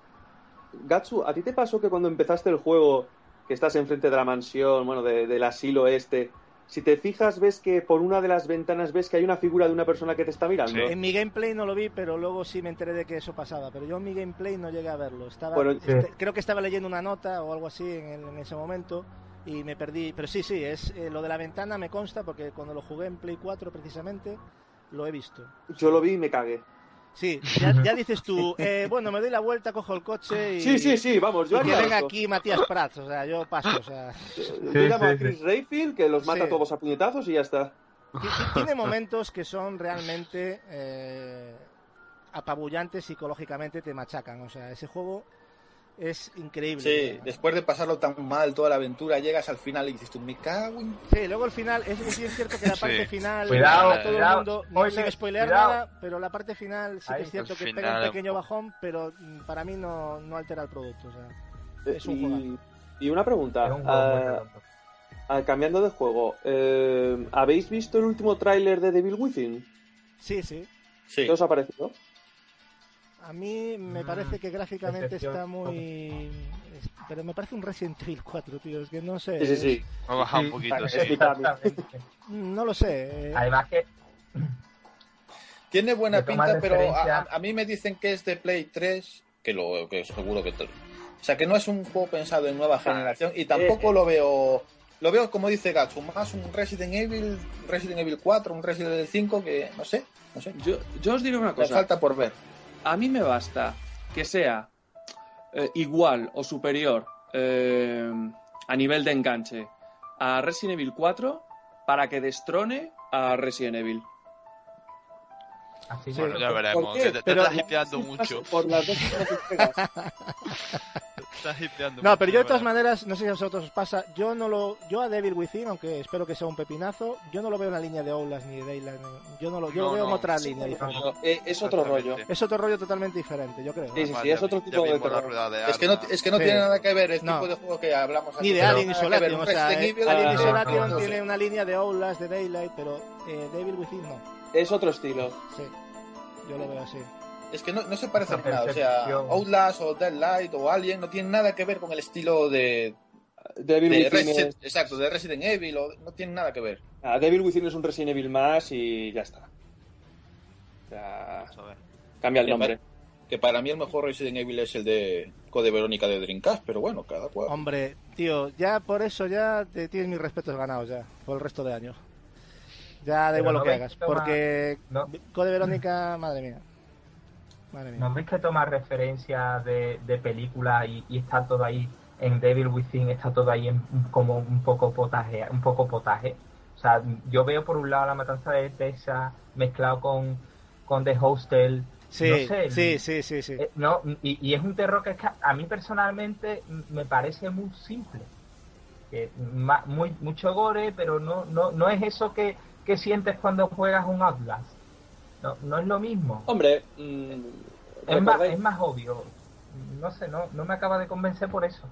Gatsu, ¿a ti te pasó que cuando empezaste el juego, que estás enfrente de la mansión, bueno, de- del asilo este, si te fijas ves que por una de las ventanas ves que hay una figura de una persona que te está mirando? Sí. En mi gameplay no lo vi, pero luego sí me enteré de que eso pasaba. Pero yo en mi gameplay no llegué a verlo. Estaba, Bueno, sí. este- creo que estaba leyendo una nota o algo así en, el- en ese momento y me perdí. Pero sí, sí, es eh, lo de la ventana me consta porque cuando lo jugué en Play cuatro precisamente lo he visto. Yo lo vi y me cagué. Sí, ya, ya dices tú, eh, bueno, me doy la vuelta, cojo el coche y, Sí, sí, sí, vamos, yo y que haría venga eso. aquí Matías Prats. O sea, yo paso. O sea, Yo Sí, llamo sí, a Chris sí. Redfield, que los mata Sí. a todos a puñetazos y ya está. Ti- ti- tiene momentos que son realmente eh, apabullantes psicológicamente, te machacan. O sea, ese juego es increíble. Sí, después de pasarlo tan mal toda la aventura, llegas al final y dices tú, me cago en... Sí, luego el final, es, es bien cierto que la Sí. parte final, Cuidado, a todo cuidado, el mundo, no spoiler, sin spoilear cuidado. nada, pero la parte final sí que Ahí. es cierto El que final pega un es pequeño un bajón, pero mm, para mí no, no altera el producto. O sea, es un y, juegazo. y una pregunta, Es un juego muy ah, redondo. ah, cambiando de juego, eh, ¿habéis visto el último tráiler de Devil Within? Sí, sí. Sí. ¿Qué os ha parecido? A mí me Mm, parece que gráficamente decepción. está muy... es- Pero me parece un Resident Evil cuatro, tío. Es que no sé. Sí, sí, sí. Va a bajar un Sí, poquito, sí. exactamente. No lo sé. eh. Además que Tiene buena Le toma pinta, pero a, referencia. a- a mí me dicen que es de Play tres, que lo que seguro que... te- O sea, que no es un juego pensado en nueva generación y tampoco eh. lo veo... Lo veo, como dice Gatsu, más un Resident Evil, Resident Evil cuatro, un Resident Evil cinco, que no sé, no sé. Yo, yo os diré una Me cosa. falta por ver. A mí me basta que sea eh, igual o superior eh, a nivel de enganche a Resident Evil cuatro para que destrone a Resident Evil. Así Sí, que- Ya veremos. ¿Por qué? Que te, te Pero- estás hipeando mucho. Por las dos últimas entregas. Te estás hipeando No, mucho, pero yo de ya todas verás. maneras, no sé si a vosotros os pasa, yo no lo, yo a Devil Within, aunque espero que sea un pepinazo, yo no lo veo en la línea de Outlast ni de Daylight, ni- yo no lo, yo No, lo veo en no, otra sí, línea no, diferente. No, eh, es otro rollo. Exactamente. Es otro rollo totalmente diferente, yo creo. Sí, sí, Además, sí, es ya- otro ya tipo de vimos la terror. rueda de Es que no, armas. es que no Sí. tiene nada que ver el No. tipo de juego que hablamos aquí. Ni de pero Alien nada que ver, Isolation, un o sea, Resident eh, Evil, Alien ah, Isolation no, no, tiene no. una línea de Outlast, de Daylight, pero eh, Devil Within no. Es otro estilo. Sí, yo lo veo así. Es que no, no se parece La en nada. O sea, percepción. Outlast o Deadlight o Alien no tienen nada que ver con el estilo de, Devil de Within Resident, es... exacto, de Resident Evil. O, no tienen nada que ver. Ah, Devil Within es un Resident Evil más y ya está. Ya... Vamos a ver. Cambia el Que nombre. Que para mí el mejor Resident Evil es el de Code Verónica de Dreamcast, pero bueno, cada cual. Hombre, tío, ya por eso ya te tienes mis respetos ganados ya, por el resto de años. Ya da Pero igual lo no que veis hagas, que toma- porque no. Code Verónica, madre mía. Madre mía. ¿No veis que toma referencias de, de películas y, y está todo ahí en Devil Within, está todo ahí en, como un poco potaje, un poco potaje? O sea, yo veo por un lado la matanza de Tessa mezclado con, con The Hostel. Sí, no sé, sí, sí, sí, sí. eh, no, y, y es un terror que es que a mí personalmente me parece muy simple. Que ma- muy, mucho gore, pero no, no, no es eso que, que sientes cuando juegas un Outlast. No, no es lo mismo. Hombre, mmm, Es más, recordáis- es más obvio. No sé, no, no me acaba de convencer por eso.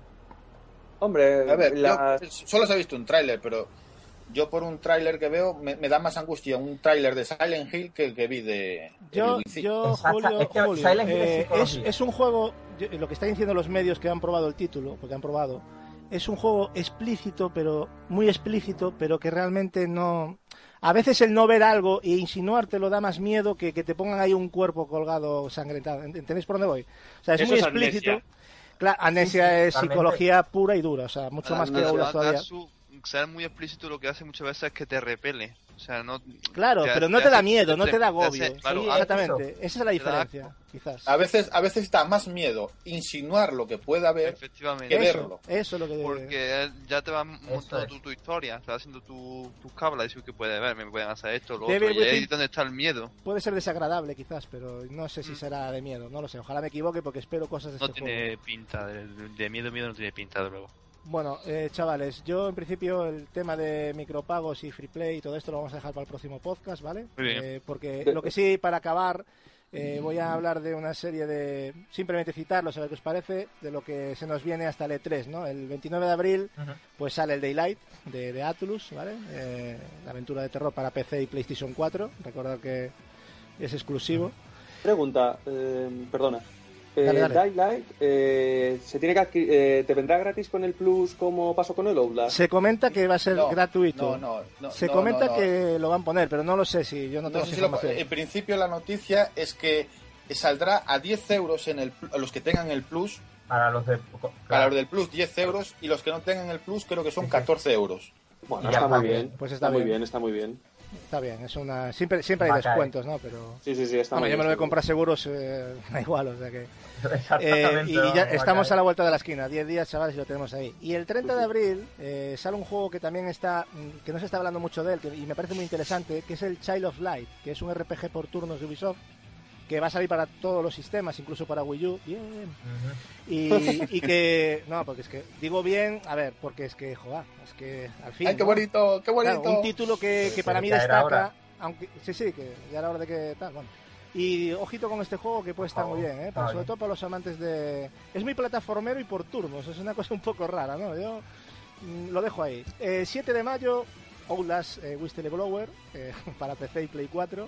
Hombre, A ver, la- yo solo se ha visto un tráiler, pero yo por un tráiler que veo me, me da más angustia un tráiler de Silent Hill que el que vi de Yo, Evil Within. yo Exacto, Julio, es que Julio, Silent Hill es eh, es, psicología. es un juego, yo- lo que están diciendo los medios que han probado el título, porque han probado, es un juego explícito, pero muy explícito, pero que realmente no... A veces el no ver algo e insinuártelo da más miedo que que te pongan ahí un cuerpo colgado sangrentado. ¿Entendéis por dónde voy? O sea, es Eso muy es explícito. amnesia. Claro, amnesia Sí, sí, es totalmente. psicología pura y dura, o sea, mucho más que Además, Outlast todavía. su- ser muy explícito lo que hace muchas veces es que te repele. O sea, no. Claro, te- pero no te hace- da miedo, no te da hace- agobio. claro, Sí, hace- exactamente, esa es la Te da diferencia, asco. quizás. A veces, a veces da más miedo insinuar lo que pueda haber. Efectivamente. que Eso, verlo. eso es lo que... Porque ya te vas montando es. tu, tu historia, te vas haciendo tu- tus cablas y dices que puede ver, me pueden hacer esto, lo Devil otro. Y ahí Within- es donde está el miedo. Puede ser desagradable quizás, pero no sé si Mm. será de miedo, no lo sé. Ojalá me equivoque porque espero cosas de No este tiene juego. pinta, de, de miedo, miedo no tiene pinta, de luego. Bueno, eh, chavales, yo en principio el tema de micropagos y free play y todo esto lo vamos a dejar para el próximo podcast, ¿vale? Muy bien. Eh, porque lo que sí, para acabar, eh, voy a hablar de una serie de... Simplemente citarlos, a ver qué os parece, de lo que se nos viene hasta el E tres, ¿no? El veintinueve de abril pues sale el Daylight de, de Atlus, ¿vale? Eh, la aventura de terror para P C y PlayStation cuatro. Recordad que es exclusivo. Pregunta, eh, perdona. Eh, Dale, dale. Daylight, eh, ¿se tiene que adqui- eh, ¿te vendrá gratis con el Plus como pasó con el Outlast? Se comenta que va a ser No, gratuito. No, no, no, Se no, comenta no, no. que lo van a poner, pero no lo sé si yo no No tengo sé esa si lo- información. en principio la noticia es que saldrá a diez euros en el, a los que tengan el Plus. Para los de... Para los del Plus diez euros y los que no tengan el Plus creo que son Sí, sí. catorce euros. Bueno, Y ya está muy está bien. bien. Pues está, está muy bien. bien, está muy bien. Está bien, es una siempre siempre hay Va a caer. descuentos, ¿no? Pero Sí, sí, sí, está Hombre, muy yo me lo voy bien. a comprar seguros, eh, da igual, o sea que... Eh, Exactamente. y vamos, ya va a estamos caer. a la vuelta de la esquina, diez días, chavales, y lo tenemos ahí. Y el treinta de abril eh, sale un juego que también está, mm, que no se está hablando mucho de él, que, y me parece muy interesante, que es el Child of Light, que es un R P G por turnos de Ubisoft, que va a salir para todos los sistemas, incluso para Wii U. Bien. Ujú. Y, y que, no, porque es que, digo bien, a ver, porque es que, joder, es que al fin... ¡Ay, qué ¿no? bonito! ¡Qué bonito! Claro, un título que, que para mí Ya era destaca, hora. aunque sí, sí, que ya era hora de que tal, bueno. Y ojito con este juego que puede estar Oh, muy bien, ¿eh? Para- ah, sobre bien. todo para los amantes de... Es muy plataformero y por turnos, es una cosa un poco rara, ¿no? Yo mm, lo dejo ahí. Eh, siete de mayo, Outlast eh, Whistle Blower, eh, para P C y Play cuatro.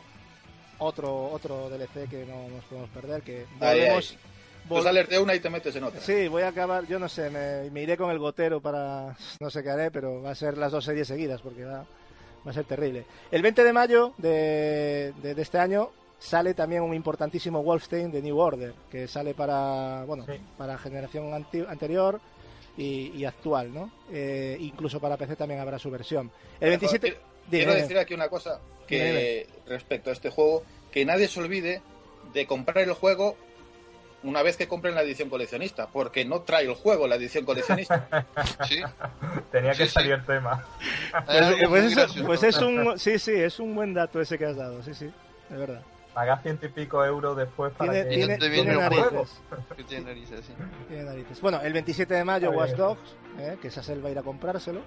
Otro otro D L C que no nos podemos perder, que Ay, volvemos... ay. vol- Pues sales de una y te metes en otra. Sí, voy a acabar, yo no sé, me, me iré con el gotero para, no sé qué haré, pero va a ser las dos series seguidas porque va, va a ser terrible. El veinte de mayo de, de, de este año sale también un importantísimo Wolfenstein de New Order, que sale para, bueno, Sí. para generación anti- anterior y, y actual, ¿no? Eh, incluso para P C también habrá su versión. El veintisiete... Quiero, Dime, quiero dime. decir aquí una cosa que Dime, respecto a este juego, que nadie se olvide de comprar el juego una vez que compren la edición coleccionista, porque no trae el juego la edición coleccionista. Sí. Tenía que Sí, sí. salir el tema. Hay algo Pues, pues muy es, gracioso. pues es un, sí, sí, es un buen dato ese que has dado, sí, sí, de verdad. pagar ciento y pico euros después para Tiene, que... tiene, te tiene viene un narices. juego. Que tiene narices, sí. Tiene narices. Bueno, el veintisiete de mayo Está Watch bien. Dogs, eh, que Sassel va a ir a comprárselo.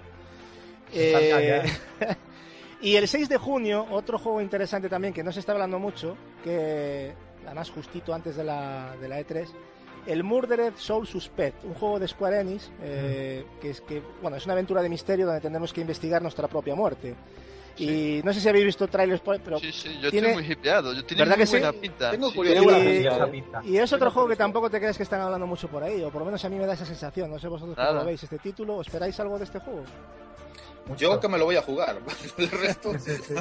Salga Eh, ya. y el seis de junio, otro juego interesante también, que no se está hablando mucho, que además justito antes de la, de la E tres, el Murdered Soul Suspect, un juego de Square Enix, eh, que es que bueno es una aventura de misterio donde tendremos que investigar nuestra propia muerte. Sí. Y no sé si habéis visto trailers, por- pero Sí, sí, yo tiene- estoy muy hipeado. Yo tiene ¿Verdad muy que sí? buena pinta. Tengo Sí. curiosidad. Tiene buena Y- pinta, esa pista. Y es otro Tengo juego que curiosidad. tampoco te crees que están hablando mucho por ahí, o por lo menos a mí me da esa sensación. No sé vosotros cómo Nada. lo veis este título. ¿O esperáis algo de este juego? Yo que me lo voy a jugar. El resto. Sí, sí, sí.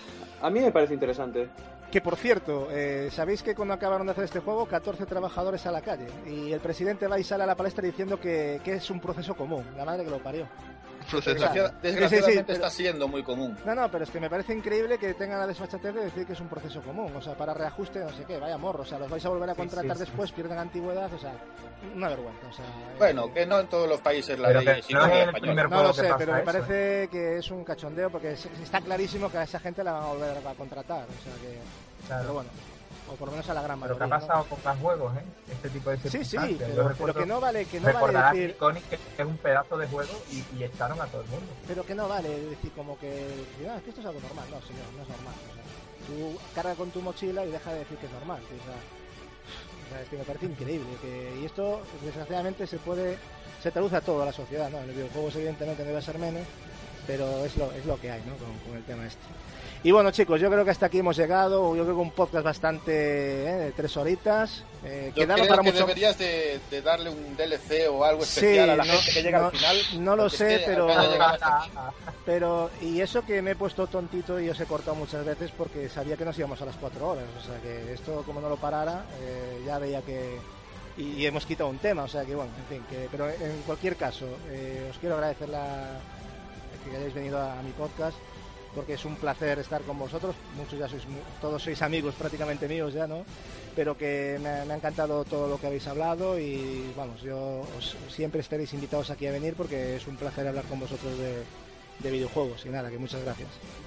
A mí me parece interesante. Que por cierto, eh, ¿sabéis que cuando acabaron de hacer este juego, catorce trabajadores a la calle? Y el presidente va y sale a la palestra diciendo que, que es un proceso común. La madre que lo parió. Proceso. Desgracia- Sí, sí, sí, Desgraciadamente pero- está siendo muy común. No, no, pero es que me parece increíble que tengan la desfachatez de decir que es un proceso común. O sea, para reajuste, no sé qué, vaya morro. O sea, los vais a volver a Sí, contratar sí, sí. después, pierden antigüedad. O sea, una vergüenza. O sea, Bueno, eh, que no en todos los países la Pero ley que es no igual es que la el española. primer No juego lo que sé, pasa pero me eso. parece que es un cachondeo porque es- está clarísimo que a esa gente la van a volver a contratar. O sea que. Claro. Pero bueno, o por lo menos a la gran Pero mayoría. que ha ¿no? pasado con más juegos, ¿eh? Este tipo de Sí, sí, circunstancias. Yo pero, pero recuerdo- que no vale, que no vale recordarás decir, Iconic, que es un pedazo de juego y, y echaron a todo el mundo. pero que no vale decir como que, ah, es que esto es algo normal. No, señor, no es normal. O sea, tú carga con tu mochila y deja de decir que es normal. O sea, o sea, es que me parece increíble. Que, y esto, desgraciadamente, se puede, se traduce a toda la sociedad, ¿no? En los videojuegos, evidentemente, no debe ser menos, pero es lo, es lo que hay, ¿no? Con, con el tema este. Y bueno, chicos, yo creo que hasta aquí hemos llegado. Yo creo que un podcast bastante eh, de tres horitas. Eh, Yo quedaba creo para que mucho. deberías de, de darle un D L C o algo Sí, especial a la no- gente que llega no- al final. no lo porque sé, es que pero- apenas llegan hasta aquí. Pero, y eso que me he puesto tontito y os he cortado muchas veces porque sabía que nos íbamos a las cuatro horas. O sea que esto, como no lo parara, eh, ya veía que. Y, y hemos quitado un tema, o sea que bueno, en fin. Que, pero en cualquier caso, eh, os quiero agradecer la, que hayáis venido a, a mi podcast. Porque es un placer estar con vosotros. Muchos ya sois, mu- todos sois amigos prácticamente míos ya, ¿no? Pero que me, ha- me ha encantado todo lo que habéis hablado y vamos, yo os- siempre estaréis invitados aquí a venir porque es un placer hablar con vosotros de, de videojuegos. Y nada, que muchas gracias.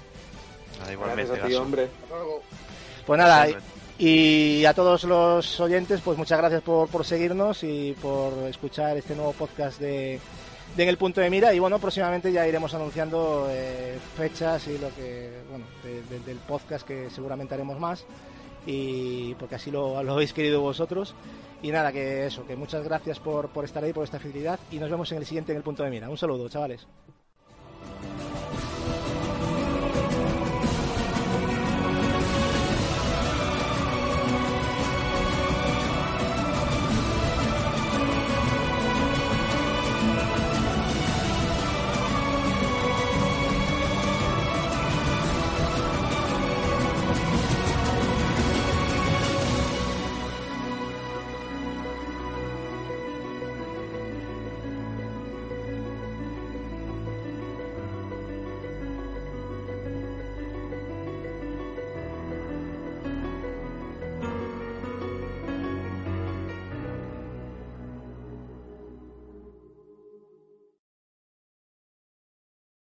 Nada, igualmente, Gracias a ti, Gaso. hombre. Hasta luego. Pues nada, y, Igualmente. y a todos los oyentes, pues muchas gracias por, por seguirnos y por escuchar este nuevo podcast de, de En el Punto de Mira. Y bueno, próximamente ya iremos anunciando eh, fechas y lo que, bueno, de- de- del podcast, que seguramente haremos más. Y porque así lo, lo habéis querido vosotros. Y nada, que eso, que muchas gracias por, por estar ahí, por esta fidelidad. Y nos vemos en el siguiente En el Punto de Mira. Un saludo, chavales.